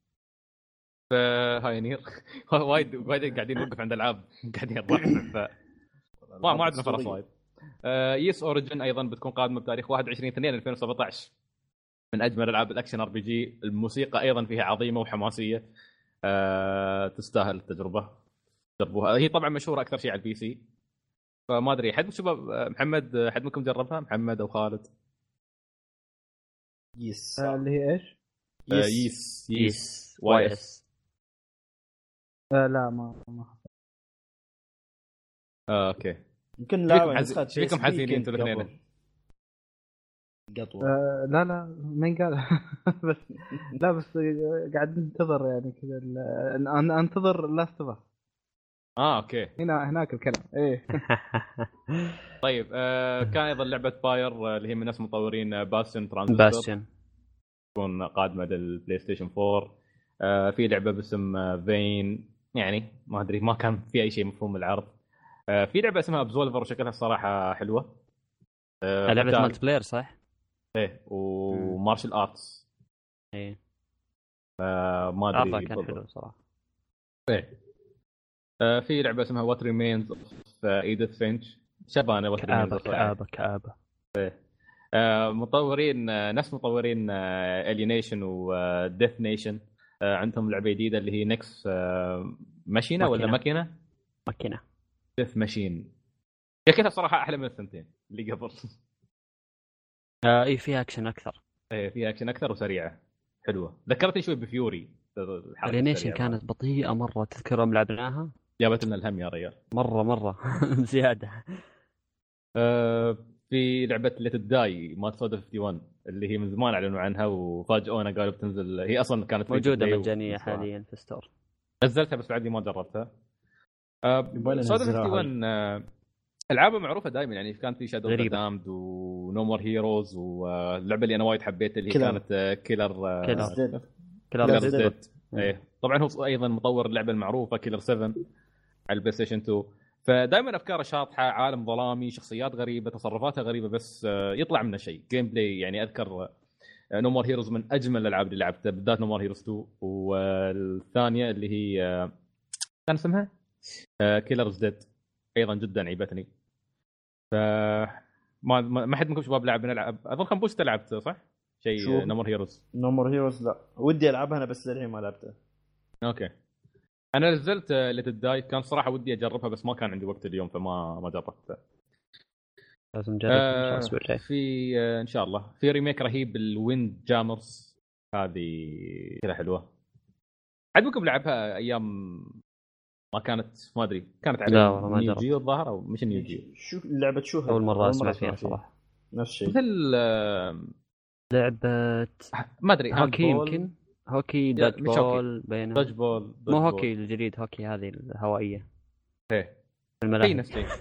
فهاي نير وايد قاعدين نوقف عند العاب قاعدين نضحك ما عندنا فرص وايد. يس اوريجن ايضا بتكون قادمه بتاريخ 21/2/2017 من اجمل العاب الاكشن ار بي جي. الموسيقى ايضا فيها عظيمه وحماسيه تستاهل التجربه جربوها. هي طبعا مشهوره اكثر شيء على البي سي فما ادري حد شباب محمد حد منكم جربها محمد او خالد؟ يس اللي هي ايش؟ يس واي اس. لا ما اوكي يمكن لا فيكم حزينين انتوا الاثنين قطوه. لا ما قال بس لا بس قاعد ننتظر يعني كذا انتظر لاست اوف. اوكي هناك الكلام ايه. طيب كان ايضا لعبه باير اللي هي من نفس مطورين باستن ترانزستور تكون قادمه للبلاي ستيشن 4. في لعبه باسم فين يعني ما ادري ما كان في اي شيء مفهوم العرض. في لعبه اسمها ابزولفر وشكلها الصراحه حلوه. لعبه مالتي بلاير صح؟ ايه ومارشال ارتس. ايه ما ادري كان حلو صراحه. ايه في لعبه اسمها وات ريمينز اوف ايديث فينش شبانه وات ريمينز كآبة. مطورين نفس مطورين الينيشن وديث نيشن. عندهم لعبه جديده اللي هي نكس ماشينه ولا ماكينه ديث ماشين. شكلها صراحه احلى من الثنتين اللي قبل. اي فيها اكشن اكثر. ايه فيها اكشن اكثر وسريعه حلوه. ذكرتني شوي بفيوري. الانيميشن كانت بطيئه مره تذكر يوم لعبناها جابت لنا الهم يا ريال مره زياده. في لعبه ليت داي ما تصادف 51 اللي هي من زمان اعلنوا عنها وفاجئونا قالوا بتنزل. هي اصلا كانت موجوده مجانيه حاليا في ستور. نزلتها بس بعدي ما جربتها. صادف 51 العابه معروفه دائما يعني كانت في شادو اوف دامد ونو مور هيروز واللعبه اللي انا وايد حبيت اللي هي كانت كيلر زد. ايه طبعا هو ايضا مطور اللعبه المعروفه كيلر 7 على البلاي ستيشن 2. فدائما افكاره شاطحه عالم ظلامي شخصيات غريبه تصرفاتها غريبه بس يطلع منه شيء جيم بلاي. يعني اذكر نو مور هيروز من اجمل الالعاب اللي لعبتها بالذات نو مور هيروز 2 والثانيه اللي هي كان اسمها كيلر زد ايضا جدا عيبتني. ف ما حد منكم شباب لعب نلعب اظن خنبوش تلعبت صح شيء نو مور هيروز لا ودي العبها انا بس للحين ما لعبتها. اوكي انا نزلت ليت داي كان صراحه ودي اجربها بس ما كان عندي وقت اليوم فما جربتها. لازم نجرب في ان شاء الله في ريميك رهيب الويند جامرز هذه كذا حلوه. عجبكم لعبها ايام ما كانت ما ادري كانت على نيو جيو الظاهر او مش نيو جيو. شو لعبه شو اول مره اسمع فيها صراحه. نفس الشيء مثل لعبه ما ادري هوكي يمكن هوكي داج بول بينها داج بول مو هوكي الجديد هوكي هذه الهوائيه ايه الملاعب نفس الشيء.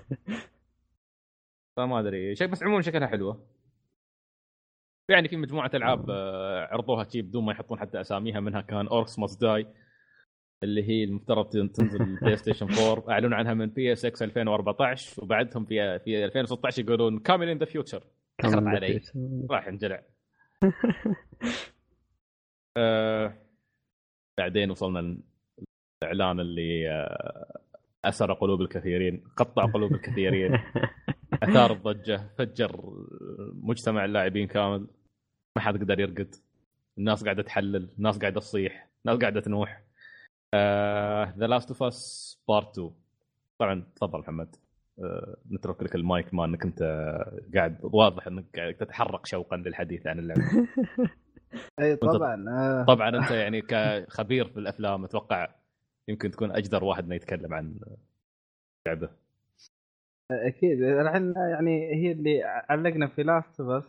فما ادري شيء بس عموما شكلها حلوه. يعني في مجموعه العاب عرضوها شيء بدون ما يحطون حتى اساميها. منها كان اوركس ماست داي اللي هي المفترض تنزل البلاي ستيشن 4 اعلنوا عنها من بي اس اكس 2014 وبعدهم في 2016 يقولون كامل ان ذا فيوتشر خرب علي راح انجلع. بعدين وصلنا الاعلان اللي أسر قلوب الكثيرين قطع قلوب الكثيرين أثار الضجة فجر مجتمع اللاعبين كامل. ما حد قدر يرقد. الناس قاعدة تحلل الناس قاعدة تصيح الناس قاعدة تنوح. The Last of Us Part 2 طبعا تفضل محمد. نترك لك المايك ما انك انت قاعد واضح انك قاعد تتحرك شوقا للحديث عن اللعبة. اي طبعا انت يعني كخبير في الافلام اتوقع يمكن تكون اجدر واحد ما يتكلم عن لعبه. اكيد الحين يعني هي اللي علقنا في لاست بس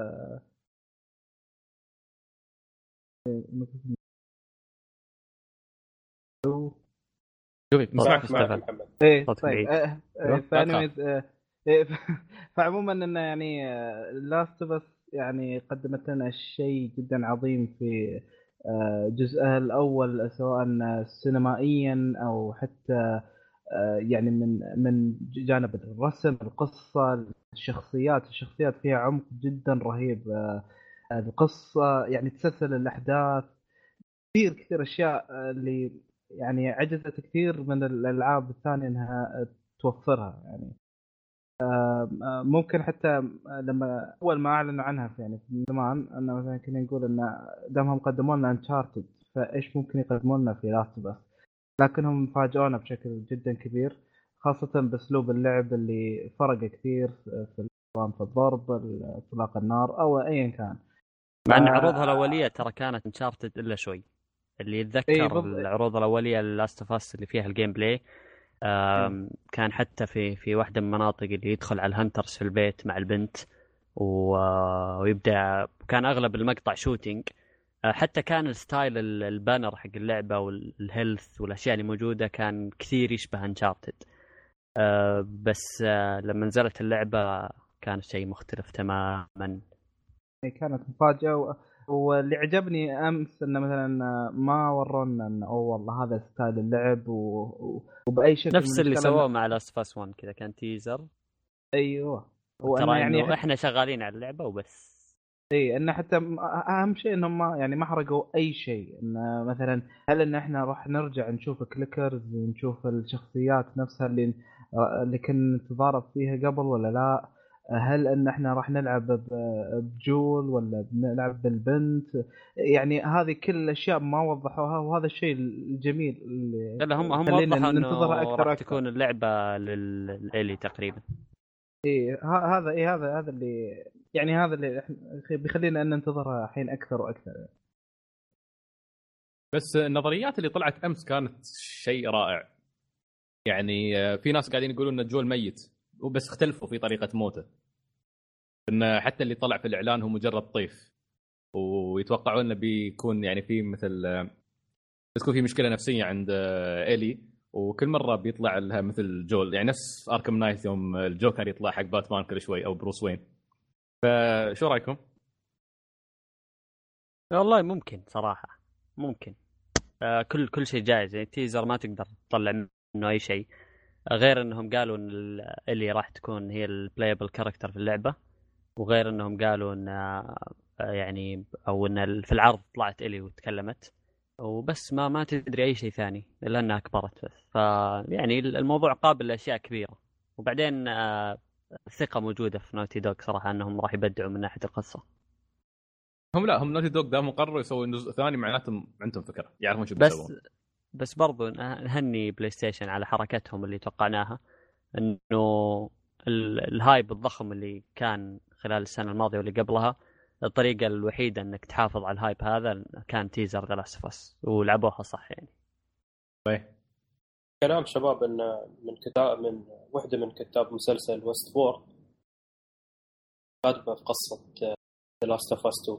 شوفي نسمعك محمد. ايه طيب فعموما انه يعني لاست بس يعني قدمت لنا شيء جدا عظيم في جزءها الأول، سواء سينمائيا أو حتى يعني من جانب الرسم، القصة، الشخصيات فيها عمق جدا رهيب. القصة يعني تسلسل الأحداث، كثير أشياء اللي يعني عجزت كثير من الألعاب الثانية أنها توفرها. يعني ممكن حتى لما أول ما أعلنوا عنها في يعني من زمان، أن مثلا كنا نقول أن دامهم قدموا لنا أنشارتد فإيش ممكن يقدموا لنا في لاست بس، لكنهم فاجئونا بشكل جدا كبير، خاصة بأسلوب اللعب اللي فرق كثير في الضرب، اطلاق النار أو أيا كان. مع أن عروضها الأولية ترى كانت انشارتد إلا شوي. اللي يتذكر العروض الأولية لاست اوف اس اللي فيها الجيم بلاي، كان حتى في واحدة من المناطق اللي يدخل على الهنترز في البيت مع البنت ويبدأ، كان أغلب المقطع شوتينج. حتى كان الستايل البانر حق اللعبة والهيلث والأشياء اللي موجودة كان كثير يشبه انشارتد. بس لما نزلت اللعبة كان شيء مختلف تماما. كانت مفاجأة. واللي عجبني أمس إنه مثلا ما ورونا إنه والله هذا ستايل اللعب وبأي شكل نفس اللي سووه مع لاست فاس 1 كذا، كان تيزر. أيوه، وترى يعني إحنا شغالين على اللعبة وبس. اي انه حتى اهم شيء انهم ما حرقوا اي شيء. انه مثلا هل ان احنا راح نرجع نشوف كليكرز ونشوف الشخصيات نفسها اللي كنا نتضارب فيها قبل ولا لا؟ هل ان احنا راح نلعب بجول ولا بنلعب بالبنت؟ يعني هذه كل الاشياء ما وضحوها، وهذا الشيء الجميل اللي لا هم وضحوا انه راح تكون اللعبه للالي تقريبا. هذا اللي يعني هذا اللي بيخلينا ان ننتظرها الحين اكثر واكثر. بس النظريات اللي طلعت امس كانت شيء رائع. يعني في ناس قاعدين يقولون ان جول ميت، وبس اختلفوا في طريقه موته. ان حتى اللي طلع في الاعلان هو مجرد طيف، ويتوقعون انه بيكون يعني في مثل بتكون في مشكله نفسيه عند إلي، وكل مره بيطلع لها مثل جول، يعني نفس اركم نايت يوم الجوكر يطلع حق باتمان كل شوي او بروس وين. فشو رايكم؟ والله ممكن صراحه، ممكن. كل شيء جائز. يعني تيزر ما تقدر تطلع منه اي شيء، غير انهم قالوا ان اللي راح تكون هي البلايبل كاركتر في اللعبه، وغير انهم قالوا ان يعني او ان في العرض طلعت إلي وتكلمت وبس. ما تدري اي شيء ثاني الا انها كبرت بس. يعني الموضوع قابل لاشياء كبيره. وبعدين الثقه موجوده في نوتي دوغ صراحه انهم راح يبدعوا من ناحيه القصه. هم نوتي دوغ دام قرروا يسوون جزء ثاني، معناتهم عندهم فكره، يعرفون شو بيسوون. بس برضو نهني بلاي ستيشن على حركتهم اللي توقعناها، انه الهايب الضخم اللي كان خلال السنه الماضيه واللي قبلها، الطريقه الوحيده انك تحافظ على الهايب هذا كان تيزر ذا لاست اوف اس، ولعبوها صح يعني. طيب كلام شباب ان من وحده من كتاب مسلسل ويست وورد كاتبه في قصه ذا لاست اوف اس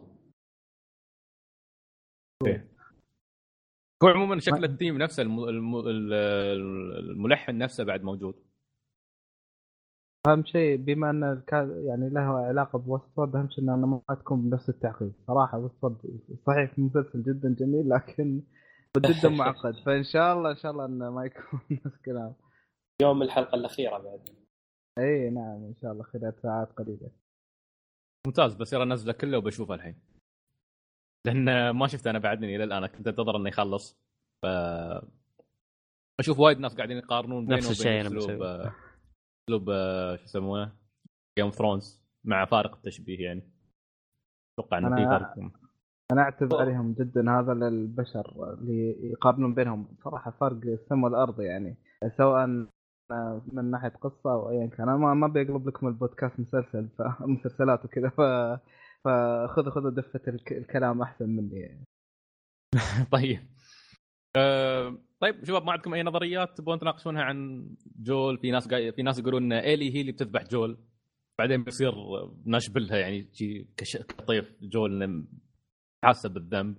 2. هو عموما شكل التيم نفسه، الملحن نفسه بعد موجود. اهم شيء بما ان يعني له علاقه بوستورد، اهم شيء انه ما تكون بنفس التعقيد. صراحه وستورد صحيح مسلسل جدا جميل لكن جدا معقد، فان شاء الله انه ما يكون نفس الكلام. يوم الحلقه الاخيره بعد. اي نعم ان شاء الله خلال ساعات قليله. ممتاز. بس يرى نزله كله وبشوفه الحين، لان ما شفت انا بعدني الى الان. كنت انتظر انه يخلص. اشوف وايد ناس قاعدين يقارنون بينه وبين اسلوب شو يسمونه جيم اوف ثرونز، مع فارق التشبيه. يعني اتوقع انه في فرق. انا اعتبر عليهم جدا هذا للبشر اللي يقارنون بينهم، صراحه فرق السماء والارض. يعني سواء من ناحيه قصه او ايا كان. انا ما بيقلب لكم البودكاست مسلسلات وكذا، فخذوا دفه الكلام احسن مني يعني. طيب طيب شباب، ما عندكم اي نظريات تبون تناقشونها عن جول؟ في ناس يقولون ان إلي هي اللي بتذبح جول، بعدين بيصير نشبلها يعني كطيف جول حاسه بالذنب.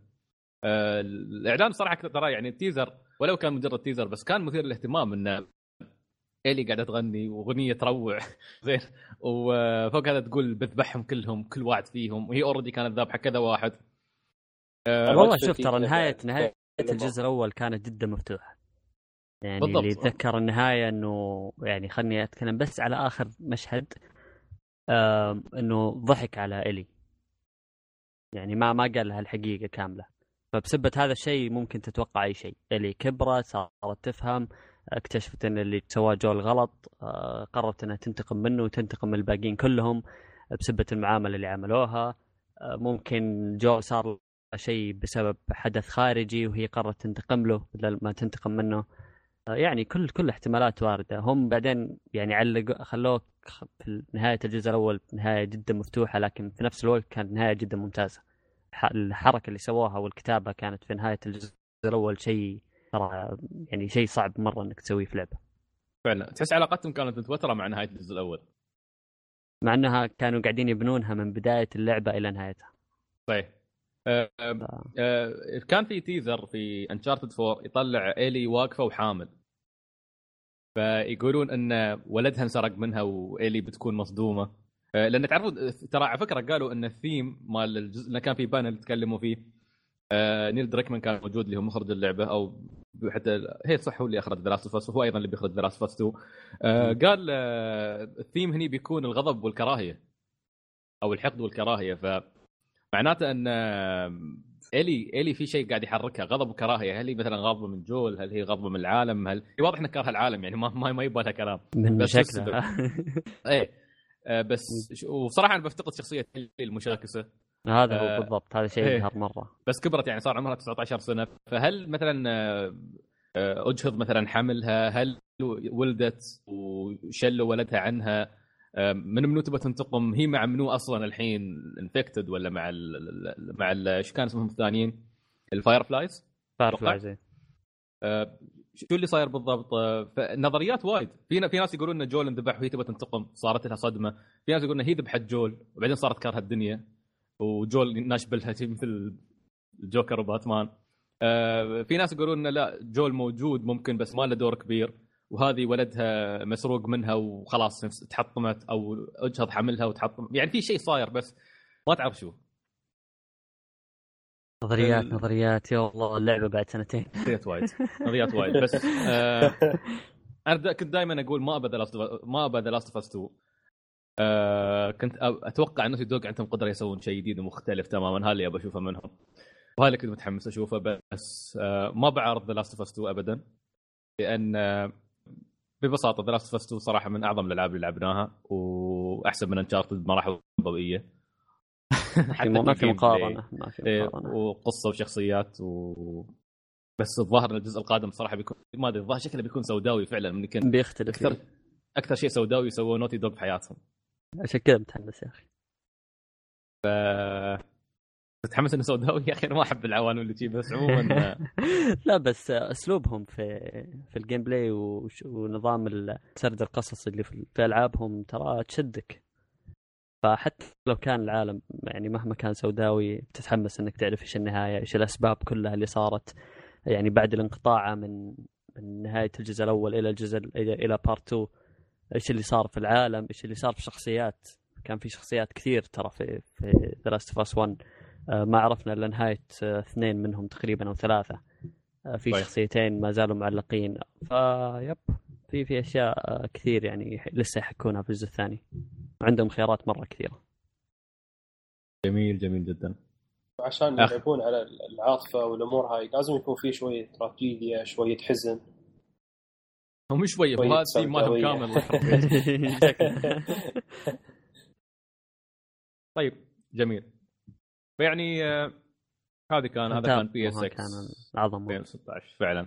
الاعلان صراحه ترى يعني التيزر ولو كان مجرد تيزر بس كان مثير للاهتمام، انه إلي قاعده تغني واغنيه تروع زين، وفوق هذا تقول بذبحهم كلهم كل واحد فيهم، وهي اوريدي كانت ذابحه كذا واحد. والله شوف ترى نهايه الجزء الاول كانت جدا مفتوحه يعني بالضبط. اللي يتذكر النهايه انه يعني خلني اتكلم بس على اخر مشهد، انه ضحك على إلي يعني ما قال لها الحقيقه كامله، فبسبة هذا الشيء ممكن تتوقع اي شيء. إلي كبرت صارت تفهم، اكتشفت ان اللي سواه جول غلط، قررت انها تنتقم منه وتنتقم من الباقيين كلهم بسبة المعامله اللي عملوها. ممكن جو صار شيء بسبب حدث خارجي وهي قررت تنتقم له بدل ما تنتقم منه. يعني كل احتمالات واردة. هم بعدين يعني خلوك في نهاية الجزء الأول نهاية جدا مفتوحة، لكن في نفس الوقت كانت نهاية جدا ممتازة. الحركة اللي سووها والكتابة كانت في نهاية الجزء الأول شيء ترى يعني شيء صعب مرة إنك تسويه في لعبة. فعلا تحس علاقتهم كانت متوترة مع نهاية الجزء الأول، مع أنها كانوا قاعدين يبنونها من بداية اللعبة إلى نهايتها. صحيح. كان في تيزر في انشارتد 4 يطلع إلي واقفة وحامل، فيقولون ان ولدها انسرق منها وإلي بتكون مصدومة. لان تعرفوا ترى على فكرة قالوا ان الثيم مال الجزء اللي كان في بانل تكلموا فيه نيل دريكمان كان موجود اللي هو مخرج اللعبة، او حتى هي صح هو اللي اخرج ذا لاست اوف اس، وهو ايضا اللي بيخرج ذا لاست اوف اس 2. قال الثيم هني بيكون الغضب والكراهية او الحقد والكراهية، فمعناته ان إلي في شيء قاعد يحركها غضب وكراهية. هل هي مثلا غاضبة من جول؟ هل هي غاضبة من العالم؟ هل هي واضح انها كارهه العالم يعني ما يبغى لها كلام من شكلها. ايه بس وصراحة انا بفتقد شخصية إلي المشاكسة. هذا هو بالضبط، هذا شيء يظهر مرة. بس كبرت يعني صار عمرها 19 سنة، فهل مثلا اجهض مثلا حملها؟ هل ولدت وشلوا ولدها عنها؟ منو تبغى تنتقم؟ هي مع منو اصلا الحين انفكتد؟ ولا مع شو كان اسمهم الثانيين الفاير فلايز؟ شو اللي صاير بالضبط؟ نظريات وايد. في ناس يقولون ان جول انذبح وهي تبغى تنتقم صارت لها صدمه، في ناس يقولون هي ذبحت جول وبعدين صارت كارهه الدنيا وجول ناشبلها مثل الجوكر وباتمان. في ناس يقولون لا جول موجود ممكن بس ما له دور كبير، وهذه ولدها مسروق منها وخلاص تحطمت، او اجهض حملها وتحطم. يعني في شيء صاير بس ما تعرف شو. نظريات يا الله اللعبه بعد سنتين. نظريات وايد بس انا كنت دائما اقول ما ابى ذا لاست اوف اس 2. كنت اتوقع انه دوغ عندهم قدره يسوون شيء جديد ومختلف تماما، هذا اللي ابى اشوفه منهم وهذا اللي كنت متحمس اشوفه. بس ما بعرض ذا لاست اوف اس 2 ابدا، لان ببساطه ذا لاست اوف اس 2 صراحه من اعظم الالعاب اللي لعبناها واحسن من انشارتد بمراحل ضوئيه. ما في مقارنه. وقصه وشخصيات بس الظاهر ان الجزء القادم صراحه بيكون ما ادري، الظاهر شكله بيكون سوداوي فعلا. ممكن بيختلف اكثر شيء سوداوي يسووه نوتي دوغ في حياتهم. عشان كذا متحمس يا اخي. متحمس انه سوداوي يا اخي. انا ما احب العوالم اللي تجي بس عموما لا بس اسلوبهم في الجيم بلاي ونظام السرد القصصي اللي في العابهم ترى تشدك. فحتى لو كان العالم يعني مهما كان سوداوي تتحمس انك تعرف ايش النهايه، ايش الاسباب كلها اللي صارت يعني بعد الانقطاع من نهايه الجزء الاول الى الجزء الى بارت 2. ايش اللي صار في العالم، ايش اللي صار في شخصيات. كان في شخصيات كثير ترى في The Last of Us 1 ما عرفنا الا نهايه 2 منهم تقريبا او 3. في شخصيتين ما زالوا معلقين. فيب في اشياء كثير يعني لسه يحكونها في الجزء الثاني، وعندهم خيارات مره كثيره. جميل جدا. عشان يلعبون على العاطفه والامور هاي لازم يكون في شويه تراجيديا، شويه حزن. هم شويه وهذا ما هو كامل. طيب جميل. فيعني هذا كان بي اس اكس كان اعظم 2016 فعلا.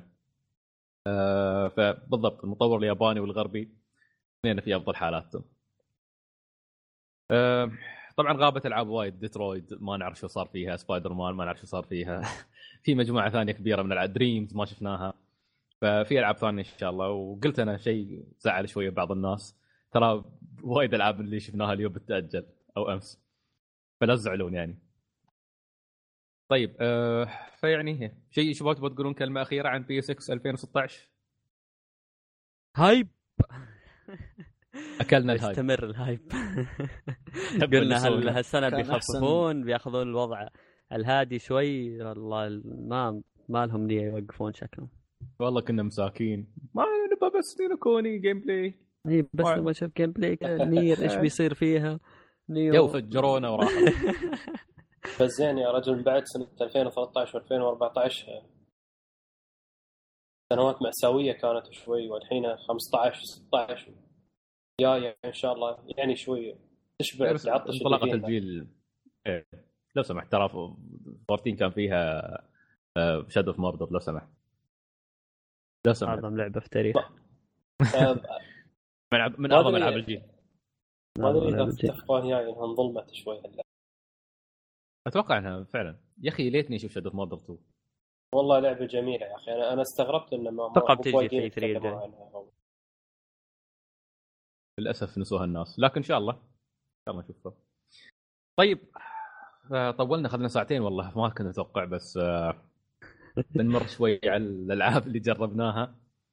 فبالضبط المطور الياباني والغربي اثنين في افضل حالاتهم. طبعا غابت العاب وايد. ديترويد ما نعرف شو صار فيها، سبايدر مان ما نعرف شو صار فيها. في مجموعه ثانيه كبيره من العاب، دريمز ما شفناها. ففي العاب ثانيه ان شاء الله. وقلت انا شيء زعل شويه بعض الناس، ترى وايد العاب اللي شفناها اليوم بتتاجل او امس، فلا تزعلون يعني. طيب فيعني شيء شباب تبغوا تقولون كلمه اخيره عن بي اس اكس 2016؟ هايب اكلنا الهايب. استمر الهايب. قلنا هل هالسنه بيخففون بياخذون الوضع الهادي شوي؟ والله ما لهم نيه يوقفون شكلهم. والله كنا مساكين ما نبغى بس نكوني جيم بلاي. اي بس ما شوف جيم بلاي نير ايش بيصير فيها يو فجرونا وراحوا. بس زين يا رجل بعد سنة 2013 و2014 سنوات مأساوية كانت شوي، والحين 15 16 جاي ان شاء الله يعني شوي تشبع العطش انطلاقة الجيل. لو سمحت ترى 14 كان فيها شادو اوف موردر. لو سمحت اعظم لعبة في التاريخ. من اعظم العاب الجيل. ما ادري اذا تتفقون وياي انها انظلمت شوي هلا. اتوقع انها فعلا يا اخي ليتني اشوف شادو اوف موردر 2. والله لعبة جميلة يا اخي. انا استغربت انه ما تجي في 3 للاسف نسوها الناس، لكن ان شاء الله نشوفها. طيب طولنا اخذنا ساعتين والله ما كنت اتوقع، بس بنمر شوي على الالعاب اللي جربناها.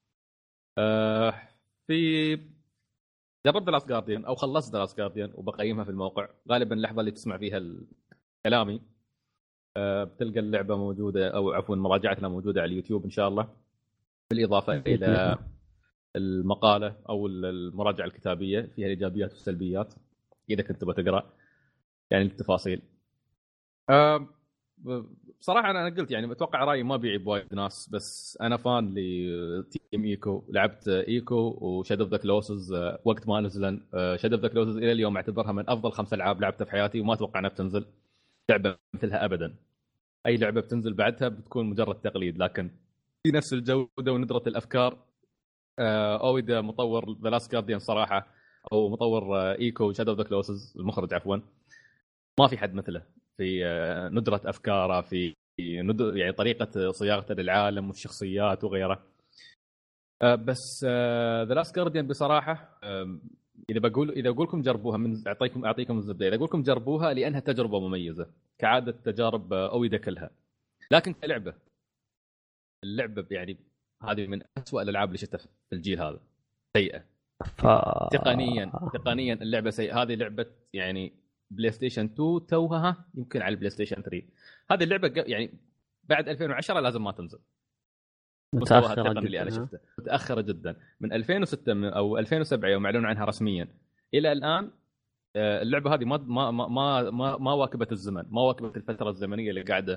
في جربت لاست جارديان او خلصت لاست جارديان وبقيمها في الموقع. غالبا اللحظه اللي تسمع فيها كلامي بتلقى اللعبه موجوده او عفوا مراجعتنا موجوده على اليوتيوب ان شاء الله، بالاضافه الى المقاله او المراجعه الكتابيه فيها الايجابيات والسلبيات اذا كنت تبغى تقرا يعني التفاصيل. بصراحه انا قلت يعني اتوقع رايي ما بيعيب وايد ناس، بس انا فان لتيم ايكو. لعبت ايكو وشاد اوف ذا كلوسز وقت ما نزلن. شاد اوف ذا كلوسز الى اليوم اعتبرها من افضل 5 العاب لعبتها في حياتي، وما اتوقع انها بتنزل لعبه مثلها ابدا. اي لعبه بتنزل بعدها بتكون مجرد تقليد، لكن في نفس الجوده وندره الافكار. اويدا مطور ذا لاست جارديان صراحه، او مطور ايكو شاد اوف ذا كلوسز المخرج عفوا، ما في حد مثله في ندرة أفكاره، في يعني طريقة صياغته للعالم والشخصيات وغيره. بس ذا لاست جارديان بصراحة إذا أقول لكم جربوها، من أعطيكم الزبدة، إذا أقول لكم جربوها لأنها تجربة مميزة كعادة تجارب أويدا كلها. لكن كلعبة اللعبة يعني هذه من أسوأ الألعاب اللي شفتها في الجيل هذا. سيئة تقنيا اللعبة سيئة. هذه لعبة يعني بلاي ستيشن 2 توها يمكن على البلاي ستيشن 3. هذه اللعبه يعني بعد 2010 لازم ما تنزل. مستواها التقني اللي انا شفته متاخره جدا. من 2006 او 2007 يوم اعلنوا عنها رسميا الى الان اللعبه هذه ما واكبت الزمن، ما واكبت الفتره الزمنيه اللي قاعده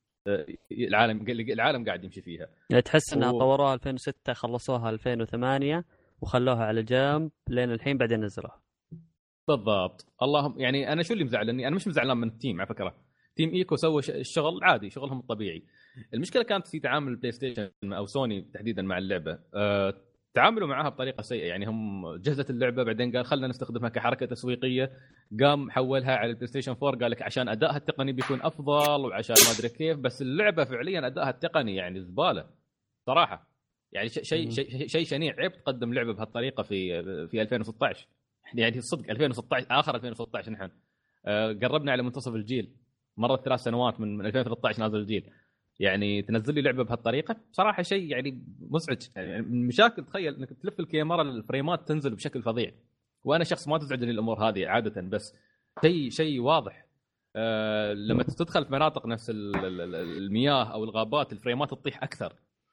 العالم قاعد يمشي فيها. يعني تحس انها طوروها 2006 خلصوها 2008 وخلوها على جنب لين الحين بعدين نزلوها. بالضبط. اللهم يعني انا شو اللي مزعلني، انا مش مزعلان من التيم على فكره. تيم ايكو سوى الشغل عادي، شغلهم الطبيعي. المشكله كانت في تعامل البلاي ستيشن او سوني تحديدا مع اللعبه. تعاملوا معها بطريقه سيئه. يعني هم جهزت اللعبه بعدين قال خلينا نستخدمها كحركه تسويقيه، قام حولها على البلاي ستيشن 4 قال لك عشان ادائها التقني بيكون افضل وعشان ما ادري كيف. بس اللعبه فعليا ادائها التقني يعني زباله صراحه. يعني شيء شنيع. عيب تقدم لعبه بهالطريقه في 2016. يعني الصدق 2016 اخر 2016 نحن قربنا على منتصف الجيل، مرت 3 سنوات من 2013 نازل الجيل. يعني تنزل لي لعبه بهالطريقه بصراحه شيء يعني مزعج. يعني من مشاكل تخيل انك تلف الكاميرا الفريمات تنزل بشكل فظيع، وانا شخص ما تزعجني الامور هذه عاده، بس شيء واضح. لما تدخل في مناطق نفس المياه او الغابات الفريمات تطيح اكثر.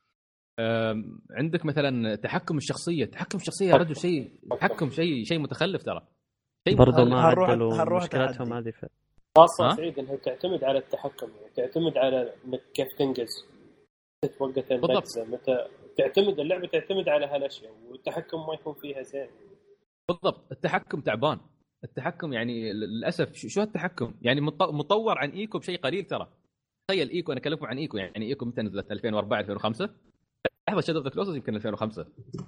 عندك مثلا تحكم الشخصيه يا رجل شيء متخلف ترى. برضو ما عدلوا مشكلتهم هذه. خاصة سعيد انها تعتمد على التحكم، تعتمد على انك كيف تنجز، تتوقف النجزة، متى اللعبة تعتمد على هالاشياء، والتحكم ما يكون فيها زين. بالضبط. التحكم تعبان. التحكم يعني للاسف شو التحكم يعني مطور عن ايكو بشيء قليل ترى. تخيل ايكو، انا اكلمكم عن ايكو، يعني ايكو متى نزلت؟ 2004 2005. لحظه، شادو اوف ذا كلوسز يمكن 2005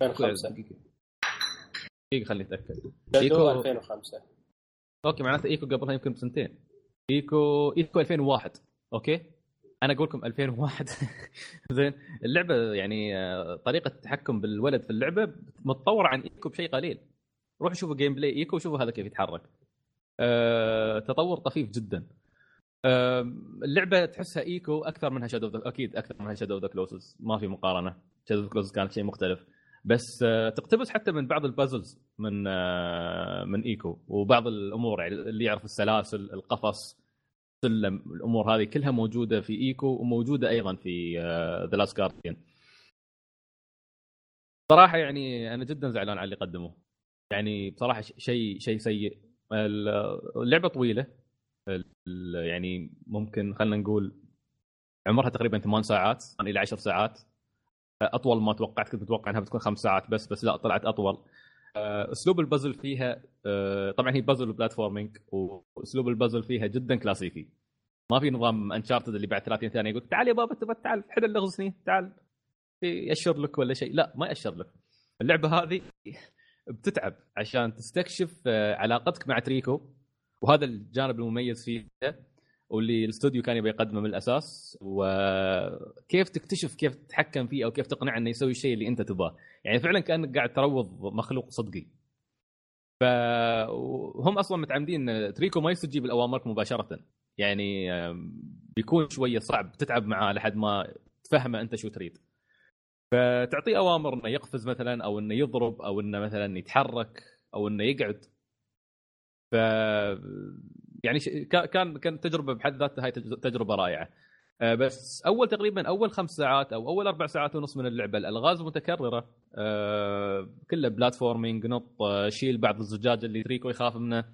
دقيقه خليني اتاكد. ايكو 2005. اوكي معناته ايكو قبلها يمكن بسنتين. ايكو 2001. اوكي انا اقول لكم 2001. زين. اللعبه يعني طريقه التحكم بالولد في اللعبه متطوره عن ايكو بشيء قليل. روحوا شوفوا جيم بلاي ايكو وشوفوا هذا كيف يتحرك. تطور طفيف جدا. اللعبه تحسها ايكو اكثر منها شادو اكيد اكثر منها شادو اوف ذا كلوسز، ما في مقارنه. شادو اوف ذا كلوسز كانت شيء مختلف. بس تقتبس حتى من بعض البازلز من ايكو وبعض الامور، يعني اللي يعرف السلاسل، القفص، سلم، الامور هذه كلها موجوده في ايكو وموجوده ايضا في ذا لاست جارديان. صراحه يعني انا جدا زعلان على اللي قدموه، يعني بصراحه شيء سيء. اللعبه طويله، يعني ممكن خلينا نقول عمرها تقريبا 8 ساعات الى 10 ساعات، اطول ما توقعت. كنت متوقع انها بتكون 5 ساعات بس لا، طلعت اطول. اسلوب البازل فيها طبعا هي بازل وبلاتفورمينج، واسلوب البازل فيها جدا كلاسيكي. ما في نظام انشارتد اللي بعد 30 ثانيه يقول تعال يا بابا تبى تعال حل اللي غصني تعال يأشر لك ولا شيء. لا، ما يأشر لك. اللعبه هذه بتتعب عشان تستكشف علاقتك مع تريكو، وهذا الجانب المميز فيها واللي الاستوديو كان يبي يقدمه من الاساس، وكيف تكتشف كيف تتحكم فيه او كيف تقنعه انه يسوي الشيء اللي انت تبغاه. يعني فعلا كانك قاعد تروض مخلوق صدقي. فهم اصلا متعمدين تريكو ما يستجيب الاوامرك مباشره، يعني بيكون شويه صعب تتعب معاه لحد ما تفهمه انت شو تريد. فتعطيه اوامر انه يقفز مثلا، او انه يضرب، او انه مثلا يتحرك، او انه يقعد. ف يعني كان تجربه بحد ذاتها، هاي تجربه رائعه. بس تقريبا اول 5 ساعات او اول 4 ساعات ونص من اللعبه الالغاز متكرره، كلها بلاتفورمينج، نط، شيل بعض الزجاج اللي تريكو يخاف منه.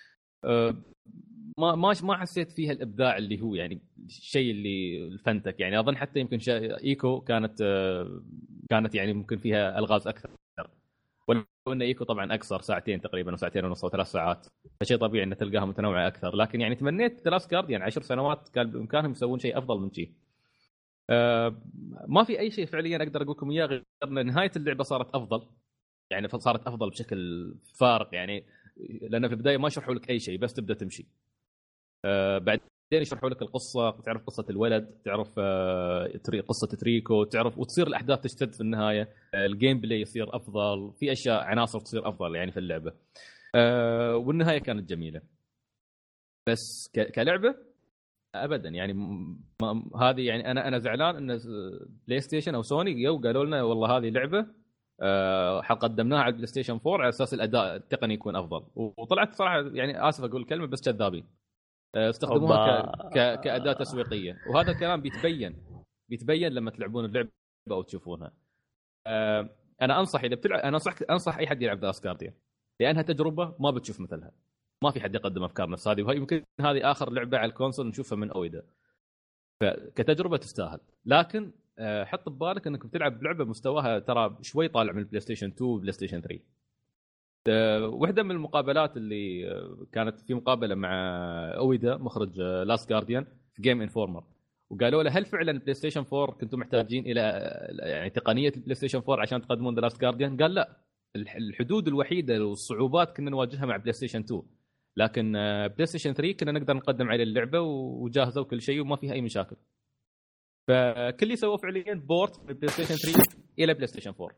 ما حسيت فيها الابداع اللي هو يعني الشيء اللي الفنتك. يعني اظن حتى يمكن ايكو كانت يعني ممكن فيها الغاز اكثر، ولو ان ايكو طبعا اقصر، ساعتين تقريبا وساعتين ونص او 3 ساعات، فشيء طبيعي ان تلقاها متنوعه اكثر. لكن يعني تمنيت دراس جارديان 10 سنوات كان بامكانهم يسوون شيء افضل من شيء. ما في اي شيء فعليا اقدر اقول لكم اياه غير ان نهايه اللعبه صارت افضل، يعني صارت افضل بشكل فارق. يعني لان في البدايه ما شرحوا لك اي شيء، بس تبدا تمشي. بعدين يشرحوا لك القصه، تعرف قصه الولد، تعرف قصه تريكو، تعرف، وتصير الاحداث تشتد في النهايه. الجيم بلاي يصير افضل، في اشياء عناصر تصير افضل يعني في اللعبه. والنهايه كانت جميله. بس كلعبه ابدا يعني هذه يعني انا زعلان ان بلاي ستيشن او سوني قالوا لنا والله هذه لعبه قدمناها على البلاي ستيشن 4 على اساس الاداء التقني يكون افضل، وطلعت صراحه يعني اسف اقول الكلمه بس كذابين. استخدموها كأداة تسويقية، وهذا الكلام بيتبين لما تلعبون اللعبة أو تشوفونها. أنا أنصح أنصح أي حد يلعب ذا أسكارديا، لأنها تجربة ما بتشوف مثلها. ما في حد يقدم أفكار نفس هذه، وهي يمكن هذه آخر لعبة على الكونسول نشوفها من أويدا، فكتجربة تستاهل. لكن حط ببالك أنك بتلعب لعبة مستواها ترى شوي طالع من البلاي ستيشن 2 وبلاي ستيشن 3. واحدة من المقابلات اللي كانت في مقابلة مع أويدا مخرج لاست جارديان في جيم انفورمر، وقالوا له هل فعلا البلاي ستيشن 4 كنتم محتاجين إلى يعني تقنية البلاي ستيشن 4 عشان تقدمون ذا لاست جارديان؟ قال لا، الحدود الوحيدة والصعوبات كنا نواجهها مع بلاي ستيشن 2، لكن بلاي ستيشن 3 كنا نقدر نقدم عليه اللعبة وجاهزة وكل شيء وما فيها أي مشاكل. فكل اللي سووه فعليا بورت من بلاي ستيشن 3 إلى بلاي ستيشن 4.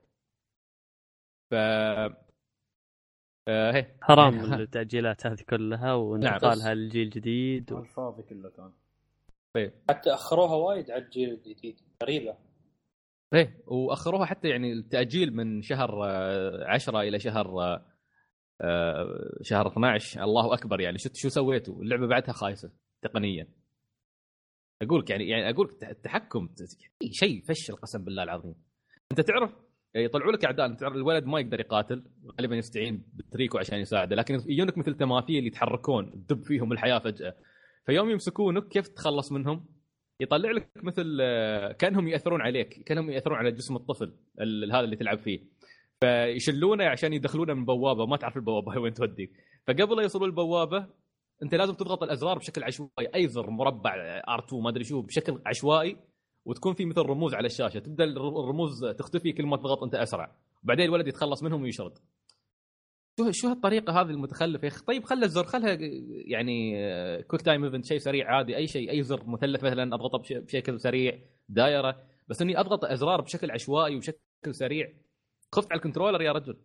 حرام التأجيلات هذه كلها وانتقالها للجيل الجديد الفاضي كله كان. حتى أخروها وايد على الجيل الجديد غريبة. وأخروها حتى يعني التأجيل من شهر 10 إلى شهر 12. الله أكبر، يعني شو سويتوا؟ اللعبة بعدها خايسة تقنيا. أقولك يعني أقولك التحكم شيء فشل قسم بالله العظيم. أنت تعرف يطلعوا لك اعداء، انت تعرف الولد ما يقدر يقاتل، غالبا يستعين بالتريكو عشان يساعده، لكن يجونك مثل تماثيل يتحركون تدب فيهم الحياه فجاه. فيوم يمسكونك كيف تتخلص منهم؟ يطلع لك مثل كانهم ياثرون عليك، كانهم ياثرون على جسم الطفل هذا اللي تلعب فيه، فيشلونه عشان يدخلونه من بوابه ما تعرف البوابه وين توديك. فقبل لا يوصلوا البوابه انت لازم تضغط الازرار بشكل عشوائي، اي زر مربع R2 ما ادري شو بشكل عشوائي، وتكون في مثل رموز على الشاشه، تبدا الرموز تختفي كل ما تضغط انت اسرع، وبعدين الولد يتخلص منهم ويشرد. شو هالطريقه هذه المتخلفه يا اخي؟ طيب خلى الزر، خلها يعني كويك تايم ايفنت، شيء سريع عادي، اي شيء، اي زر مثلث مثلا اضغطه بشكل سريع، دائره، بس اني اضغط ازرار بشكل عشوائي وبشكل سريع. خفت على الكنترولر يا رجل.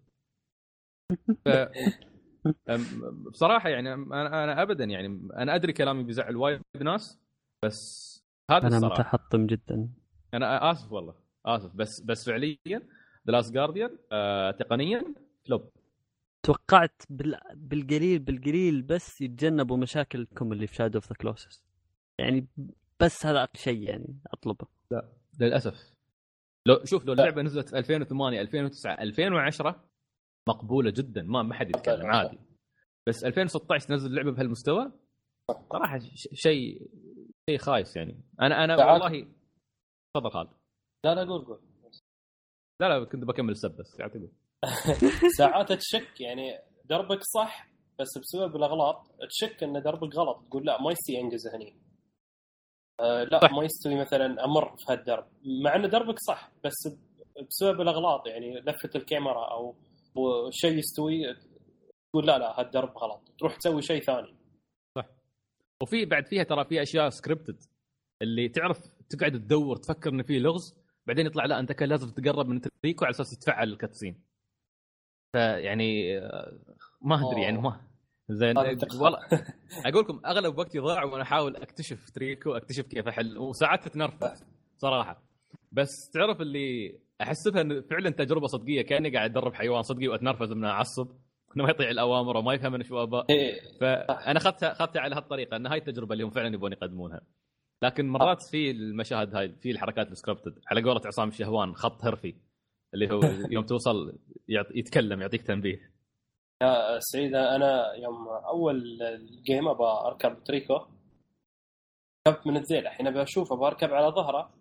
بصراحه يعني انا ابدا يعني انا ادري كلامي بيزعل وايد ناس، بس هذا أنا الصراحة. متحطم جدا. أنا آسف والله، آسف، بس فعليا ذا لاست جارديان تقنيا فلوب. توقعت بالقليل بس يتجنبوا مشاكلكم اللي في شادو اوف ذا كلوسس يعني، بس هذا شيء يعني اطلبه. لا للاسف لو اللعبه نزلت في 2008 2009 2010 مقبوله جدا، ما حد يتكلم عادي. بس 2016 تنزل لعبه بهالمستوى صراحه شيء خايس يعني. انا والله تفضل خالد. لا قول. لا كنت بكمل السب بس اعتقد ساعات تشك يعني دربك صح بس بسبب الاغلاط تشك ان دربك غلط، تقول لا ما يستوي انجز هني، لا ما يستوي مثلا امر في هالدرب مع ان دربك صح، بس بسبب الاغلاط يعني لفه الكاميرا او شيء يستوي تقول لا هالدرب غلط، تروح تسوي شيء ثاني. صح. وفي بعد فيها ترى في اشياء سكريبتد اللي تعرف تقعد تدور تفكر ان فيه لغز، بعدين يطلع لا انت كان لازم تقرب من تريكو على اساس تتفعل الكاتسين. فيعني ما ادري يعني ما زين والله اقول لكم اغلب وقتي ضاع وانا احاول اكتشف تريكو، اكتشف كيف احل، وساعات تتنرفز صراحه. بس تعرف اللي احسبها انه فعلا تجربه صدقيه، كاني قاعد ادرب حيوان صدقي واتنرفز منه اعصب انه ما يطيع الاوامر وما يفهم من شو ابا. فانا اخذتها على هالطريقه ان هاي التجربه اللي هم فعلا يبون يقدمونها. لكن مرات في المشاهد هاي في الحركات السكريبتد على قولة عصام الشهوان خط هرفي اللي هو يوم توصل يتكلم يعطيك تنبيه. يا سعيد انا يوم اول الجيم ابى اركب تريكو ركبت من الذيل، الحين ابى اشوفه بركب على ظهره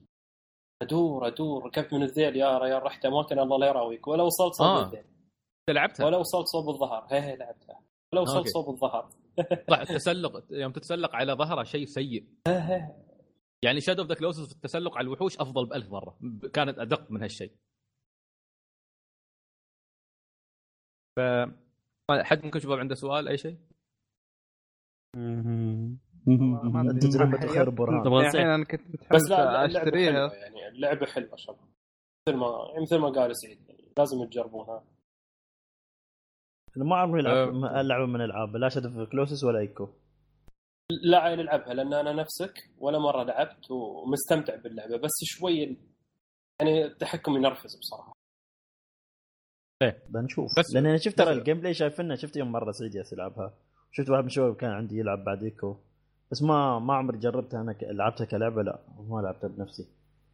ادور ركبت من الذيل يا ريال رحت اماكن الله لا يراويك، ولا وصلت صوب الذيل. لعبتها ولا وصلت صوب الظهر. هي لعبتها ولا وصلت صوب الظهر. طلع التسلق يوم تتسلق على ظهره شيء سيء. يعني شادو اوف ذا كلوسس في التسلق على الوحوش افضل ب1000 مره، كانت ادق من هالشيء. ف حد ممكن شباب عنده سؤال اي شيء؟ ما ادري تجربه خير برهان. الحين انا كنت متحمس اشتريها يعني اللعبه حلوه شباب مثل ما قال سعيد يعني لازم تجربوها. انا ما عمري لعبه من العاب لا شادو اوف كلوسس ولا ايكو. لا عين العبها لان انا نفسك ولا مره لعبت ومستمتع باللعبه، بس شوي يعني التحكم ينرفز بصراحه. بنشوف لان انا شفت ترى الجيم بلاي شايفينه، شفت يوم مره سعيد يلعبها، شفت واحد من الشباب كان عندي يلعب بعد ايكو، بس ما عمري جربتها انا لعبتها كلعبه، لا ما لعبتها بنفسي.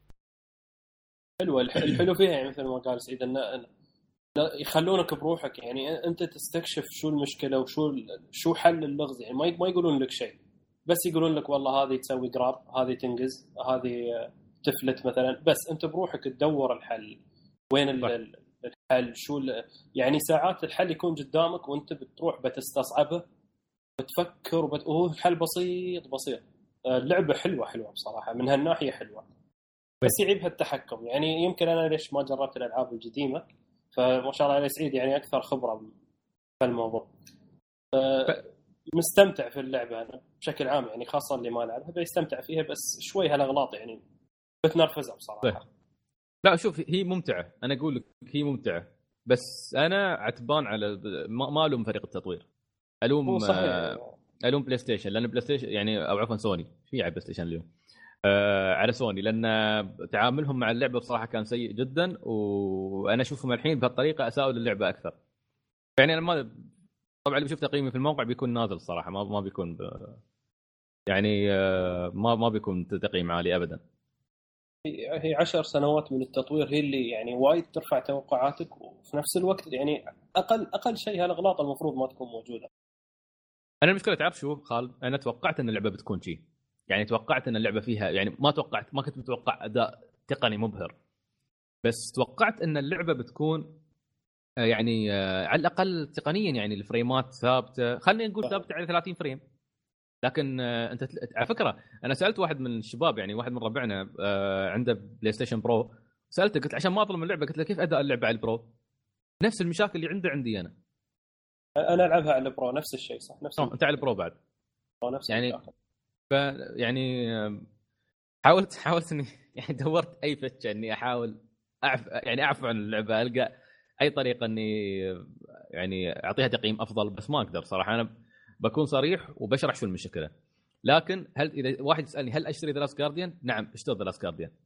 الحلو فيها يعني مثل ما قال سعيد ان يخلونك بروحك يعني انت تستكشف شو المشكله وشو حل اللغز، يعني ما يقولون لك شيء، بس يقولون لك والله هذه تسوي جراب، هذه تنجز، هذه تفلت مثلا، بس انت بروحك تدور الحل وين الحل شو يعني ساعات الحل يكون قدامك وانت بتروح بتستصعبه بتفكر الحل بسيط. اللعبه حلوه بصراحه من هالناحيه حلوه، بس يعيبها التحكم. يعني يمكن انا ليش ما جربت الالعاب القديمه، فما شاء الله عليه سعيد يعني اكثر خبره في الموضوع. مستمتع في اللعبه انا بشكل عام يعني، خاصه اللي ما لعبها بيستمتع فيها، بس شوي هالاغلاط يعني بتنرفزها بصراحه. لا شوف هي ممتعه، انا اقول لك هي ممتعه، بس انا عتبان على ما الوم فريق التطوير، الوم بلاي ستيشن، لان بلاي ستيشن يعني او عفوا سوني في على بلاي ستيشن اليوم على سوني، لان تعاملهم مع اللعبه بصراحه كان سيء جدا، وانا اشوفهم الحين بهالطريقه اساءوا للعبه اكثر. يعني انا ما طبعا اللي بشوف تقييمي في الموقع بيكون نازل صراحه، ما بيكون يعني ما بيكون تقييم عالي ابدا. هي 10 سنوات من التطوير هي اللي يعني وايد ترفع توقعاتك، وفي نفس الوقت يعني اقل شيء هالاغلاط المفروض ما تكون موجوده. انا المشكله تعرف شو خالد، انا توقعت ان اللعبه بتكون شيء، يعني توقعت ان اللعبه فيها يعني ما كنت متوقع اداء تقني مبهر، بس توقعت ان اللعبه بتكون يعني على الاقل تقنيا يعني الفريمات ثابته، خلينا نقول ثابته على 30 فريم. لكن انت على فكره انا سالت واحد من الشباب يعني واحد من ربعنا عنده بلاي ستيشن برو، سالته قلت عشان ما اظلم اللعبه قلت له كيف اداء اللعبه على البرو؟ نفس المشاكل اللي عنده عندي انا العبها على البرو نفس الشيء صح نفس انت على البرو بعد نفس يعني المشاكل. يعني حاولت اني يعني دورت اي فتشه اني احاول اعفو عن اللعبه، القى اي طريقه اني يعني اعطيها تقييم افضل، بس ما اقدر صراحه. انا بكون صريح وبشرح شو المشكله، لكن هل اذا واحد يسالني هل اشتري ذا لاست جارديان؟ نعم اشتري ذا لاست جارديان،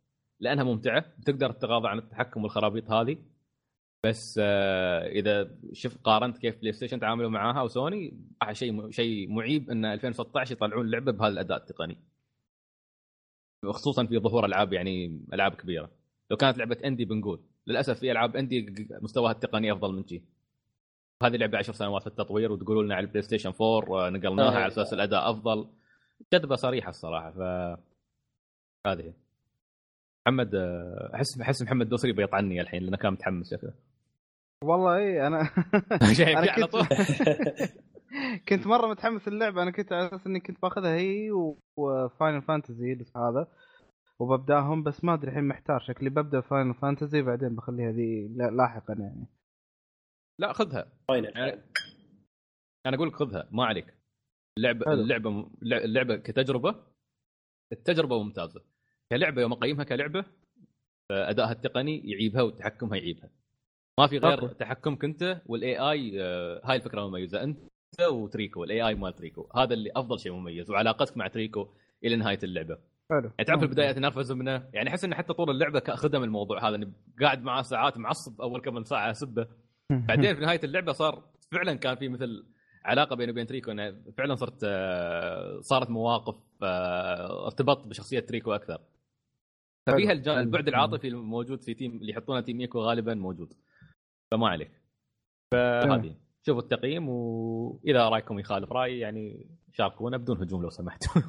لانها ممتعه، بتقدر تتغاضى عن التحكم والخرابيط هذه. بس اذا قارنت كيف بلاي ستيشن تعاملوا معاها وسوني، شيء معيب ان 2016 يطلعون لعبه بهذا الاداء التقني، خصوصا في ظهور العاب يعني العاب كبيره. لو كانت لعبه اندي بنقول، للاسف في العاب اندي مستواها التقني افضل من شيء. هذه لعبه 10 سنوات في التطوير وتقولوا لنا على البلاي ستيشن 4 نقلناها على اساس الاداء افضل. كذبه صريحه الصراحه. هذه محمد احس محمد دوسري بيطعني الحين لانه كان متحمس كذا. والله ايه انا شايف على طول. كنت مره متحمس اللعبه. انا كنت على اساس اني كنت باخذها هي وفاينل فانتزي هذا وببداهم، بس ما ادري الحين محتار. شكلي ببدا فاينل فانتزي بعدين بخليها ذي لاحقا يعني. لا خذها انا اقول لك خذها ما عليك. اللعبه كتجربه، التجربه ممتازه كلعبه. يوم اقيمها كلعبه ادائها التقني يعيبها وتحكمها يعيبها. ما في غير تحكمك انت والاي اي. هاي الفكره مميزه، انت وتريكو الاي اي مال تريكو هذا اللي افضل شيء مميز، وعلاقتك مع تريكو الى نهايه اللعبه. حلو. يعني تعرف البدايه تنرفز منه، يعني احس ان حتى طول اللعبه خدم الموضوع هذا، اني قاعد معاه ساعات معصب اول كم ساعه اسبه. بعدين في نهايه اللعبه صار فعلا كان في مثل علاقه بيني وبين تريكو، انه فعلا صارت مواقف ارتبط بشخصيه تريكو اكثر. ففيها البعد العاطفي الموجود في تيم اللي يحطونه تيم ايكو غالبا موجود، فما عليك. فهذه شوفوا التقييم، واذا رايكم يخالف رايي يعني شاركونا بدون هجوم لو سمحتوا.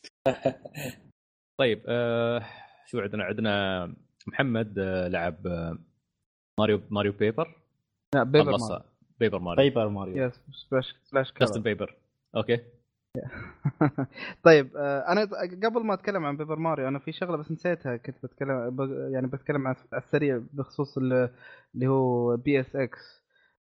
طيب شو عندنا محمد لعب ماريو بيبر. لا بيبر ماريو يس سبلاش كاستم بيبر. اوكي. طيب انا قبل ما اتكلم عن بيبر ماريو انا في شغله بس نسيتها. كنت بتكلم عن السريع بخصوص اللي هو بي اس اكس.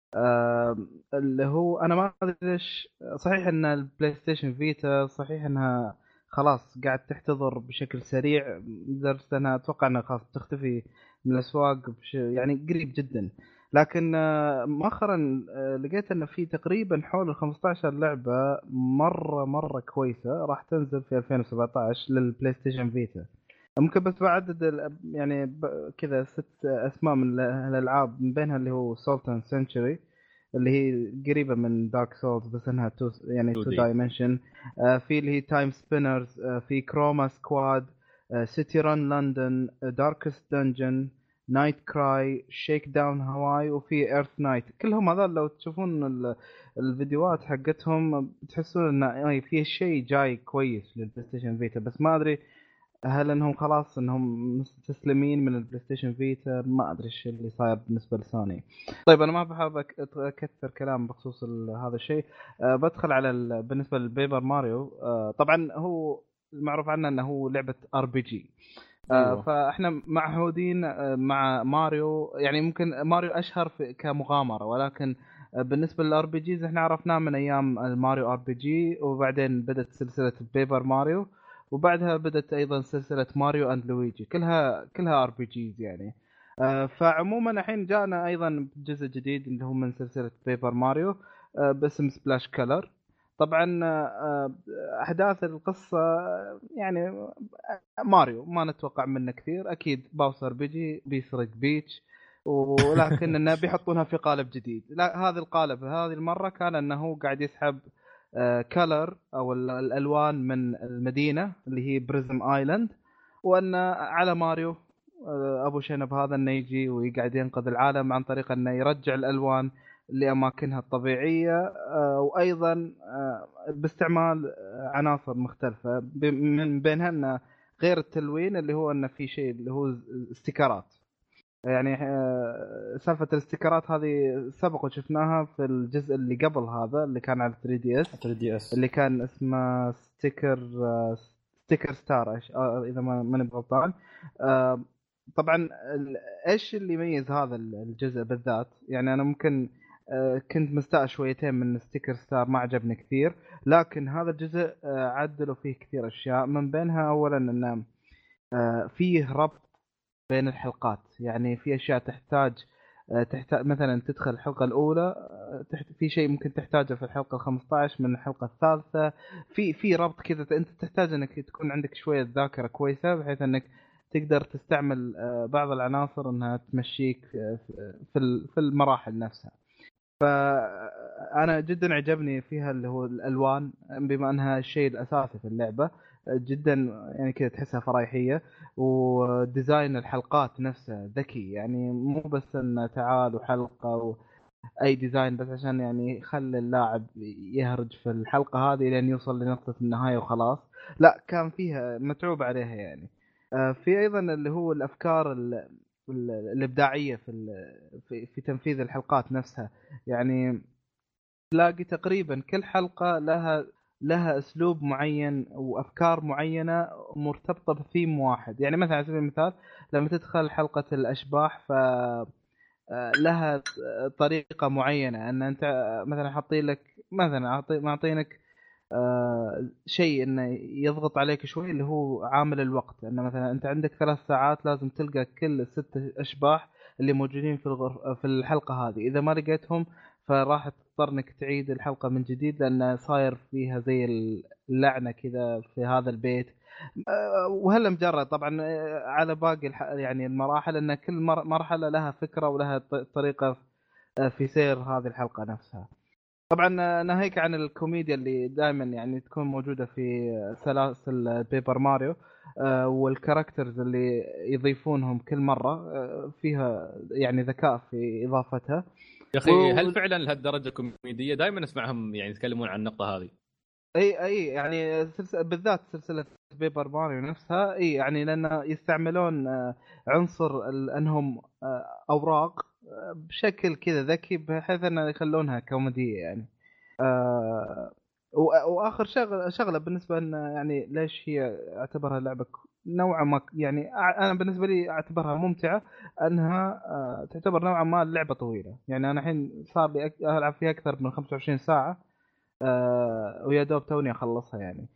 اللي هو انا ما ادري ليش. صحيح ان البلاي ستيشن فيتا صحيح انها خلاص قاعد تحتضر بشكل سريع لدرجه انها اتوقع انها خلاص تختفي من الاسواق يعني قريب جدا. لكن مؤخرا لقيت ان في تقريبا حول 15 لعبه مره كويسه راح تنزل في 2017 للبلاي ستيشن فيتا. ممكن بس بعدد يعني كذا 6 اسماء من الالعاب، من بينها اللي هو سولت اند سنتشري اللي هي قريبه من دارك سولز بس انها يعني 2 دايمنشن. في اللي هي تايم سبينرز، في كروما سكواد، سيتي ران لندن، داركست دنجن، نايت كراي، شيك داون هواي، وفي ايرث نايت. كلهم هذول لو تشوفون الفيديوهات حقتهم بتحسون ان في شيء جاي كويس للبلاي ستيشن فيتا. بس ما ادري هل انهم خلاص انهم مستسلمين من البلاي ستيشن فيتا، ما ادري ايش اللي صاير بالنسبه لسوني. طيب انا ما بحب اكثر كلام بخصوص هذا الشيء. بدخل على بالنسبه للبيبر ماريو. طبعا هو المعروف عنه انه هو لعبه ار بي جي. فاحنا معهودين مع ماريو، يعني ممكن ماريو اشهر كمغامره، ولكن بالنسبه للار بي جيز احنا عرفناه من ايام الماريو ار بي جي، وبعدين بدت سلسله بيبر ماريو، وبعدها بدت ايضا سلسله ماريو اند لويجي، كلها ار بي جيز يعني. فعموما الحين جاءنا ايضا جزء جديد اللي هو من سلسله بيبر ماريو باسم سبلاش كلر. طبعا احداث القصه يعني ماريو ما نتوقع منه كثير. اكيد باوسر بيجي بيسرق بيتش، ولكن انه بيحطونها في قالب جديد. لا، هذا القالب هذه المره كان انه قاعد يسحب كلر او الالوان من المدينه اللي هي بريزم ايلاند، وان على ماريو ابو شنب هذا انه يجي ويقعد ينقذ العالم عن طريق انه يرجع الالوان لاماكنها الطبيعيه، وايضا باستعمال عناصر مختلفه من بينها غير التلوين اللي هو انه في شيء اللي هو استيكرات. يعني سالفه الاستيكرات هذه سبق وشفناها في الجزء اللي قبل هذا اللي كان على 3DS اللي كان اسمه ستيكر ستار اذا ما غلطان. طبعا ايش اللي يميز هذا الجزء بالذات؟ يعني انا ممكن كنت مستاء شويتين من ستيكر ستار، ما عجبني كثير، لكن هذا الجزء عدلوا فيه كثير اشياء. من بينها اولا ان فيه ربط بين الحلقات، يعني في اشياء تحتاج مثلا تدخل الحلقه الاولى في شيء ممكن تحتاجه في الحلقه 15 من الحلقه الثالثه. في ربط كذا، انت تحتاج انك تكون عندك شويه ذاكره كويسه بحيث انك تقدر تستعمل بعض العناصر انها تمشيك في المراحل نفسها. فانا جدا عجبني فيها اللي هو الالوان، بما انها الشيء الاساسي في اللعبه جدا، يعني كذا تحسها فرايحيه. وديزاين الحلقات نفسها ذكي، يعني مو بس ان تعال وحلقه او اي ديزاين بس عشان يعني يخلي اللاعب يهرج في الحلقه هذه لين يوصل لنقطه النهايه وخلاص. لا، كان فيها متعوب عليها يعني. في ايضا اللي هو الافكار الابداعيه في تنفيذ الحلقات نفسها. يعني تلاقي تقريبا كل حلقه لها اسلوب معين وافكار معينه مرتبطه بثيم واحد. يعني مثلا على سبيل المثال لما تدخل حلقه الاشباح ف لها طريقه معينه، ان انت مثلا حاطين لك مثلا معطينك شيء انه يضغط عليك شوي، اللي هو عامل الوقت. انه مثلا انت عندك 3 ساعات لازم تلقى كل 6 اشباح اللي موجودين في الحلقه هذه. اذا ما لقيتهم فراح تضطر انك تعيد الحلقه من جديد، لان صاير فيها زي اللعنه كذا في هذا البيت. وهلا مجرد طبعا على باقي يعني المراحل، ان كل مرحله لها فكره ولها طريقه في سير هذه الحلقه نفسها. طبعا ناهيك عن الكوميديا اللي دائما يعني تكون موجوده في سلاسل بيبر ماريو، والكاركترز اللي يضيفونهم كل مره فيها يعني ذكاء في اضافتها. يا اخي هل فعلا لهالدرجه كوميديه؟ دائما اسمعهم يعني يتكلمون عن النقطه هذه. اي يعني بالذات سلسله بيبر ماريو نفسها، اي يعني لان يستعملون عنصر انهم اوراق بشكل كذا ذكي، بحيث انه يخلونها كوميديه يعني. واخر شغله بالنسبه لنا، يعني ليش هي اعتبرها لعبه نوعا ما، يعني انا بالنسبه لي اعتبرها ممتعه، انها تعتبر نوعا ما لعبه طويله. يعني انا الحين صار لي العب فيها اكثر من 25 ساعه، ويا دوب توني اخلصها يعني.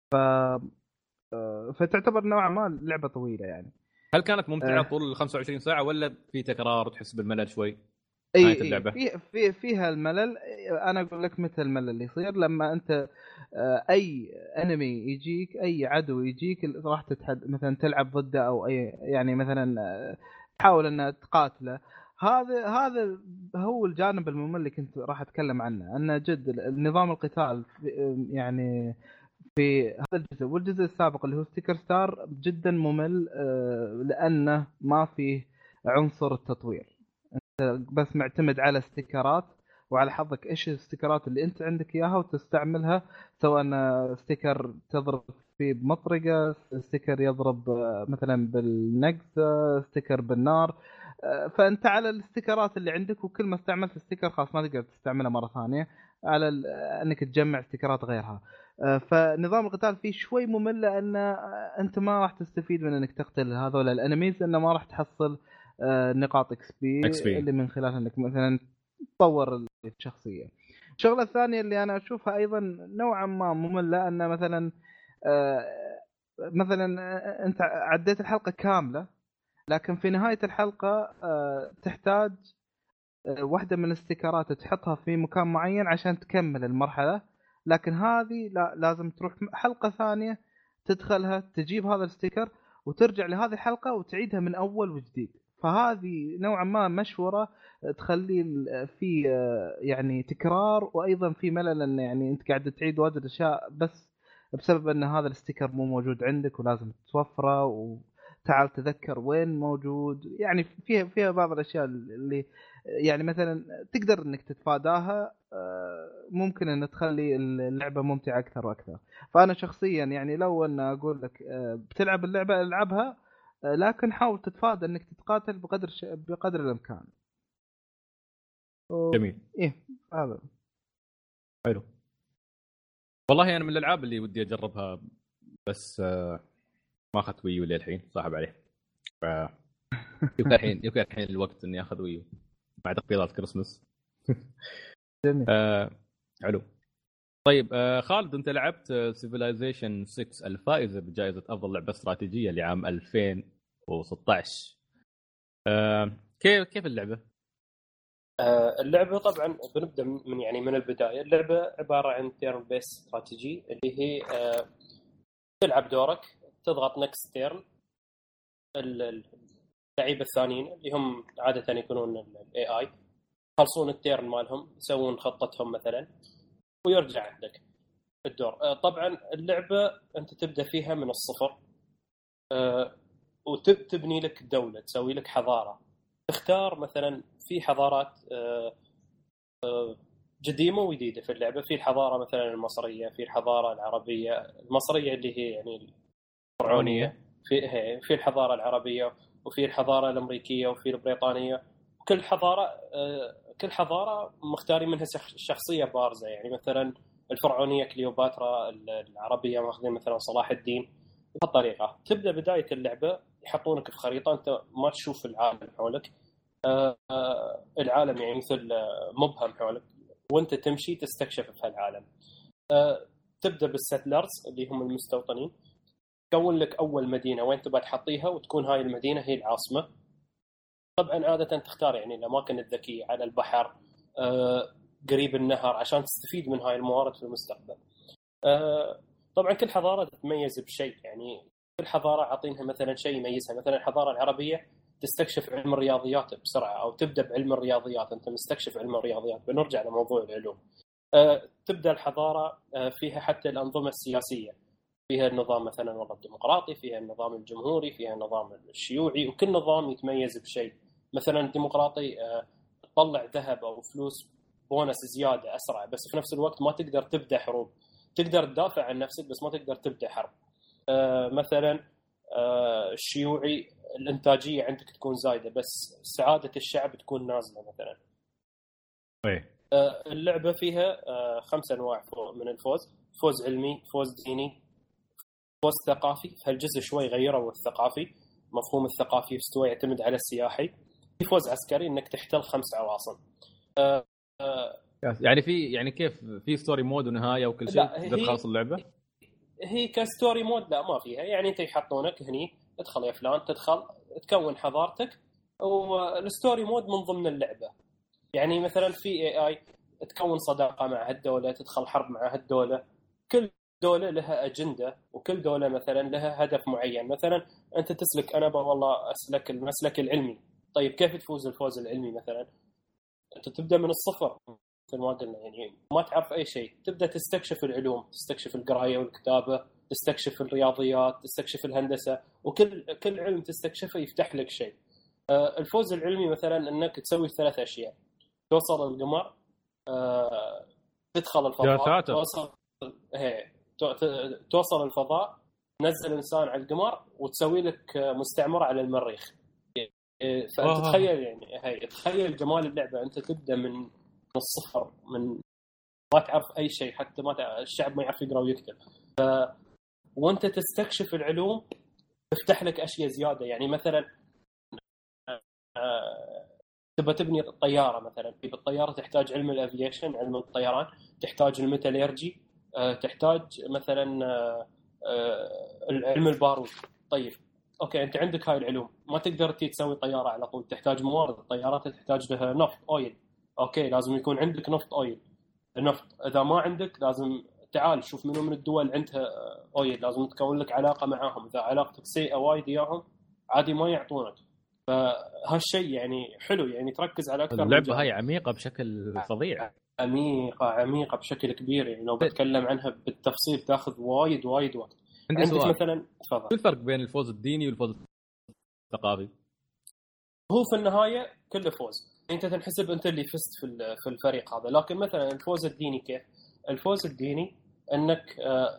فتعتبر نوعا ما لعبه طويله يعني. هل كانت ممتعه طول ال 25 ساعه ولا في تكرار وتحس بالملل شوي؟ اي فيها الملل. انا اقول لك متى الملل اللي يصير، لما انت اي انمي يجيك، اي عدو يجيك راح مثلا تلعب ضده، او اي يعني مثلا تحاول ان تقاتله. هذا هو الجانب الممل اللي كنت راح اتكلم عنه، انه جد نظام القتال يعني في هذا الجزء والجزء السابق اللي هو ستيكر ستار جدا ممل، لانه ما فيه عنصر التطوير. بس معتمد على استيكرات وعلى حظك ايش الاستيكرات اللي انت عندك اياها وتستعملها، سواء ستيكر تضرب فيه بمطرقه، ستيكر يضرب مثلا بالنقز، ستيكر بالنار. فانت على الاستيكرات اللي عندك، وكل ما استعملت ستيكر خلاص ما تقدر تستعملها مره ثانيه، على انك تجمع استيكرات غيرها. فنظام القتال فيه شوي ممل، لان انت ما راح تستفيد من انك تقتل هذول الانميز، لانه ما راح تحصل نقاط اكس بي اللي من خلالها انك مثلا تطور الشخصيه. الشغله الثانيه اللي انا اشوفها ايضا نوعا ما ممله، ان مثلا انت عديت الحلقه كامله، لكن في نهايه الحلقه تحتاج واحده من الاستيكرات تحطها في مكان معين عشان تكمل المرحله. لكن هذه لا، لازم تروح حلقه ثانيه تدخلها تجيب هذا الاستيكر وترجع لهذه الحلقه وتعيدها من اول وجديد. فهذه نوعا ما مشوره تخلي في يعني تكرار، وايضا في ملل، ان يعني انت قاعد تعيد واجد اشياء بس بسبب ان هذا الاستيكر مو موجود عندك ولازم توفره، وتعال تذكر وين موجود. يعني فيها بعض الاشياء اللي يعني مثلا تقدر انك تتفاداها، ممكن ان تخلي اللعبه ممتعه اكثر واكثر. فانا شخصيا يعني لو ان اقول لك بتلعب اللعبه العبها، لكن حاول تتفادى انك تتقاتل بقدر الامكان. جميل. ايه هذا حلو. والله انا من الالعاب اللي ودي اجربها، بس ما اخذت ويو للحين، صاحب عليه. ف يمكن الحين الوقت اني اخذ ويو مع تخفيضات كريسمس. جميل. حلو. طيب خالد، انت لعبت سيفيلايزيشن 6 الفائزه بجائزه افضل لعبه استراتيجيه لعام 2016. كيف اللعبه؟ اللعبه طبعا بنبدا من البدايه. اللعبه عباره عن تيرن بيس استراتيجي، اللي هي تلعب دورك، تضغط نكست تيرن، اللعيبه الثانيين اللي هم عاده يكونون الاي اي، يخلصون التيرن مالهم، يسوون خطتهم مثلا، ويرجع عندك الدور. طبعا اللعبه انت تبدا فيها من الصفر، وتبني لك دوله، تسوي لك حضاره، تختار مثلا في حضارات قديمه وجديده في اللعبه. في الحضاره مثلا المصريه، في الحضاره العربيه، المصريه اللي هي يعني الفرعونيه، في الحضاره العربيه، وفي الحضاره الامريكيه، وفي البريطانيه. كل حضاره مختارين منها شخصيه بارزه، يعني مثلا الفرعونيه كليوباترا، العربيه ماخذين مثلا صلاح الدين. بهالطريقه تبدا بدايه اللعبه، يحطونك في خريطه انت ما تشوف العالم حولك، العالم يعني مثل مبهم حولك، وانت تمشي تستكشف في هالعالم. تبدا بالسيتلرز اللي هم المستوطنين، تكون لك اول مدينه وين تبغى تحطيها، وتكون هاي المدينه هي العاصمه. طبعا عاده تختار يعني الاماكن الذكيه على البحر، قريب النهر، عشان تستفيد من هاي الموارد في المستقبل. طبعا كل حضاره تتميز بشيء، يعني كل حضاره عاطينها مثلا شيء يميزها. مثلا الحضاره العربيه تستكشف علم الرياضيات بسرعه، او تبدا بعلم الرياضيات، انت مستكشف علم الرياضيات. بنرجع لموضوع العلوم. تبدا الحضاره فيها حتى الانظمه السياسيه، فيها النظام مثلا والله الديمقراطي، فيها النظام الجمهوري، فيها النظام الشيوعي، وكل نظام يتميز بشيء. مثلا الديمقراطي تطلع ذهب او فلوس بونس زياده اسرع، بس في نفس الوقت ما تقدر تبدا حروب، تقدر تدافع عن نفسك بس ما تقدر تبدا حرب. مثلا الشيوعي الانتاجيه عندك تكون زايده، بس سعاده الشعب تكون نازله مثلا. اللعبه فيها 5 انواع من الفوز: فوز علمي، فوز ديني، فوز ثقافي. في هالجزء شوي غيروا الثقافي، مفهوم الثقافي استوى يعتمد على السياحي. في فوز عسكري انك تحتل 5 عواصم. يعني في يعني كيف في ستوري مود ونهايه وكل شيء تقدر تخلص اللعبه؟ هي كستوري مود لا ما فيها، يعني انت يحطونك هني ادخل يا فلان، تدخل تكون حضارتك، والستوري مود من ضمن اللعبه. يعني مثلا في اي تكون صداقه مع هالدوله، تدخل حرب مع هالدوله. كل دولة لها أجندة، وكل دولة مثلا لها هدف معين. مثلا أنت تسلك، أنا والله أسلك المسلك العلمي. طيب كيف تفوز الفوز العلمي؟ مثلا أنت تبدأ من الصفر مثل ما قلنا، يعني ما تعرف أي شيء، تبدأ تستكشف العلوم، تستكشف القراية والكتابة، تستكشف الرياضيات، تستكشف الهندسة، وكل علم تستكشفه يفتح لك شيء. الفوز العلمي مثلا أنك تسوي 3 أشياء: توصل القمر، تدخل الفضاء، توصل الفضاء، تنزل إنسان على القمر، وتسوي لك مستعمرة على المريخ. فأنت تخيل يعني تخيل جمال اللعبة. أنت تبدأ من الصفر، من ما تعرف أي شيء، حتى الشعب ما يعرف يقرأ ويكتب. وأنت تستكشف العلوم تفتح لك أشياء زيادة. يعني مثلا تبى تبني الطيارة مثلا، بالطيارة تحتاج علم الأفيشن، علم الطيران، تحتاج الميتاليرجي، تحتاج مثلا علم البارود. طيب اوكي، انت عندك هاي العلوم، ما تقدر تسوي طياره على طول، تحتاج موارد. الطيارات تحتاج لها نفط، اويل. اوكي لازم يكون عندك نفط، اويل. النفط اذا ما عندك لازم تعال شوف منو من الدول عندها اويل، لازم تكون لك علاقه معاهم. اذا علاقتك سيئه وايد وياهم عادي ما يعطونك. فهالشيء يعني حلو، يعني تركز على اكثر. اللعبه هاي عميقه بشكل فظيع، عميقه بشكل كبير، يعني لو بتكلم عنها بالتفصيل تاخذ وايد وقت. عندك سؤال. مثلا تفضل، شو الفرق بين الفوز الديني والفوز الثقافي؟ هو في النهايه كله فوز، انت تنحسب انت اللي فزت في الفريق هذا. لكن مثلا الفوز الديني كيف؟ الفوز الديني انك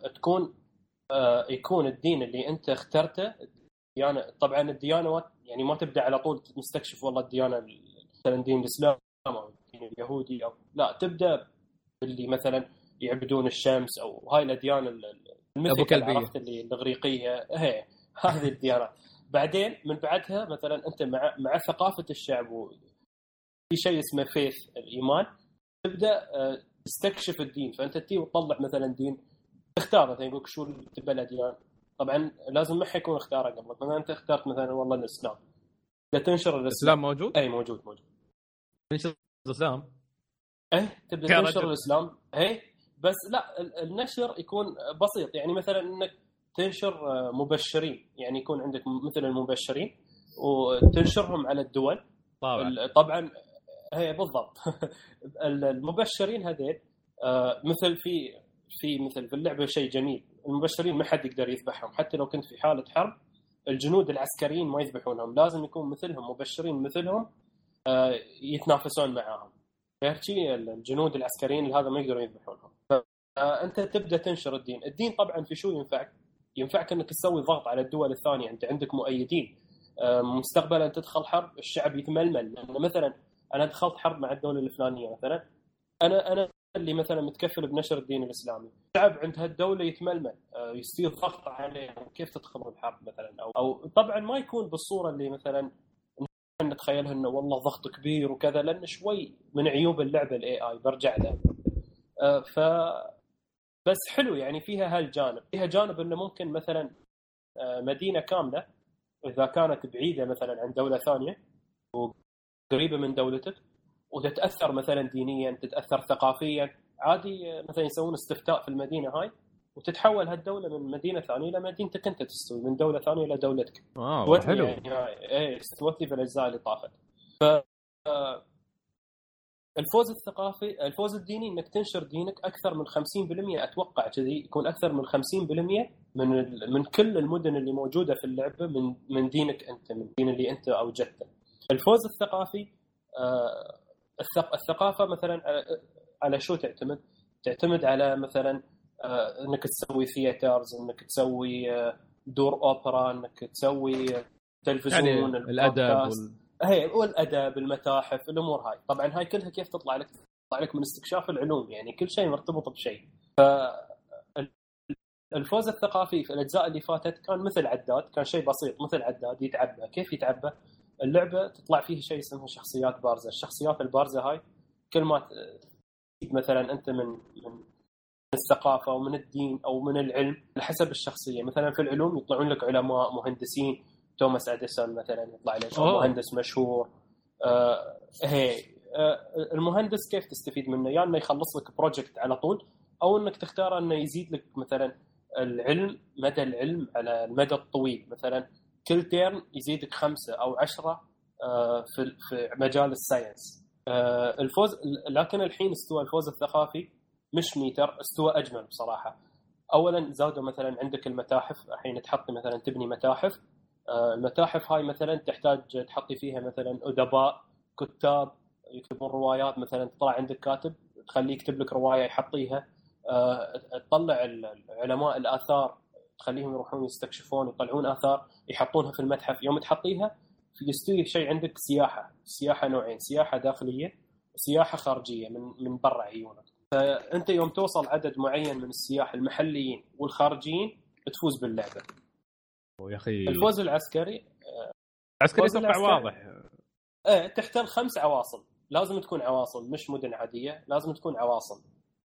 يكون الدين اللي انت اخترته ديانه. طبعا الديانه يعني ما تبدا على طول نستكشف والله الديانه مثلا دين الاسلام او الدين اليهودي، او لا، تبدا اللي مثلا يعبدون الشمس، او هاي الاديان الميثيكال، عرفت، اللي الاغريقيه، هي هذه الديانات. بعدين من بعدها مثلا انت مع ثقافه الشعب، وفي شيء اسمه فيث، الايمان، تبدا تستكشف الدين. فانت تي وتطلع مثلا دين، تختار مثلا يقولك شو تبى الاديان. طبعا لازم ما يكون اختاره قبل. مثلا انت اخترت مثلا والله الاسلام، تبدا تنشر الاسلام. موجود؟ اي موجود. تنشر الاسلام، تبدا تنشر الاسلام. بس لا، النشر يكون بسيط. يعني مثلا انك تنشر مبشرين، يعني يكون عندك مثل المبشرين وتنشرهم على الدول. طبعا هي بالضبط. المبشرين هذول مثل في مثل في اللعبه شيء جميل، المبشرين ما حد يقدر يذبحهم، حتى لو كنت في حاله حرب الجنود العسكريين ما يذبحونهم، لازم يكون مثلهم مبشرين مثلهم يتنافسون معاهم. غير شيء الجنود العسكريين هذا ما يقدرون يذبحونهم. فأنت تبدأ تنشر الدين طبعا في شو ينفعك أنك تسوي ضغط على الدول الثانية. أنت عندك مؤيدين، مستقبلا تدخل حرب الشعب يتململ، لأن مثلا أنا دخلت حرب مع الدولة الفلانية مثلا، أنا اللي مثلا متكفل بنشر الدين الإسلامي، الشعب عند هالدولة يتململ، يصير ضغط عليهم كيف تدخلون الحرب مثلا، أو طبعا ما يكون بالصورة اللي مثلا نتخيلها انه والله ضغط كبير وكذا، لان شوي من عيوب اللعبه الاي اي برجع له. ف بس حلو يعني فيها هالجانب، فيها جانب انه ممكن مثلا مدينه كامله اذا كانت بعيده مثلا عن دوله ثانيه وقريبه من دولتك وتتاثر مثلا دينيا، تتاثر ثقافيا، عادي مثلا يسوون استفتاء في المدينه هاي وتتحول هالدوله من مدينه ثانيه الى مدينتك انت، تستوي من دوله ثانيه الى دولتك. حلو يعني ايه استوت لي في الاجزاء اللي طافت. ف الفوز الثقافي، الفوز الديني، انك تنشر دينك اكثر من 50%، اتوقع كذي يكون اكثر من 50% من كل المدن اللي موجوده في اللعبه من دينك انت، من الدين اللي انت اوجدته. الفوز الثقافي، الثقافه مثلا على شو تعتمد على مثلا انك تسوي ثياترز، انك تسوي دور اوبرا، انك تسوي تلفزيون، يعني الادب والادب، المتاحف، الامور هاي. طبعا هاي كلها كيف تطلع لك من استكشاف العلوم، يعني كل شيء مرتبط بشيء. فالفوز الثقافي في الاجزاء اللي فاتت كان مثل عداد، كان شيء بسيط مثل عداد يتعبى. كيف يتعبى؟ اللعبه تطلع فيه شيء اسمه شخصيات بارزه. الشخصيات البارزه هاي كل ما مثلا انت من الثقافه او من الدين او من العلم على حسب الشخصيه. مثلا في العلوم يطلعون لك علماء، مهندسين، توماس اديسون مثلا يطلع لك مهندس مشهور. المهندس كيف تستفيد منه؟ يعني انه يخلص لك بروجكت على طول، او انك تختار انه يزيد لك مثلا العلم، مدى العلم على المدى الطويل. مثلا كل تيرن يزيدك 5 أو 10 في مجال الساينس. الفوز، لكن الحين استوى الفوز الثقافي مش ميتر، استوى أجمل بصراحة. أولا زادوا مثلا عندك المتاحف، الحين تحطي مثلا تبني متاحف. المتاحف هاي مثلا تحتاج تحطي فيها مثلا أدباء، كتاب يكتبون روايات. مثلا تطلع عندك كاتب تخليه يكتب لك رواية يحطيها. تطلع علماء الآثار تخليهم يروحون يستكشفون، يطلعون آثار يحطونها في المتحف. يوم تحطيها يستوي شيء عندك سياحة نوعين، سياحة داخلية وسياحة خارجية من برا عيونك. فأنت يوم توصل عدد معين من السياح المحليين والخارجيين تفوز باللعبة. يا أخي الفوز العسكري أتوقع واضح. تحتل 5 عواصم، لازم تكون عواصم مش مدن عادية، لازم تكون عواصم.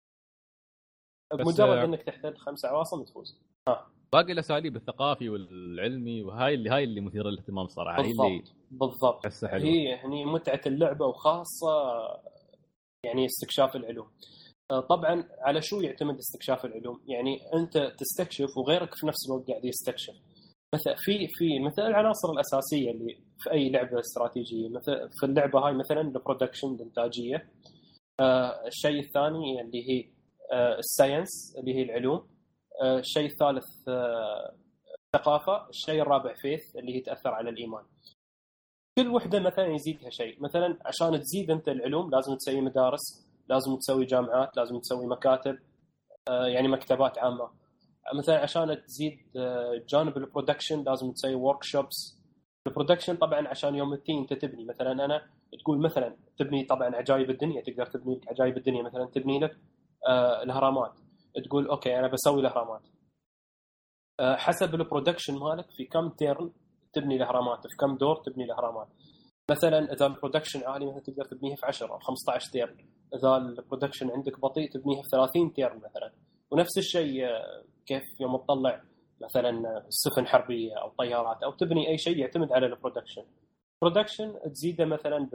بمجرد انك تحتل 5 عواصم تفوز. باقي الاساليب الثقافي والعلمي وهاي اللي مثيره للاهتمام صراحه. بالضبط هي يعني متعه اللعبه، وخاصه يعني استكشاف العلوم. طبعا على شو يعتمد استكشاف العلوم؟ يعني انت تستكشف وغيرك في نفس الوقت قاعد يستكشف. مثلا في مثلا العناصر الاساسيه اللي في اي لعبه استراتيجيه، مثلا في اللعبه هاي مثلا البرودكشن، الانتاجيه. الشيء الثاني اللي هي الساينس اللي هي العلوم. الشيء الثالث الثقافة. الشيء الرابع فيث اللي هي تأثر على الإيمان. كل وحدة مثلا يزيدها شيء. مثلا عشان تزيد أنت العلوم لازم تسوي مدارس، لازم تسوي جامعات، لازم تسوي مكاتب، يعني مكتبات عامة. مثلا عشان تزيد جانب البرودكشن لازم تسوي وركشوبس. البرودكشن طبعا عشان يوم انت تبني، مثلا أنا تقول مثلا تبني طبعا عجائب الدنيا، تقدر تبني لك عجائب الدنيا. مثلا تبني لك الأهرامات، تقول أوكي أنا بسوي الأهرامات. حسب البرودكشن مالك في كم تيرن تبني الأهرامات، في كم دور تبني الأهرامات. مثلا إذا البرودكشن عالي مثلا تقدر تبنيها في 10 أو 15 تيرن. إذا البرودكشن عندك بطيء تبنيها في 30 تيرن مثلا. ونفس الشيء كيف يوم تطلع مثلا سفن حربية أو طيارات أو تبني أي شيء يعتمد على البرودكشن. تزيده مثلا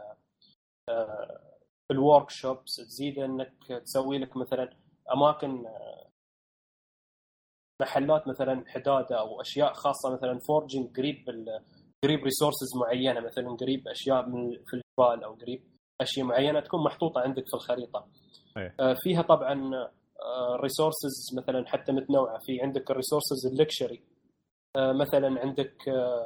بالورك شوبس، تزيد انك تسوي لك مثلا اماكن محلات مثلا حداده او اشياء خاصه مثلا فورجينج قريب ريسورسز معينه، مثلا قريب اشياء في الجبال او قريب اشياء معينه تكون محطوطه عندك في الخريطه. فيها طبعا ريسورسز مثلا حتى متنوعه، في عندك الريسورسز اللكشري، مثلا عندك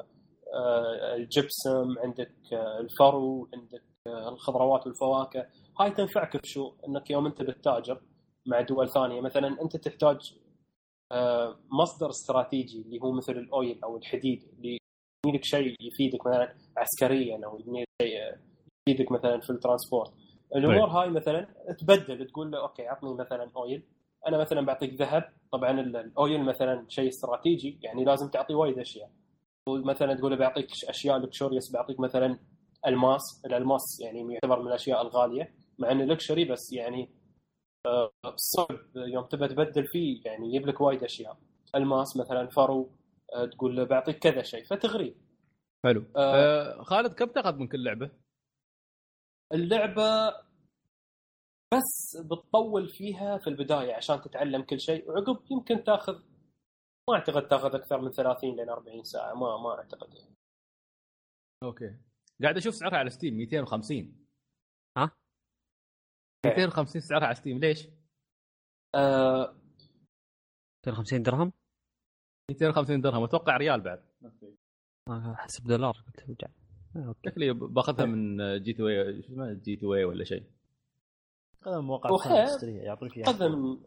الجبسم، عندك الفرو، عندك الخضروات والفواكه. هاي تنفعك في شو؟ انك يوم انت بتتاجر مع دول ثانيه مثلا انت تحتاج مصدر استراتيجي اللي هو مثل الاويل او الحديد اللي يفيدك شيء يفيدك مثلا عسكريا او شيء يفيدك مثلا في الترانسبورت. الامور هاي مثلا تبدل، تقول له اوكي عطني مثلا اويل، انا مثلا بعطيك ذهب. طبعا الاويل مثلا شيء استراتيجي يعني لازم تعطي وايد اشياء. مثلا تقول له بعطيك اشياء لكشوريوس، بعطيك مثلا الماس. الالماس يعني يعتبر من الاشياء الغاليه مع انه لكشري، بس يعني صعب يوم تبى تبدل فيه يعني يجيب لك وايد اشياء. الماس مثلا فرو، تقول له بعطيك كذا شيء فتغري. حلو. خالد كم تاخذ من كل لعبه؟ اللعبه بس بتطول فيها في البدايه عشان تتعلم كل شيء، وعقب يمكن تاخذ، ما اعتقد تاخذ اكثر من 30 لين 40 ساعه، ما اعتقد يعني. اوكي. قاعد اشوف سعرها على ستيم 250. ها 250 سعرها على ستيم، ليش 250 درهم؟ 250 درهم اتوقع ريال بعد، حسب دولار قلت وجع. شكلي باخذها من جي تو اي، شو اسمه جي تو اي ولا شيء. هذا مواقع تشتريها يعطيك اياها. قدم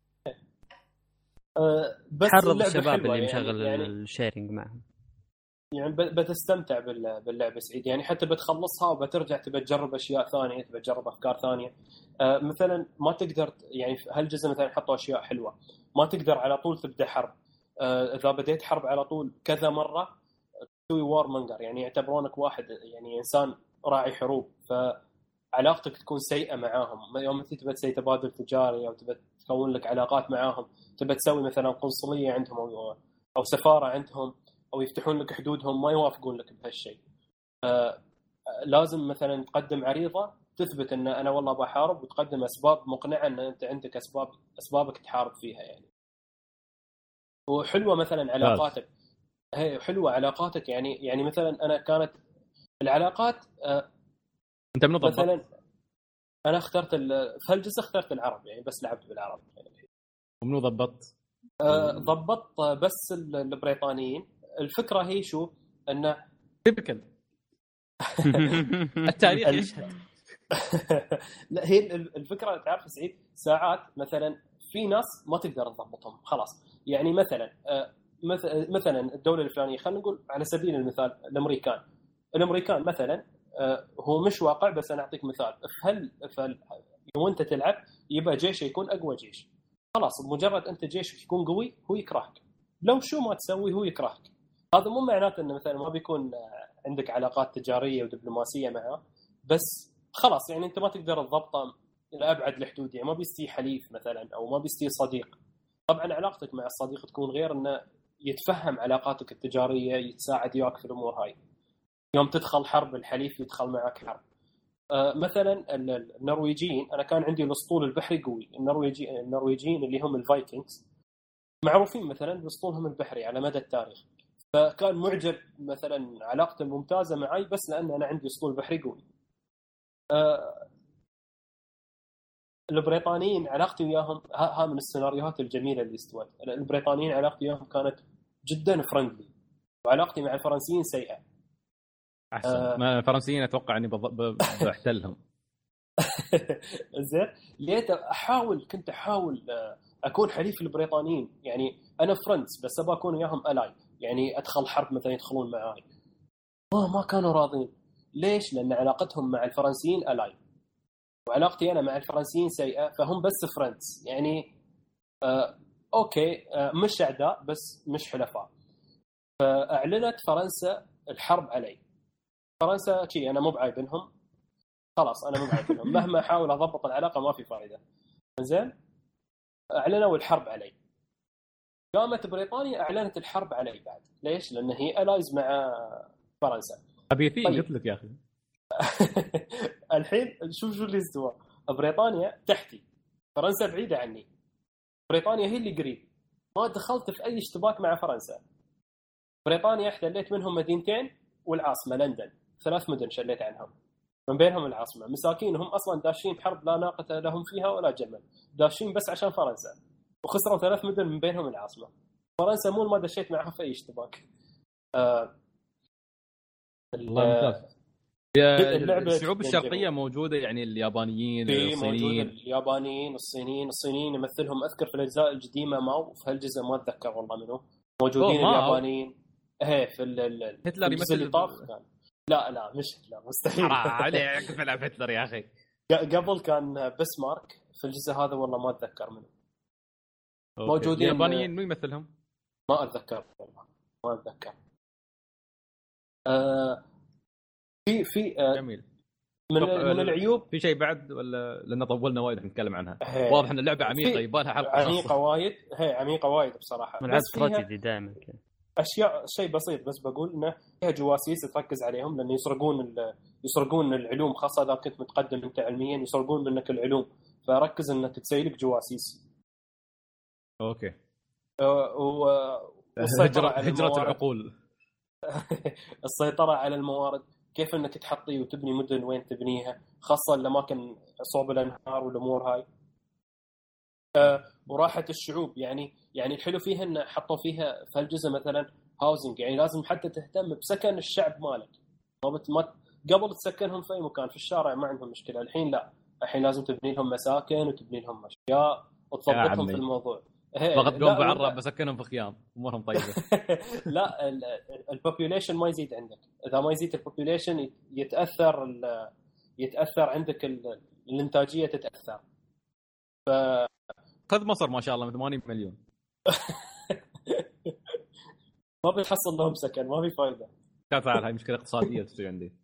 بس حرض الشباب اللي مشغل يعني الشيرنج معهم، يعني بتستمتع باللعبه سعيد يعني. حتى بتخلصها وبترجع تبى تجرب اشياء ثانيه، تبى تجرب افكار ثانيه. مثلا ما تقدر يعني في هالجزء مثلا حطوا اشياء حلوه، ما تقدر على طول تبدا حرب. اذا بديت حرب على طول كذا مره تسوي وار مونجر، يعني يعتبرونك واحد يعني انسان راعي حروب، فعلاقتك تكون سيئه معاهم. يوم انت تبى تسوي تبادل تجاري او تبى تكون لك علاقات معاهم، تبى تسوي مثلا قنصليه عندهم او سفاره عندهم، او يفتحون لك حدودهم، ما يوافقون لك بهالشيء. لازم مثلا تقدم عريضه تثبت ان انا والله بحارب، وتقدم اسباب مقنعه ان انت عندك اسبابك تحارب فيها يعني. وحلوه مثلا علاقاتك، هي حلوه علاقاتك يعني مثلا انا كانت العلاقات انت منو ضبط؟ مثلا انا اخترت في هالجزء اخترت العرب يعني، بس لعبت بالعرب يعني. ومنو ضبط؟ ضبط بس البريطانيين. الفكره هي شو انه تيبكل التاريخ يشهد. لا هي الفكره تعرف سعيد، ساعات مثلا في ناس ما تقدر تضبطهم خلاص يعني. مثلا الدوله الفلانيه، خلينا نقول على سبيل المثال الامريكان مثلا هو مش واقع، بس انا اعطيك مثال. وانت تلعب يبقى جيش يكون اقوى جيش، خلاص بمجرد انت جيشك يكون قوي هو يكرهك، لو شو ما تسوي هو يكرهك. هذا مو معناته انه مثلا ما بيكون عندك علاقات تجاريه ودبلوماسيه معه، بس خلاص يعني انت ما تقدر تضبطه الى ابعد الحدود يعني. ما بيستي حليف مثلا او ما بيستي صديق. طبعا علاقتك مع الصديق تكون غير، انه يتفهم علاقاتك التجاريه، يتساعد وياك في الامور هاي. يوم تدخل حرب الحليف يدخل معك حرب. مثلا النرويجيين، انا كان عندي الاسطول البحري قوي. النرويجيين اللي هم الفايكنجز معروفين مثلا باسطولهم البحري على مدى التاريخ، فكان معجب مثلا علاقته ممتازه معي بس لان انا عندي اسطول بحري قوي. البريطانيين علاقتي وياهم ها من السيناريوهات الجميله اللي استوت. البريطانيين علاقتي وياهم كانت جدا فرندلي، وعلاقتي مع الفرنسيين سيئه. احسن ما الفرنسيين اتوقع اني بحتلهم. زين ليت كنت احاول اكون حليف البريطانيين يعني. انا فرنس بس ابغى اكون وياهم الاي يعني، ادخل حرب مثلا يدخلون معاي. ما كانوا راضين. ليش؟ لان علاقتهم مع الفرنسيين الاي، وعلاقتي انا مع الفرنسيين سيئه، فهم بس فرنس يعني. اوكي مش اعداء بس مش حلفاء. فاعلنت فرنسا الحرب علي. فرنسا شيء انا مو بعايبنهم، خلاص انا مو بعايبنهم. مهما احاول اضبط العلاقه ما في فائده. زين اعلنوا الحرب علي. قامت بريطانيا اعلنت الحرب علي بعد. ليش؟ لان هي الايز مع فرنسا. ابي فيه قلت لك يا اخي. الحين شوف اللي استوى. بريطانيا تحتي، فرنسا بعيده عني، بريطانيا هي اللي قريب. ما دخلت في اي اشتباك مع فرنسا. بريطانيا احتليت منهم مدينتين والعاصمه لندن، 3 مدن شليت عنهم، من بينهم العاصمه. مساكين هم اصلا داشين حرب لا ناقه لهم فيها ولا جمل، داشين بس عشان فرنسا، وخسروا 3 مدن من بينهم العاصمه. فرنسا مو ما دشيت معها في اي اشتباك. والله ممتاز. الشعوب الشرقيه موجوده، يعني اليابانيين، الصينيين. اليابانيين، الصينيين يمثلهم اذكر في الاجزاء القديمه ماو، في هالجزء ما اتذكر والله منه موجودين اليابانيين. في هتلر يمثل كان. لا مش هتلر، مستحيل. عليك فيلم هتلر يا اخي. قبل كان بسمارك في الجزء هذا والله ما اتذكر منه. موجودين اليابانيين مين يمثلهم؟ ما اتذكر والله ما اتذكر. في جميل. من العيوب في شيء بعد ولا لأن طولنا وايد نتكلم عنها؟ واضح ان اللعبه عميقه، يبغى لها حلقه عميقه وايد. هي عميقه وايد بصراحه. من عاد استراتيجي دائما كذا. اشياء شيء بسيط بس بقول انه فيها جواسيس تركز عليهم، لان يسرقون العلوم، خاصه اذا كنت متقدم انت علميا يسرقون منك العلوم، فركز انك تسوي لك جواسيس. اوكي. هجرة العقول. السيطره على الموارد، كيف انك تحطي وتبني مدن وين تبنيها، خاصه الاماكن صوب الانهار والامور هاي. وراحه الشعوب، يعني الحلو فيها ان حطوا فيها في هالجزء مثلا هاوزنج، يعني لازم حتى تهتم بسكن الشعب مالك. ما قبل تسكنهم في اي مكان في الشارع ما عندهم مشكله، الحين لا، الحين لازم تبني لهم مساكن وتبني لهم اشياء وتضبطهم في الموضوع. ضغط قوم بعرب بسكنهم في خيام، امورهم طيبه. لا البوبوليشن ما يزيد عندك، اذا ما يزيد البوبوليشن يتاثر عندك الانتاجيه تتاثر. خذ مصر ما شاء الله 80 مليون. ما بتحصل لهم سكن، ما في فايده. تعال هاي مشكله اقتصاديه تصير عندي.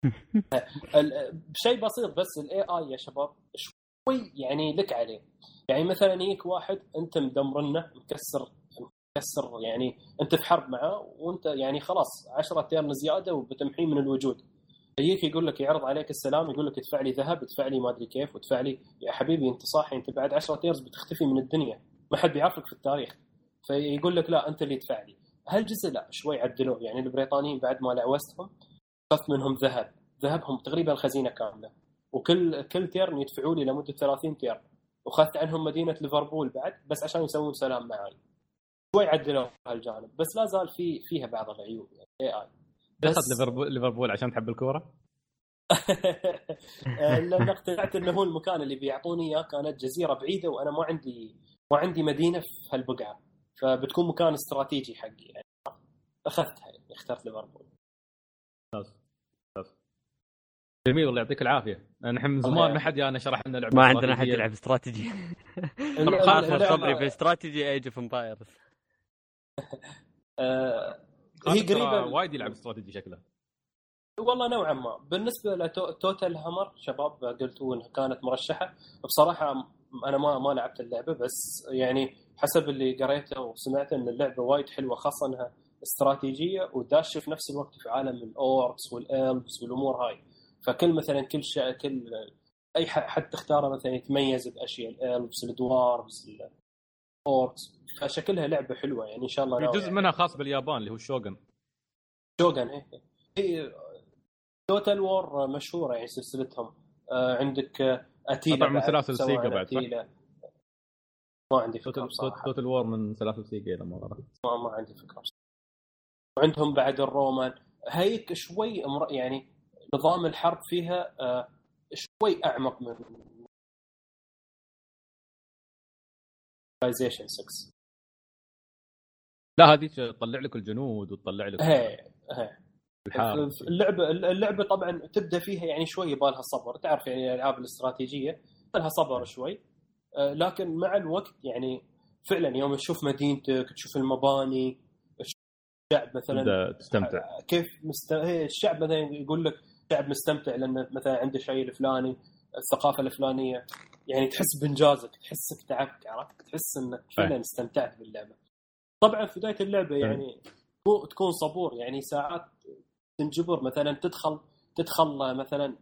بشيء بسيط بس الاي اي يا شباب شوي يعني لك عليه. يعني مثلا يجيك واحد انت مدمرنه مكسر، يعني انت في حرب معه وانت يعني خلاص 10 تيرن زياده وبتمحيه من الوجود. يجيك يقول لك يعرض عليك السلام، يقول لك ادفع لي ذهب، ادفع لي ما ادري كيف، وادفع لي. يا حبيبي انت صاحي، انت بعد 10 تيرز بتختفي من الدنيا، ما حد بيعرفك في التاريخ. فيقول لك لا انت اللي ادفع لي. هالجزء لا شوي عدلوه، يعني البريطانيين بعد ما لعوستهم خذت منهم ذهبهم تقريبا خزينه كامله، وكل تيرن يدفعوا لي لمده 30 تيرن، وخذت عنهم مدينه ليفربول بعد بس عشان يسوون سلام معي. شوي عدلوا هالجانب، بس لا زال فيها بعض العيوب يعني اي دخلت ليفربول عشان تحب الكوره. لأن اقتنعت انه هو المكان اللي بيعطوني اياه، كانت جزيره بعيده وانا ما عندي مدينه في هالبقعه، فبتكون مكان استراتيجي حقي يعني. اخذتها يعني، اخترت ليفربول. جميل والله يعطيك العافيه. نحن من زمان ما حد يانا شرح لنا لعبه، ما عندنا احد يلعب استراتيجي. خاصه صبري في استراتيجي ايج اوف امبايرز. هي قريبه وايد يلعب استراتيجي شكله والله نوعا ما. بالنسبه لتوتال هامر شباب قلتوا انها كانت مرشحه، بصراحه انا ما لعبت اللعبه، بس يعني حسب اللي قريته وسمعته ان اللعبه وايد حلوه، خاصه انها استراتيجيه وداشه في نفس الوقت في عالم الاوركس والالفز والامور هاي. فكل مثلا كل اي حد تختاره مثلا يتميز باشياء، الالفز، الدوارفز، الاوركس، فشكلها لعبه حلوه يعني ان شاء الله. في جزء منها خاص باليابان اللي هو شوغن. هي توتال وور مشهوره يعني سلسلتهم. عندك اتيلا من سلاسل سيجا بعد أتيلا. ما عندي فكره توتال وور من سلاسل سيجا لما ما عندي فكره بصراحة. وعندهم بعد الرومان، هيك شوي يعني نظام الحرب فيها شوي اعمق من Civilization 6. لا هذه تطلع لك الجنود وتطلع لك اللعبه طبعا تبدا فيها يعني شوي يبالها صبر، تعرف يعني الالعاب الاستراتيجيه يبالها صبر شوي، لكن مع الوقت يعني فعلا يوم تشوف مدينتك، تشوف المباني، الشعب مثلا تستمتع كيف الشعب مثلا يقول لك شعب مستمتع لان مثلا عنده شيء الفلاني، الثقافه الفلانيه، يعني تحس بانجازك، تحسك تعبت، عرفت، تحس انك فعلا استمتعت باللعبه. طبعا في بدايه اللعبه يعني تكون صبور، يعني ساعات تنجبر مثلا تدخل مثلا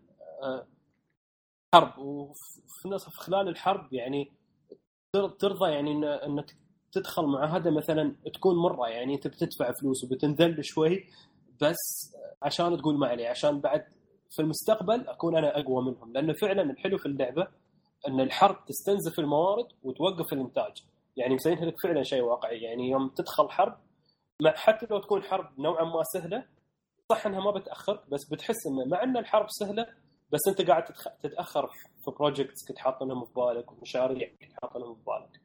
حرب، وفي خلال الحرب يعني ترضى يعني انك تدخل معاهده مثلا تكون مره، يعني انت بتدفع فلوس وبتنذل شوي بس عشان تقول ما عليه، عشان بعد في المستقبل اكون انا اقوى منهم. لانه فعلا الحلو في اللعبه ان الحرب تستنزف الموارد وتوقف الانتاج، يعني مسوينها لك فعلا شيء واقعي. يعني يوم تدخل حرب حتى لو تكون حرب نوعا ما سهله، صح انها ما بتاخرك، بس بتحس ان مع ان الحرب سهله بس انت قاعد تتاخر في بروجكتس كنت حاطينهم في بالك ومشاريع كنت حاطينهم في بالك.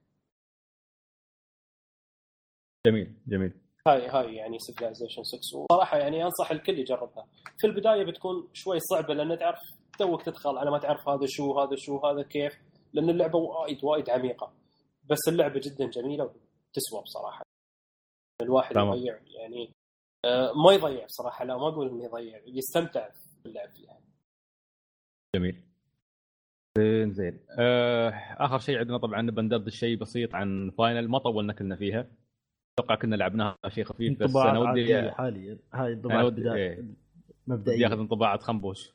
جميل. هاي يعني سيفلايزيشن 6 وصراحه يعني انصح الكل يجربها. في البدايه بتكون شوي صعبه لان تعرف توك تدخل على ما تعرف هذا شو هذا كيف، لان اللعبه وايد عميقه، بس اللعبه جدا جميله وتسوى بصراحه. الواحد يضيع يعني ما يضيع بصراحه، لا ما اقول انه يضيع، يستمتع باللعب فيها. جميل. زين اخر شيء عندنا طبعا بندردش شيء بسيط عن فاينل، ما طولنا كلنا فيها، اتوقع كنا لعبناها شيء خفيف، بس انا ودي حاليا هاي الطباعات مبدئيا ياخذ انطباعات خنبوش.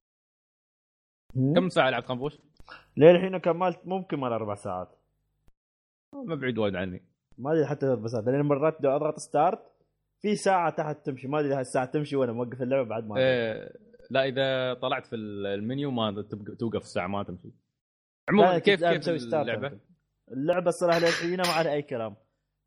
كم ساعه لعبت خنبوش؟ للحين كملت ممكن مال 4 ساعات، ما بعيد وايد عني، ما ادري حتى 4 ساعات، لان مرات بدي اضغط ستارت في ساعه تحت تمشي، ما ادري هالساعه تمشي وانا موقف اللعبه بعد ما لا اذا طلعت في المنيو ما توقف الساعه ما تمشي. عموما كيف اللعبه الصراحه للحين ما عليها اي كلام.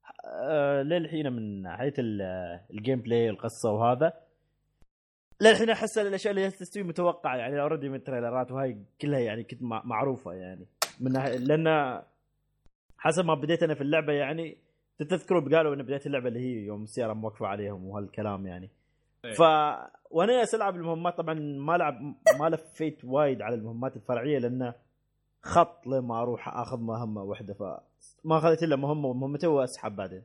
للحين من ناحيه الجيم بلاي والقصه وهذا للحين احس الاشياء اللي تستوي متوقعه، يعني اوريدي من التريلرات وهاي كلها يعني كنت معروفه، يعني من لان حسب ما بديت انا في اللعبه، يعني تذكروا قالوا ان بدايه اللعبه اللي هي يوم السياره موقفه عليهم وهالكلام يعني. وانا العب المهمات طبعا ما لفيت وايد على المهمات الفرعيه، لان خط لما اروح اخذ مهمه واحده، فما اخذت الا مهمه ومهمتين واسحب بعدين.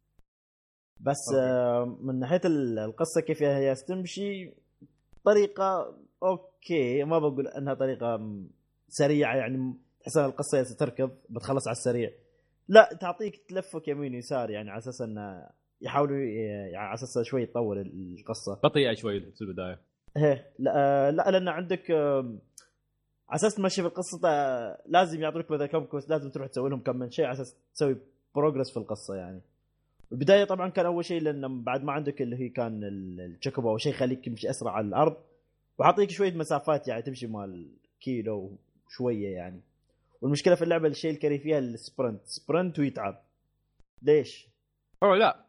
بس من ناحيه القصه كيف هي تمشي طريقه اوكي، ما بقول انها طريقه سريعه يعني تحس ان القصه ستركض بتخلص على السريع، لا تعطيك تلفك يمين يسار، يعني على اساس انه يحاولوا يعني على اساس شوي يطول القصه بطيئه شوي في البدايه. لا لان عندك على اساس تمشي في القصه لازم يعطوك مثلا كم كوست، لازم تروح تسوي لهم كم من شيء على اساس تسوي بروجرس في القصه. يعني البدايه طبعا كان اول شيء لان بعد ما عندك اللي هي كان التشيكوبا او شيء يخليك تمشي اسرع على الارض، وحاعطيك شويه مسافات يعني تمشي مال كيلو شويه يعني. والمشكله في اللعبه الشيء الكريه فيها السبرنت ويتعب. ليش؟ لا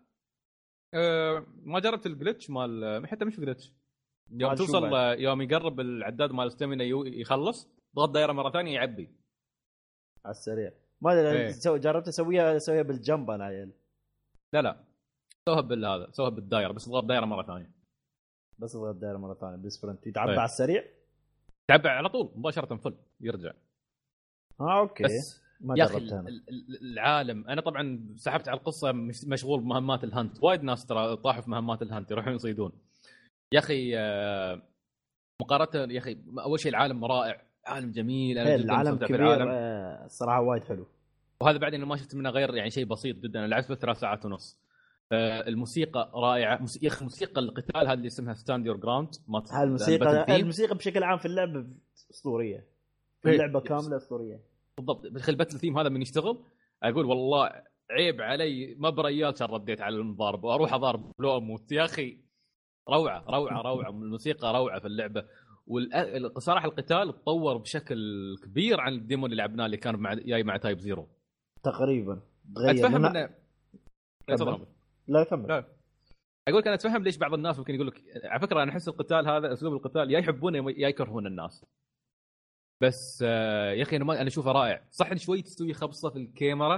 ما جربت الجلتش مال، حتى مش جلتش، يوم توصل يوم يقرب العداد مال الستامينا يخلص ضغط دايره مره ثانيه يعبي على السريع. ما ادري جربت اسويها بالجنب انا يعني. لا سوها بالدايره، بس ضغط دايره مره ثانيه، بالسبرنت يتعبى على السريع، تعبى على طول مباشره فل يرجع. اوكي بس ما يا اخي العالم، انا طبعا سحبت على القصه مشغول بمهمات الهانت، وايد ناس ترى طاحوا في مهمات الهانت يروحون يصيدون. يا اخي مقارنه يا اخي اول شيء العالم رائع، عالم جميل، انا العالم كبير الصراحه وايد حلو، وهذا بعد انه ما شفت منه غير يعني شيء بسيط جدا. انا لعبت 3 ساعات ونص. الموسيقى رائعه، موسيقى القتال هذه اللي اسمها ستاند يور جراوند، الموسيقى بشكل عام في اللعبه اسطوريه، في اللعبه كامله اسطوريه بالضبط. بخيل باتل ثيم هذا من يشتغل اقول والله عيب علي ما بريال شر رديت على المضارب واروح اضارب لو اموت. يا اخي روعه الموسيقى روعه في اللعبه. والصراحه القتال تطور بشكل كبير عن الديمو اللي لعبناه اللي كان جاي مع تايب زيرو تقريبا. اتفهم انه لا كمل. اقول لك انا اتفهم ليش بعض الناس ممكن يقول لك على فكره انا احس القتال هذا اسلوب القتال يا يحبونه يا يكرهون الناس، بس يا اخي انا اشوفه رائع. صح شوي تستوي خبصه في الكاميرا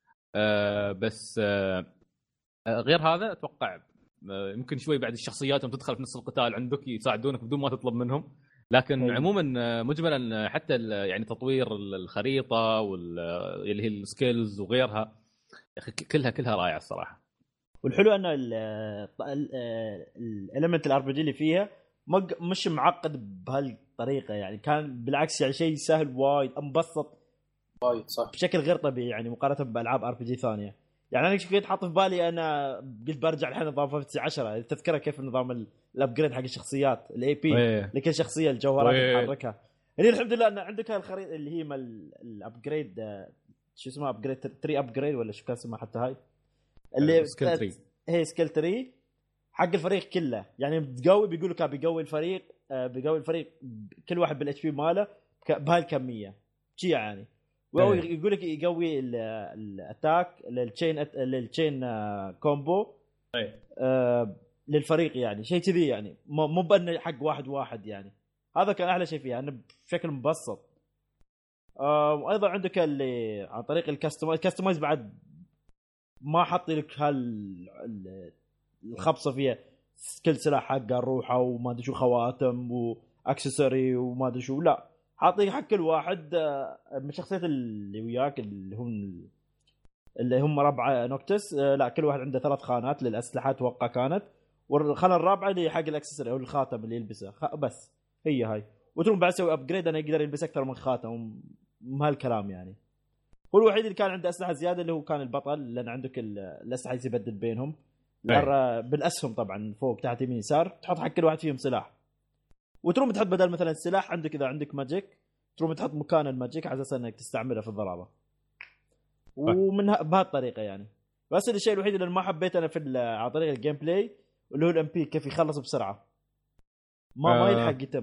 بس غير هذا اتوقع يمكن شوي بعد الشخصيات لما تدخل في نص القتال عندك يساعدونك بدون ما تطلب منهم، لكن عموما مجملا حتى يعني تطوير الخريطه واللي هي السكيلز وغيرها يا اخي كلها رائعه الصراحه. والحلو انه الاليمنت الار بي جي اللي فيها مش معقد بهالطريقه، يعني كان بالعكس يعني شيء سهل وايد مبسط وايد صح بشكل غير طبيعي يعني مقارنه بالعاب ار بي جي ثانيه. يعني انا كنت حاطط في بالي انا قلت برجع الحين نظام فانتسي 10 تذكره كيف النظام الابجريد حق الشخصيات الاي بي لكل شخصيه الجوهرات اللي تحركها. يعني الحمد لله ان عندك هالخريطه اللي هي مال الابجريد شو اسمها ابجريد 3 ابجريد ولا شو كان اسمها حتى هاي اللي سكيل 3 هي سكيل 3 حق الفريق كله يعني بتقوي بيقولوا كان بيقوي الفريق كل واحد بالاتش بي ماله بهالكميه شيء يعني ويقول لك يقوي الاتاك للتشين كومبو للفريق يعني شيء كذي يعني مو بأنه حق واحد يعني هذا كان احلى شيء فيها انه بشكل مبسط. وايضا عندك اللي عن طريق الكاستمايز بعد ما حط لك الخبصه فيها كل سلاح حقه روحه وما ادري شو خواتم واكسسوري وما ادري شو لا حاطين حق كل واحد من الشخصيات اللي وياك اللي هم ربعه نوكتس لا كل واحد عنده 3 خانات للاسلحه اتوقع كانت والخانه الرابعه اللي حق الاكسسوري او الخاتم اللي يلبسه بس هي هاي وتروم بعد يسوي ابجريد انا يقدر يلبس اكثر من خاتم هالكلام يعني. هو الوحيد اللي كان عنده اسلحه زياده اللي هو كان البطل لان عندك الاسلحه يبدل بينهم بالاسهم طبعا فوق تحت يمين يسار تحط حق كل واحد فيهم سلاح وتروم تحط بدل مثلا السلاح عندك اذا عندك ماجيك تروم تحط مكان الماجيك على اساس انك تستعمله في الضربه ومن بهالطريقه يعني. بس الشيء الوحيد اللي ما حبيت انا في على طريق الجيم بلاي اللي هو الام بي كيف يخلص بسرعه ما يلحق يتم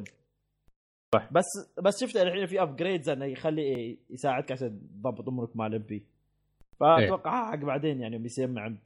بس شفت الحين في ابجريدز انه يخلي يساعدك عشان تضبط امورك مع الام بي فاتوقع حق بعدين يعني بيسمع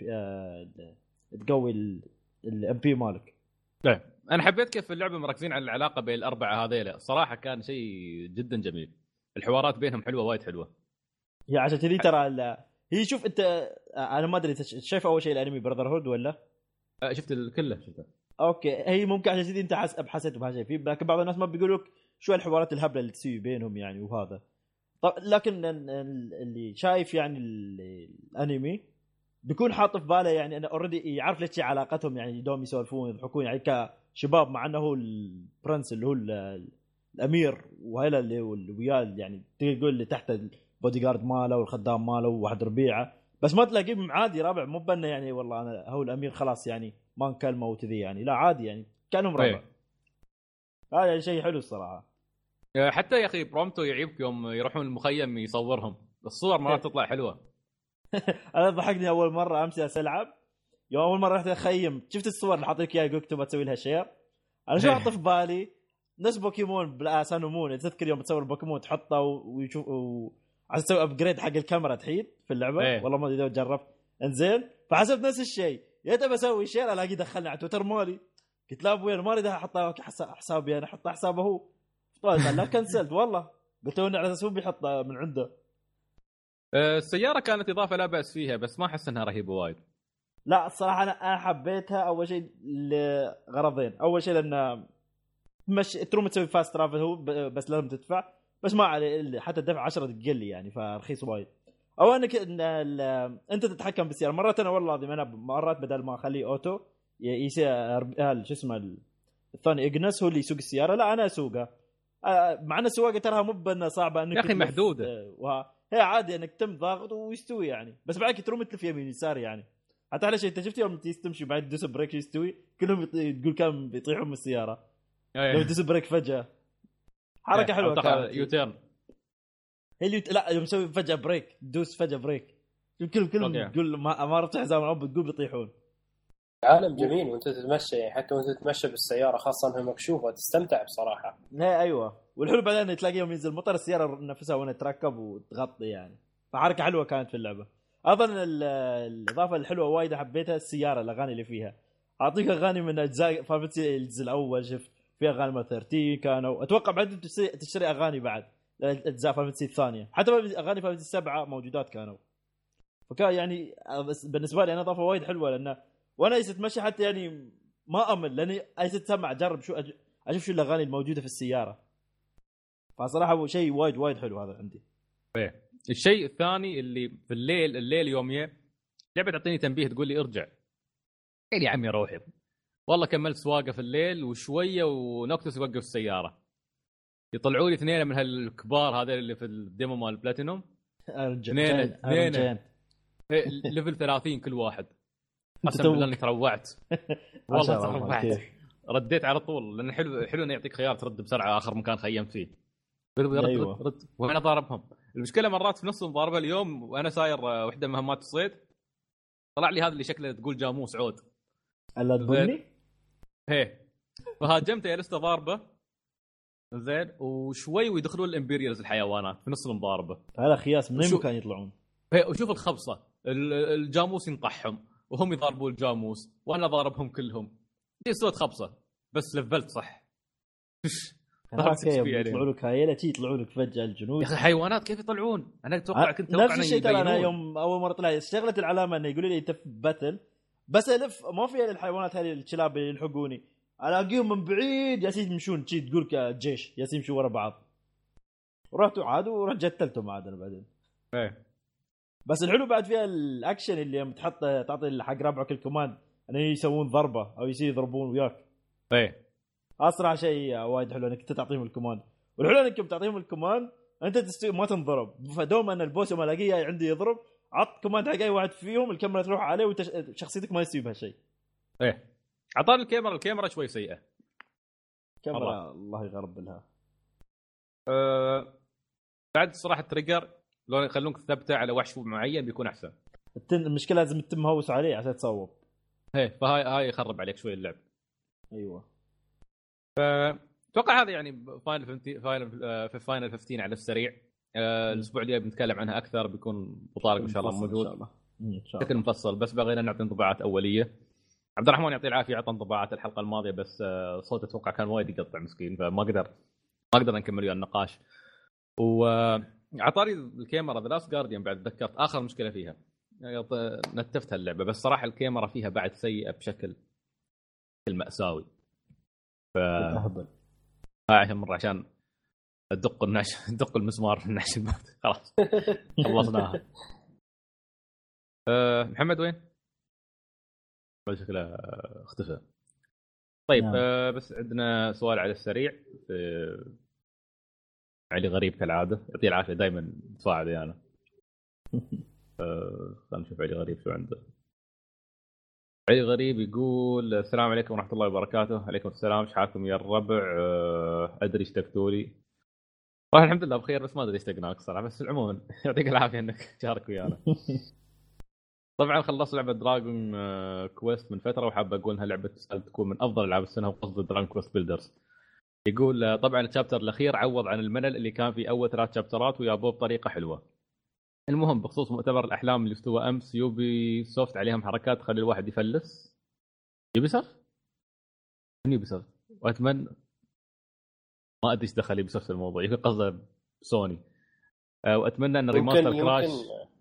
تقوي الام بي مالك. طيب انا حبيت كيف اللعبه مركزين على العلاقه بين الاربعه هذيلا صراحه كان شيء جدا جميل الحوارات بينهم حلوه وايد حلوه هي عشان كذي ترى هي شوف انت انا ما ادري شايف اول شيء الانمي براذر هود ولا شفت كله شفته اوكي هي ممكن عشان كذي انت حسيت بهالشيء في لكن بعض الناس ما بيقولوا شو الحوارات الهبله اللي تسوي بينهم يعني وهذا طب لكن اللي شايف يعني الانمي بيكون حاط في باله يعني انه اوريدي يعرف ليش علاقتهم يعني يدوم يسولفون يضحكون يعني كشباب مع انه هو البرنس اللي هو الامير وهيلا اللي وياه يعني تقول اللي تحت البودي جارد ماله والخدام ماله وواحد ربيعه بس ما تلاقيه عادي رابع مو بانه يعني والله انا هو الامير خلاص يعني ما نكلمه وكذي يعني لا عادي يعني كانهم رابع هذا يعني شيء حلو الصراحه. حتى يا اخي برومتو يعيبك يوم يروحون المخيم يصورهم الصور مرات تطلع حلوه. انا ضحكني اول مره امس العب يوم اول مره رحت اخيم شفت الصور اللي حاطيك اياها يقولك تبغى تسوي لها شير انا شو احط في بالي ناس بوكيمون بالاسانومون تذكر يوم تصور البوكيمون تحطه ويشوف عشان تسوي ابجريد حق الكاميرا تحيد في اللعبه والله ما ادري اذا جربت انزين فحسبت نفس الشيء يا تبى اسوي شير الاقي دخلني على تويتر مالي قلت لا ابوي ما اريد احطه حسابي انا احط حسابه هو طيب لا كنسلت والله قلت له على اساس هو بيحط من عنده. السياره كانت اضافه لا باس فيها بس ما احس انها رهيبه وايد. لا الصراحه انا حبيتها اول شيء لغرضين اول شيء لان مش تروم تسوي فاست ترافل هو بس لازم تدفع بس ما عليه حتى الدفع 10 تقل يعني فرخيص وايد او انك انت تتحكم بالسياره مرات انا والله العظيم انا مرات بدل ما اخليه اوتو يصير شو اسمه الثاني اجنس هو اللي يسوق السياره لا انا اسوقها مع ان السواقه تراها مو بانها صعبه انك يا اخي محدوده هي عادي انك تم ضاغط ويستوي يعني بس بعدك تروم تلف يمين يسار يعني حتى على شيء انت شفت يوم تمشي بعد تدوس بريك يستوي كلهم تقول كم بيطيحون من السياره لو تدوس بريك فجاه حركه حلوه كانت يوتيرن هي لا يوم مسوي فجاه بريك تدوس فجاه بريك كلهم تقول ما رفع حزام العب تقول بيطيحون. عالم جميل وانت تتمشى يعني حتى وانت تتمشى بالسياره خاصه انها مكشوفه تستمتع بصراحه. ايوه والحلو بعدين تلاقيهم ينزل مطر السياره نفسها وانا تركب وتغطي يعني فحركه حلوه كانت في اللعبه. اظن الاضافه الحلوه وايد حبيتها السياره الاغاني اللي فيها اعطيك اغاني من اجزاء فابتسي الجزء الاول شفت في اغاني ما 13 كانوا اتوقع بعد تشتري اغاني بعد اجزاء فابتسي الثانيه حتى اغاني فابتسي 7 موجودات كانوا فكان يعني بالنسبه لي انا اضافه وايد حلوه لانه وانا اتمشى حتى يعني ما امل لاني اسمع اجرب شو اشوف شو الاغاني الموجوده في السياره فصراحه شيء وايد حلو هذا عندي. الشيء الثاني اللي في الليل يوميا لعبه تعطيني تنبيه تقول لي ارجع يا عمي روحي والله كملت سواقه في الليل وشويه ونوكتس يوقف السياره يطلعوا لي اثنين من هالكبار هذول اللي في الديمو مال بلاتينوم اثنين ليفل 30 كل واحد قسم بالله اني تروعت والله تروعت رديت على طول لان حلو انه يعطيك خيار ترد بسرعه اخر مكان خيمت فيه رد وين ضاربهم المشكله مرات في نص المضاربه اليوم وانا ساير وحده من مهمات الصيد طلع لي هذا اللي شكله تقول جاموس عود البني هي فهاجمته يا لسه ضاربه زين وشوي ويدخلون الامبيريالز الحيوانات في نص المضاربه. هذا خياس منين مكان يطلعون. وشوف الخبصه الجاموس ينطحهم وهم يضاربوا الجاموس وانا ضاربهم كلهم. دي صوت خبصه بس لفلت صح. يطلعوا لك هايله يطلعوا لك فجاه الجنود. يا اخي حيوانات كيف يطلعون؟ انا اتوقع كنت نفس الشيء ترى. انا يوم اول مره طلع اشتغلت العلامه انه يقولوا لي تف باتل بس الف ما في الحيوانات هذه الكلاب اللي يلحقوني الاقيهم من بعيد ياسين يمشون شي تقول كجيش ياسين يمشوا ورا بعض. رحت عادوا ورحت جتلتهم عاد انا بعدين. بس الحلو بعد فيها الاكشن اللي يوم تحط تعطي حق ربعك الكوماند انه يسوون ضربه او يصير يضربون وياك. اسرع شيء وايد حلو انك تعطيهم الكوماند. والحلو انك تعطيهم الكوماند انت ما تنضرب. فدوما ان البوس ما الاقيه عندي يضرب عط كوماند حق اي واحد فيهم الكاميرا تروح عليه وشخصيتك ما يصيبها شيء. عطاني الكاميرا شوي سيئه. كاميرا الله يغرب لها. بعد صراحه تريجر لو يخلونك تثبته على وحش معين بيكون احسن. المشكله لازم تتم هوس عليه عشان تصوب. فهاي يخرب عليك شوي اللعب. ايوه. اتوقع هذا يعني في فاينل 15 على السريع. الاسبوع الجاي بنتكلم عنها اكثر. بيكون بطارق ان شاء الله موجود بشكل مفصل. بس بغينا نعطي انطباعات اوليه. عبد الرحمن يعطيه العافيه اعطى انطباعات الحلقه الماضيه بس صوته اتوقع كان وايد يقطع مسكين فما قدر نكمل ويا النقاش. وعطاري الكاميرا ذا لاست جارديان بعد تذكرت اخر مشكله فيها نتفتها اللعبه بس صراحه الكاميرا فيها بعد سيئه بشكل مأساوي. عشان مرة عشان ندق المسمار في النعش الموت خلاص خلصناها. محمد وين؟ شكله اختفى. طيب بس عندنا سؤال على السريع علي غريب كالعادة يعطيه العافية دائما صاعدي أنا. خلينا نشوف علي غريب شو عنده. علي غريب يقول السلام عليكم ورحمة الله وبركاته. عليكم السلام شحالكم يا الربع. أدري اشتقتوا لي. الحمد لله بخير بس ما أدري اشتقناك صراحة بس عموما يعطيك العافية أنك تشارك ويانا. طبعا خلصت لعبة دراغون كويست من فترة وحابة أقول أنها لعبة تكون من أفضل ألعاب السنة وقصد دراغون كويست بيلدرز. يقول طبعا الشابتر الأخير عوض عن الملل اللي كان في أول 3 شابترات ويابوه بطريقة حلوة. المهم بخصوص مؤتمر الأحلام اللي استوى أمس يوبي سوفت عليهم حركات تخلي الواحد يفلس. يوبي سوفت؟ من يوبي سوفت؟ وأتمنى ما أدري إيش دخل يوبي سوفت في الموضوع يمكن قصده سوني. وأتمنى أن ريماستر كراش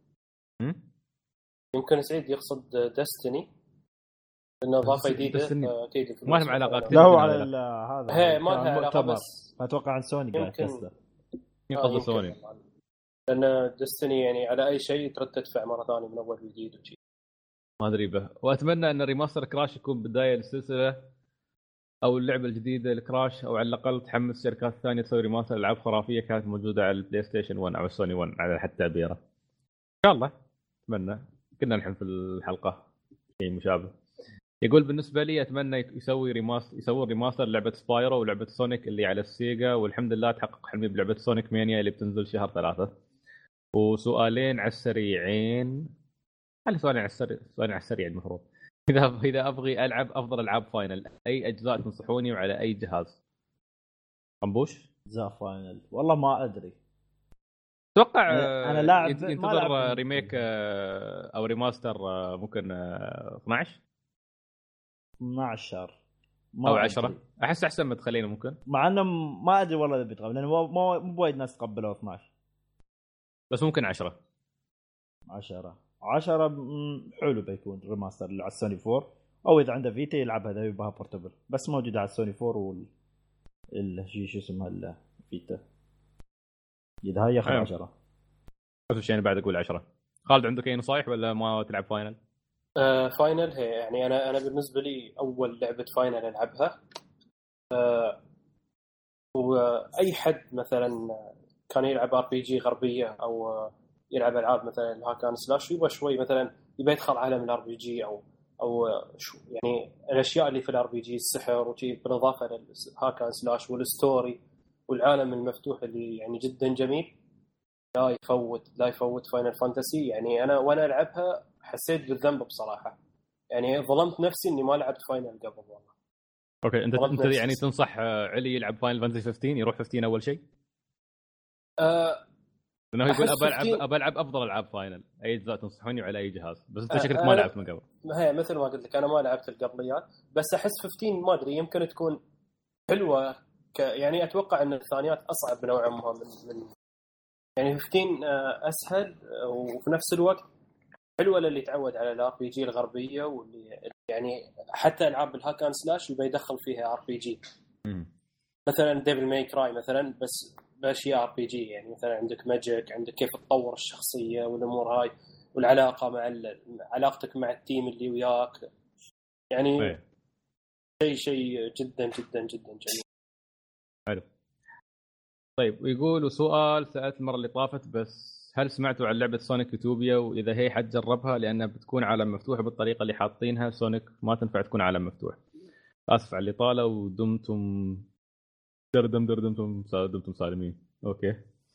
يمكن سعيد يقصد دستني انه اضافه جديده اكيد ما لهم علاقه. لا هو على هذا هي ما لها علاقه بس اتوقع عن سوني قاعد قصده يقصد سوني لان دستني يعني على اي شيء ترد تدفع مره ثانيه من اول جديد وشيء ما ادري به. واتمنى ان ريماستر كراش يكون بدايه للسلسله او اللعبه الجديده الكراش او على الاقل تحمس شركات ثانيه تسوي ريماستر العاب خرافيه كانت موجوده على البلاي ستيشن 1 او السوني 1 على حد تعبيره. ان شاء الله اتمنى كنا نحن في الحلقه شيء مشابه. يقول بالنسبه لي اتمنى يسوون ريماستر لعبه سبايرو ولعبه سونيك اللي على السيجا والحمد لله تحقق حلمي بلعبه سونيك مانيا اللي بتنزل شهر 3. وسؤالين على السريعين. سؤالين على السريع المفروض. اذا ابغي العب افضل العاب فاينل اي اجزاء تنصحوني وعلى اي جهاز؟ قنبوش اجزاء فاينل والله ما ادري. اتوقع انا لاعب ينتظر ريميك او ريماستر ممكن 12 او 10. احس احسن ما تخلينا ممكن مع انه ما ادري والله اذا بيتقبل لانه مو وايد ناس تقبلوا 12 بس ممكن 10 حلو بيكون ريماستر على السوني 4 او اذا عنده فيتا يلعب هذا يبقى بورتبل بس موجود على السوني 4 شو اسمها الفيتا اذا هي 10 بس شيء بعد اقول 10. خالد عندك اي نصايح ولا ما تلعب فاينل؟ فاينل هي يعني انا بالنسبه لي اول لعبه فاينل العبها واي حد مثلا كان يلعب ار بي جي غربيه او يلعب العاب مثلا الهاكان سلاش يبغى شوي مثلا يبي يدخل عالم الار بي جي او شو يعني الاشياء اللي في الار بي جي السحر وشي بالاضافه للهاكان سلاش والستوري والعالم المفتوح اللي يعني جدا جميل. لا يفوت فاينل فانتسي. يعني انا وانا العبها حسيت بالذنب بصراحه، يعني ظلمت نفسي اني ما لعبت فاينل قبل والله. اوكي انت يعني تنصح علي يلعب فاينل فانتسي 15 يروح 15 اول شيء؟ لانه يقول ابى العب افضل العاب فاينل، اي اجزاء تنصحوني وعلى اي جهاز؟ بس انت شكلك ما لعبت من قبل. هي مثل ما قلت لك انا ما لعبت القبليات، بس احس 15 ما ادري يمكن تكون حلوه يعني اتوقع ان الثانيات اصعب نوعا ما من يعني 15 اسهل، وفي نفس الوقت حلوه للي يتعود على الار بي جي الغربيه، واللي يعني حتى العاب الهاك اند سلاش يبي يدخل فيها ار بي جي. مثلا ديفل ماي كراي مثلا، بس باشياء ار بي جي، يعني مثلا عندك ماجيك، عندك كيف تطور الشخصيه والامور هاي، والعلاقه مع علاقتك مع التيم اللي وياك، يعني شيء جدا جدا جدا جميل. حلو. طيب ويقول سؤال سألت المرة اللي طافت، بس هل سمعتوا عن لعبة سونيك يوتوبيا؟ وإذا هي حد جربها؟ لأنها بتكون عالم مفتوح بالطريقة اللي حاطينها سونيك، ما تنفع تكون عالم مفتوح. آسف على الإطالة، ودمتم دمتم سالمين. أوكي.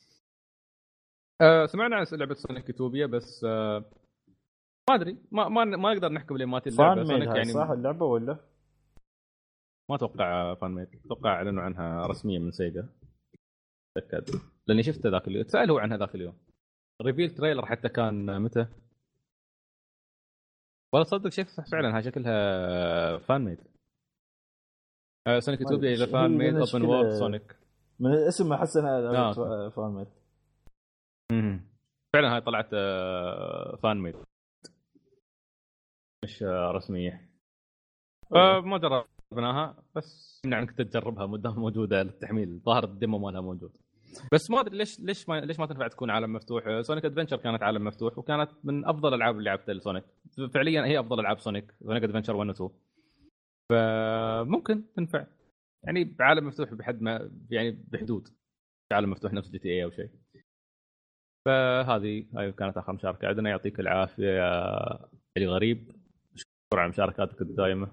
سمعنا عن لعبة سونيك يوتوبيا، بس ما أدري، ما نقدر نحكم لما اللعبة سونيك يعني صح اللعبة ولا؟ ما أتوقع فان ميد، أتوقع أعلنوا عنها رسميا من سيجا. تأكد لاني شفته ذاك اليوم، تسأله عنها ذاك اليوم. ريفيل تريلر حتى كان متى؟ والله صدق شفت فعلا هاي شكلها فان ميد. سونيك يوتوبيا اذا فان ميد اوبن وورد سونيك من الاسم احس انها فان ميد. فعلا هاي طلعت فان ميد مش رسميه. ما جربناها، بس يمنع انك تجربها مدام موجوده للتحميل. ظاهر الديمو مالها موجود، بس ما ادري ليش ما تنفع تكون عالم مفتوح. سونيك ادفنتشر كانت عالم مفتوح، وكانت من افضل الالعاب اللي لعبتها لسونيك فعليا، هي افضل العاب سونيك ادفنتشر 1 و 2. فممكن تنفع يعني بعالم مفتوح بحد ما، يعني بحدود عالم مفتوح نفس جي تي اي او شيء. فهذه كانت اخر مشاركه عندنا. يعطيك العافيه يا علي غريب، شكرا على مشاركاتك الدائمه.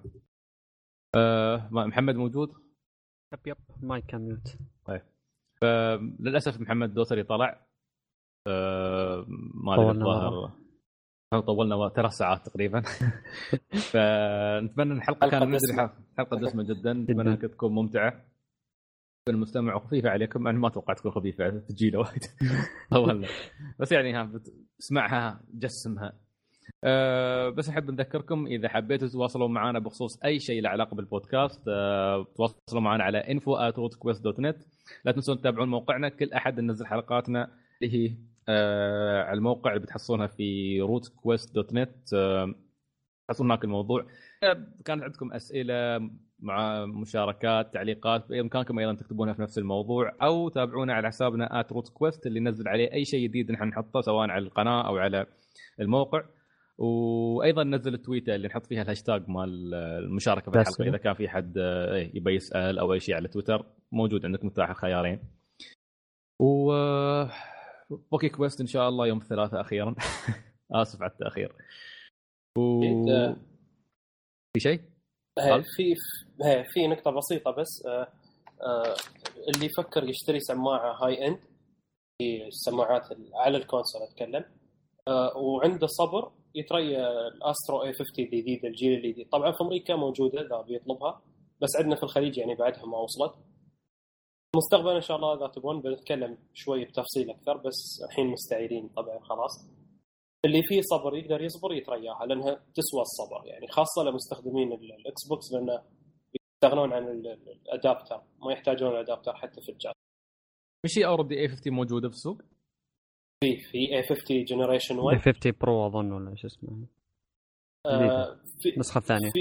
محمد موجود؟ يب مايك كان ميوت. طيب للاسف محمد دوسري طلع. ما ادري الظاهر طولنا 3 ساعات تقريبا. فنتمنى الحلقه كانت ننزل حلقه دسمه جدا، نتمنى انها تكون ممتعه بالمستمع وخفيفه عليكم. انا ما توقعت تكون خفيفه تجينا وايد طولنا، بس يعني اسمعها جسمها. بس احب نذكركم اذا حبيتوا تواصلوا معنا بخصوص اي شيء له علاقه بالبودكاست، تواصلوا معنا على info@rootquest.net. لا تنسون تتابعون موقعنا، كل احد ننزل حلقاتنا اللي هي على الموقع اللي بتحصلونها في rootquest.net. تحصلون هناك الموضوع. كانت عندكم اسئله مع مشاركات تعليقات بامكانكم ايضا تكتبونها في نفس الموضوع، او تابعونا على حسابنا @rootquest اللي ننزل عليه اي شيء جديد نحن نحطه سواء على القناه او على الموقع. وايضا ننزل التويتر اللي نحط فيها الهاشتاج مال المشاركه بالحلقه. اذا كان في حد يبي يسال او اي شيء على تويتر موجود عندك متاح الخيارين. و بوكي كويست ان شاء الله يوم الثلاثاء اخيرا. اسف على التاخير. في شيء في نقطه بسيطه بس. اللي يفكر يشتري سماعه هاي اند، في السماعات على الكونسول اتكلم، وعنده صبر يتري الاسترو اي 50 الجديد، الجيل الجديد. طبعا في امريكا موجوده اذا بيطلبها، بس عندنا في الخليج يعني بعدها ما وصلت. مستقبلا ان شاء الله اذا تبون بنتكلم شوي بتفصيل اكثر، بس الحين مستعيرين طبعا خلاص. اللي فيه صبر يقدر يصبر يترياها، لانها تسوى الصبر يعني، خاصه لمستخدمين الاكس بوكس، لانه يستغنون عن الادابتر، ما يحتاجون الادابتر حتى في الجهاز. مش هي اوريدي اي 50 موجوده في السوق؟ في اي 50 جنريشن 1، اي 50 برو اظن ولا ايش اسمه، في النسخه الثانيه.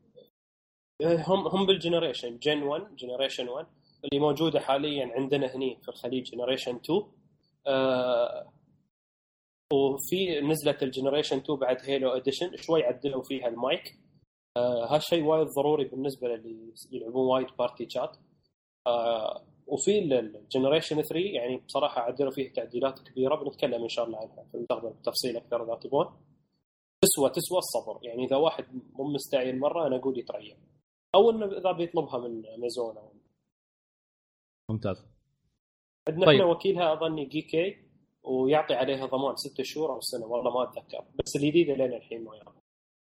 هم بالجنريشن جن 1 جنريشن 1 اللي موجوده حاليا عندنا هني في الخليج جنريشن 2. وفي نزلت الجنريشن 2 بعد هيلو اديشن، شوي عدلوا فيها المايك. هالشيء وايد ضروري بالنسبه للي يلعبون وايد بارتي شات. وفي الجنريشن 3 يعني بصراحه عدلوا فيه تعديلات كبيره، بنتكلم ان شاء الله عنها في المستقبل بتفصيل اكثر اذا تبون. تسوى الصبر يعني، اذا واحد مو مستعجل مره انا اقول يتريا، او انه اذا بيطلبها من امازون او ممتاز. عندنا احنا وكيلها اظني جي كي، ويعطي عليها ضمان 6 شهور او سنه، والله ما اتذكر، بس الجديده لين الحين ما يعرف.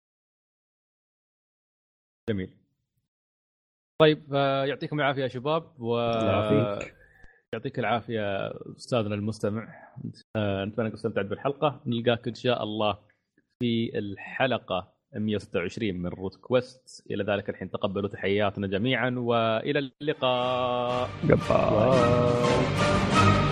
جميل. طيب يعطيكم العافيه يا شباب، يعطيك العافيه استاذنا المستمع. نتمنى انكم استمتعتوا بالحلقه. نلقاك ان شاء الله في الحلقه 126 من روت كويست. الى ذلك الحين تقبلوا تحياتنا جميعا والى اللقاء.